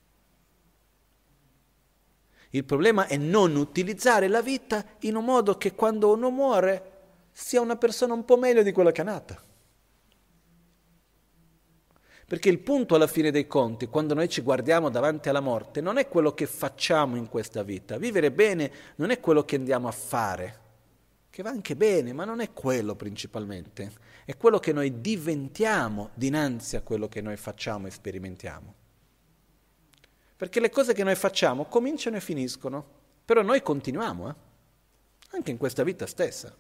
Il problema è non utilizzare la vita in un modo che quando uno muore sia una persona un po' meglio di quella che è nata. Perché il punto alla fine dei conti, quando noi ci guardiamo davanti alla morte, non è quello che facciamo in questa vita. Vivere bene non è quello che andiamo a fare, che va anche bene, ma non è quello principalmente. È quello che noi diventiamo dinanzi a quello che noi facciamo e sperimentiamo. Perché le cose che noi facciamo cominciano e finiscono, però noi continuiamo, anche in questa vita stessa.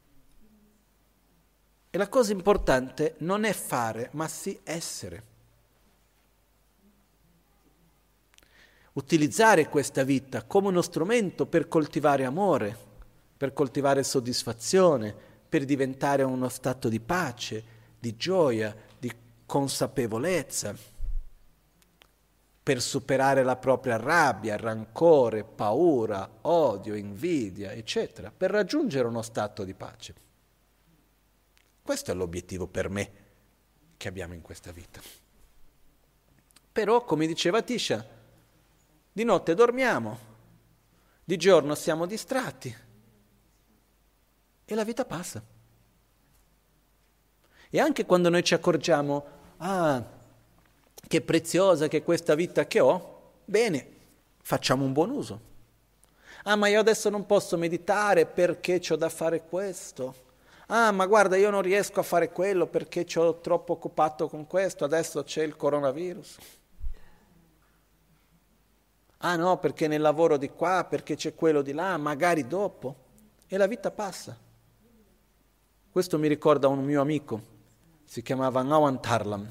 E la cosa importante non è fare, ma sì essere. Utilizzare questa vita come uno strumento per coltivare amore, per coltivare soddisfazione, per diventare uno stato di pace, di gioia, di consapevolezza, per superare la propria rabbia, rancore, paura, odio, invidia, eccetera, per raggiungere uno stato di pace. Questo è l'obiettivo per me che abbiamo in questa vita. Però, come diceva Tisha, di notte dormiamo, di giorno siamo distratti e la vita passa. E anche quando noi ci accorgiamo, che preziosa che è questa vita che ho, bene, facciamo un buon uso. Ma io adesso non posso meditare perché c'ho da fare questo. Ma guarda, io non riesco a fare quello perché c'ho troppo occupato con questo, adesso c'è il coronavirus. No, perché nel lavoro di qua, perché c'è quello di là, magari dopo. E la vita passa. Questo mi ricorda un mio amico, si chiamava Ngawan Tarlam.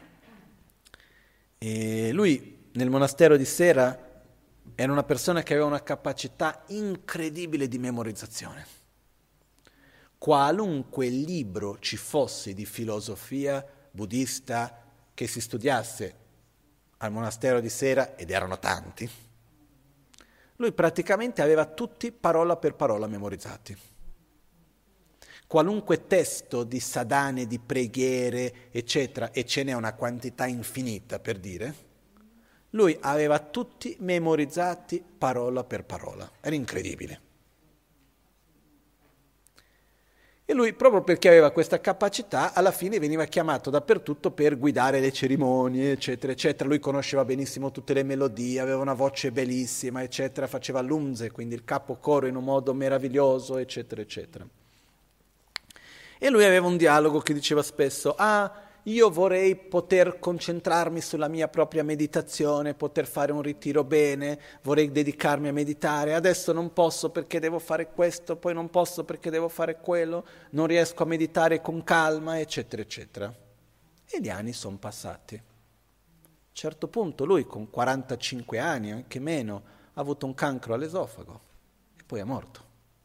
E lui, nel monastero di Sera, era una persona che aveva una capacità incredibile di memorizzazione. Qualunque libro ci fosse di filosofia buddista che si studiasse al monastero di Sera, ed erano tanti, lui praticamente aveva tutti parola per parola memorizzati. Qualunque testo di sadhane, di preghiere, eccetera, e ce n'è una quantità infinita per dire, lui aveva tutti memorizzati parola per parola. Era incredibile. E lui, proprio perché aveva questa capacità, alla fine veniva chiamato dappertutto per guidare le cerimonie, eccetera, eccetera. Lui conosceva benissimo tutte le melodie, aveva una voce bellissima, eccetera, faceva l'umze, quindi il capo coro in un modo meraviglioso, eccetera, eccetera. E lui aveva un dialogo che diceva spesso, io vorrei poter concentrarmi sulla mia propria meditazione, poter fare un ritiro bene, vorrei dedicarmi a meditare, adesso non posso perché devo fare questo, poi non posso perché devo fare quello, non riesco a meditare con calma, eccetera, eccetera. E gli anni sono passati. A un certo punto lui, con 45 anni, anche meno, ha avuto un cancro all'esofago e poi è morto.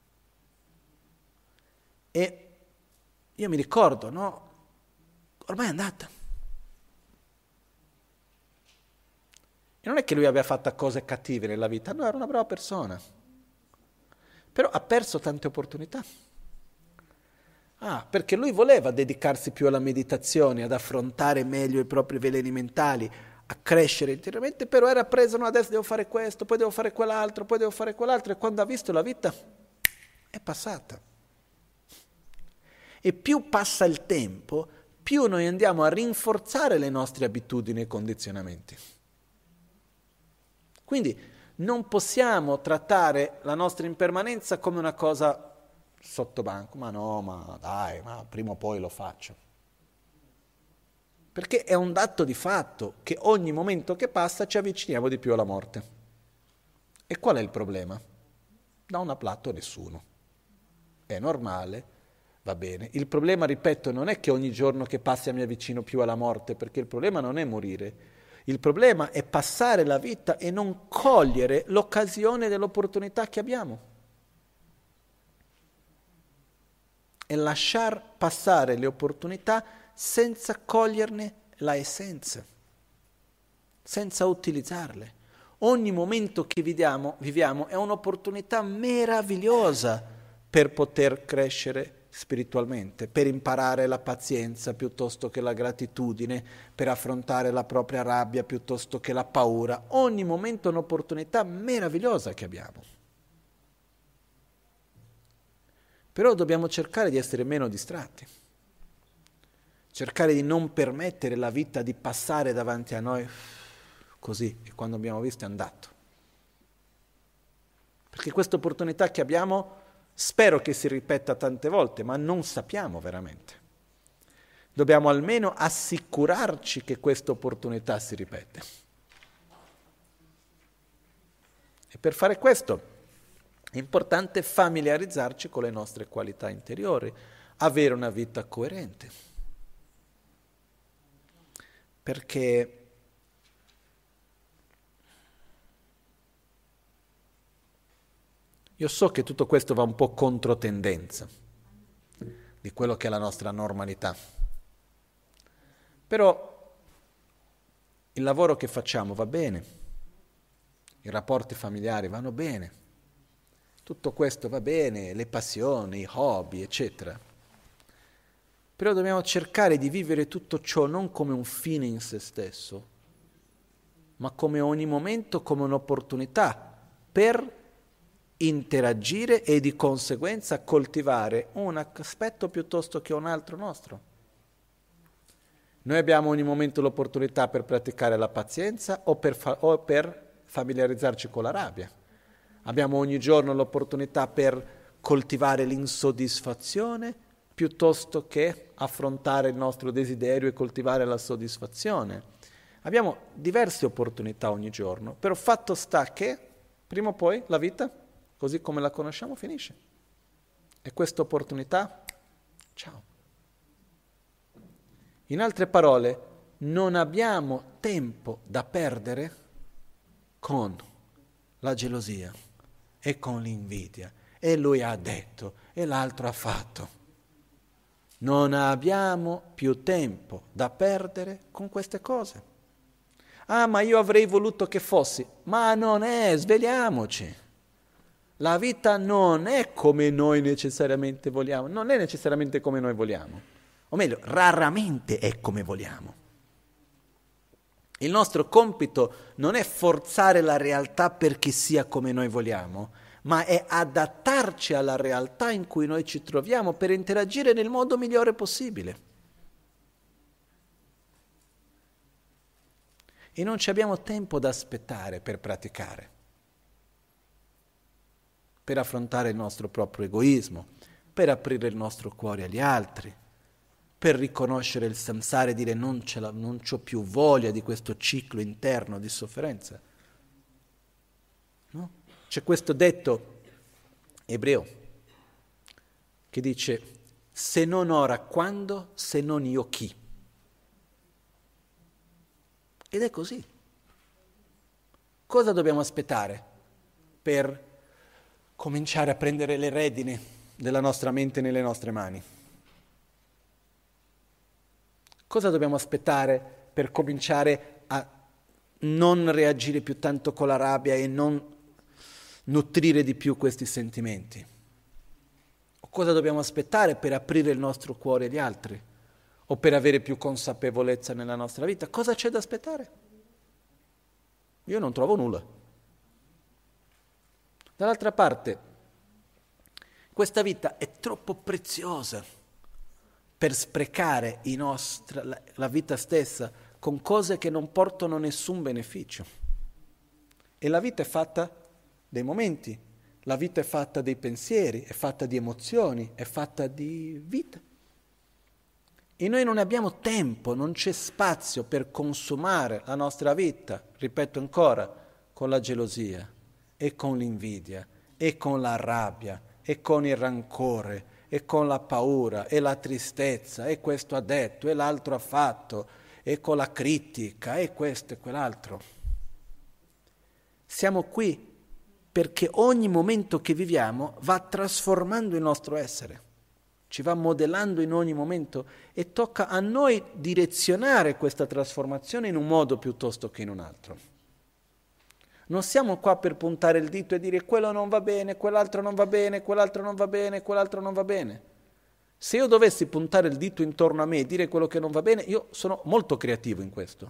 E io mi ricordo, no? Ormai è andata. E non è che lui abbia fatto cose cattive nella vita, no, era una brava persona. Però ha perso tante opportunità. Perché lui voleva dedicarsi più alla meditazione, ad affrontare meglio i propri veleni mentali, a crescere interiormente, però era preso, no, adesso devo fare questo, poi devo fare quell'altro, poi devo fare quell'altro, e quando ha visto la vita è passata. E più passa il tempo, più noi andiamo a rinforzare le nostre abitudini e condizionamenti. Quindi non possiamo trattare la nostra impermanenza come una cosa sottobanco, ma prima o poi lo faccio. Perché è un dato di fatto che ogni momento che passa ci avviciniamo di più alla morte. E qual è il problema? Da un plato nessuno. È normale. Va bene, il problema, ripeto, non è che ogni giorno che passa mi avvicino più alla morte, perché il problema non è morire, il problema è passare la vita e non cogliere l'occasione dell'opportunità che abbiamo. E lasciar passare le opportunità senza coglierne la essenza, senza utilizzarle. Ogni momento che viviamo è un'opportunità meravigliosa per poter crescere spiritualmente, per imparare la pazienza piuttosto che la gratitudine, per affrontare la propria rabbia piuttosto che la paura. Ogni momento è un'opportunità meravigliosa che abbiamo. Però dobbiamo cercare di essere meno distratti, cercare di non permettere la vita di passare davanti a noi così, e quando abbiamo visto è andato. Perché questa opportunità che abbiamo spero che si ripeta tante volte, ma non sappiamo veramente. Dobbiamo almeno assicurarci che questa opportunità si ripete. E per fare questo è importante familiarizzarci con le nostre qualità interiori, avere una vita coerente. Perché io so che tutto questo va un po' contro tendenza di quello che è la nostra normalità. Però il lavoro che facciamo va bene, i rapporti familiari vanno bene, tutto questo va bene, le passioni, i hobby, eccetera. Però dobbiamo cercare di vivere tutto ciò non come un fine in se stesso, ma come ogni momento come un'opportunità per interagire e di conseguenza coltivare un aspetto piuttosto che un altro nostro. Noi abbiamo ogni momento l'opportunità per praticare la pazienza o per familiarizzarci con la rabbia. Abbiamo ogni giorno l'opportunità per coltivare l'insoddisfazione piuttosto che affrontare il nostro desiderio e coltivare la soddisfazione. Abbiamo diverse opportunità ogni giorno, però fatto sta che prima o poi la vita, così come la conosciamo, finisce. E questa opportunità, ciao. In altre parole, non abbiamo tempo da perdere con la gelosia e con l'invidia. E lui ha detto, e l'altro ha fatto. Non abbiamo più tempo da perdere con queste cose. Ma io avrei voluto che fossi. Ma non è, svegliamoci. La vita non è come noi necessariamente vogliamo, non è necessariamente come noi vogliamo, o meglio, raramente è come vogliamo. Il nostro compito non è forzare la realtà perché sia come noi vogliamo, ma è adattarci alla realtà in cui noi ci troviamo per interagire nel modo migliore possibile. E non ci abbiamo tempo da aspettare per praticare, per affrontare il nostro proprio egoismo, per aprire il nostro cuore agli altri, per riconoscere il samsara e dire non c'ho più voglia di questo ciclo interno di sofferenza. No? C'è questo detto ebreo che dice: se non ora quando, se non io chi? Ed è così. Cosa dobbiamo aspettare per cominciare a prendere le redini della nostra mente nelle nostre mani? Cosa dobbiamo aspettare per cominciare a non reagire più tanto con la rabbia e non nutrire di più questi sentimenti? O cosa dobbiamo aspettare per aprire il nostro cuore agli altri? O per avere più consapevolezza nella nostra vita? Cosa c'è da aspettare? Io non trovo nulla. Dall'altra parte, questa vita è troppo preziosa per sprecare la vita stessa con cose che non portano nessun beneficio. E la vita è fatta dei momenti, la vita è fatta dei pensieri, è fatta di emozioni, è fatta di vita. E noi non abbiamo tempo, non c'è spazio per consumare la nostra vita, ripeto ancora, con la gelosia e con l'invidia e con la rabbia e con il rancore e con la paura e la tristezza e questo ha detto e l'altro ha fatto e con la critica e questo e quell'altro. Siamo qui perché ogni momento che viviamo va trasformando il nostro essere. Ci va modellando in ogni momento e tocca a noi direzionare questa trasformazione in un modo piuttosto che in un altro. Non siamo qua per puntare il dito e dire quello non va bene, quell'altro non va bene, quell'altro non va bene, quell'altro non va bene. Se io dovessi puntare il dito intorno a me e dire quello che non va bene, io sono molto creativo in questo.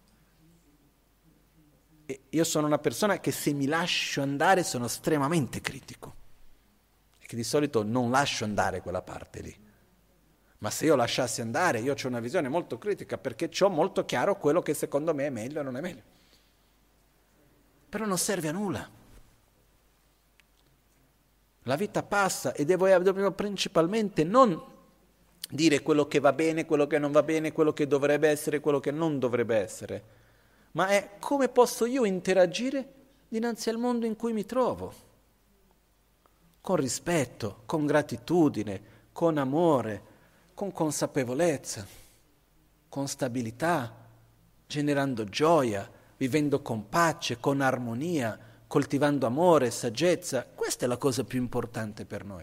E io sono una persona che se mi lascio andare sono estremamente critico. Che di solito non lascio andare quella parte lì. Ma se io lasciassi andare, io ho una visione molto critica perché ho molto chiaro quello che secondo me è meglio e non è meglio. Però non serve a nulla. La vita passa e dobbiamo principalmente non dire quello che va bene, quello che non va bene, quello che dovrebbe essere, quello che non dovrebbe essere, ma è come posso io interagire dinanzi al mondo in cui mi trovo. Con rispetto, con gratitudine, con amore, con consapevolezza, con stabilità, generando gioia, vivendo con pace, con armonia, coltivando amore, saggezza. Questa è la cosa più importante per noi.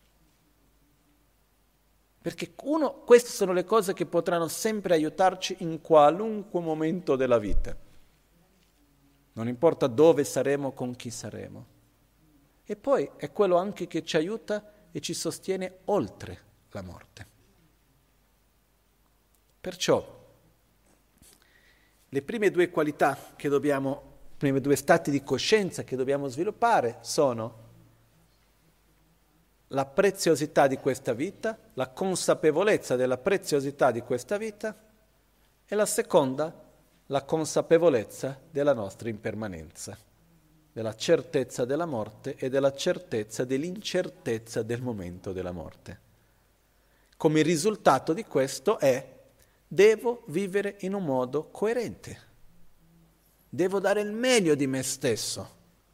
Perché queste sono le cose che potranno sempre aiutarci in qualunque momento della vita. Non importa dove saremo, con chi saremo. E poi è quello anche che ci aiuta e ci sostiene oltre la morte. Perciò le prime due qualità che primi due stati di coscienza che dobbiamo sviluppare sono la preziosità di questa vita, la consapevolezza della preziosità di questa vita e la seconda, la consapevolezza della nostra impermanenza, della certezza della morte e della certezza dell'incertezza del momento della morte. Come risultato di questo devo vivere in un modo coerente, devo dare il meglio di me stesso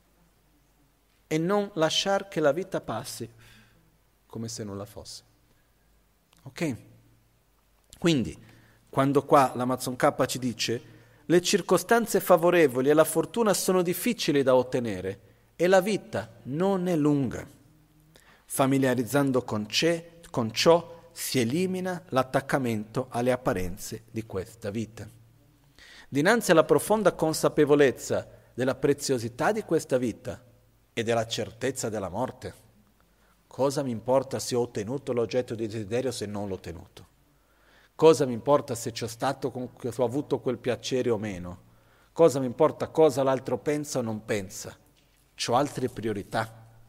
e non lasciare che la vita passi come se nulla fosse. Ok? Quindi, quando qua l'Amazon K ci dice le circostanze favorevoli e la fortuna sono difficili da ottenere e la vita non è lunga. Familiarizzando con ciò si elimina l'attaccamento alle apparenze di questa vita. Dinanzi alla profonda consapevolezza della preziosità di questa vita e della certezza della morte, cosa mi importa se ho ottenuto l'oggetto di desiderio o se non l'ho ottenuto? Cosa mi importa se se ho avuto quel piacere o meno? Cosa mi importa cosa l'altro pensa o non pensa? C'ho altre priorità.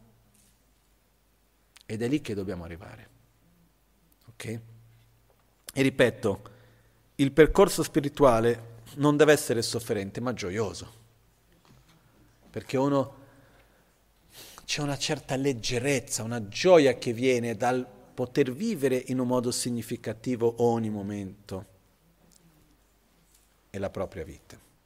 Ed è lì che dobbiamo arrivare. Ok? E ripeto, il percorso spirituale non deve essere sofferente, ma gioioso. Perché c'è una certa leggerezza, una gioia che viene dal poter vivere in un modo significativo ogni momento e la propria vita.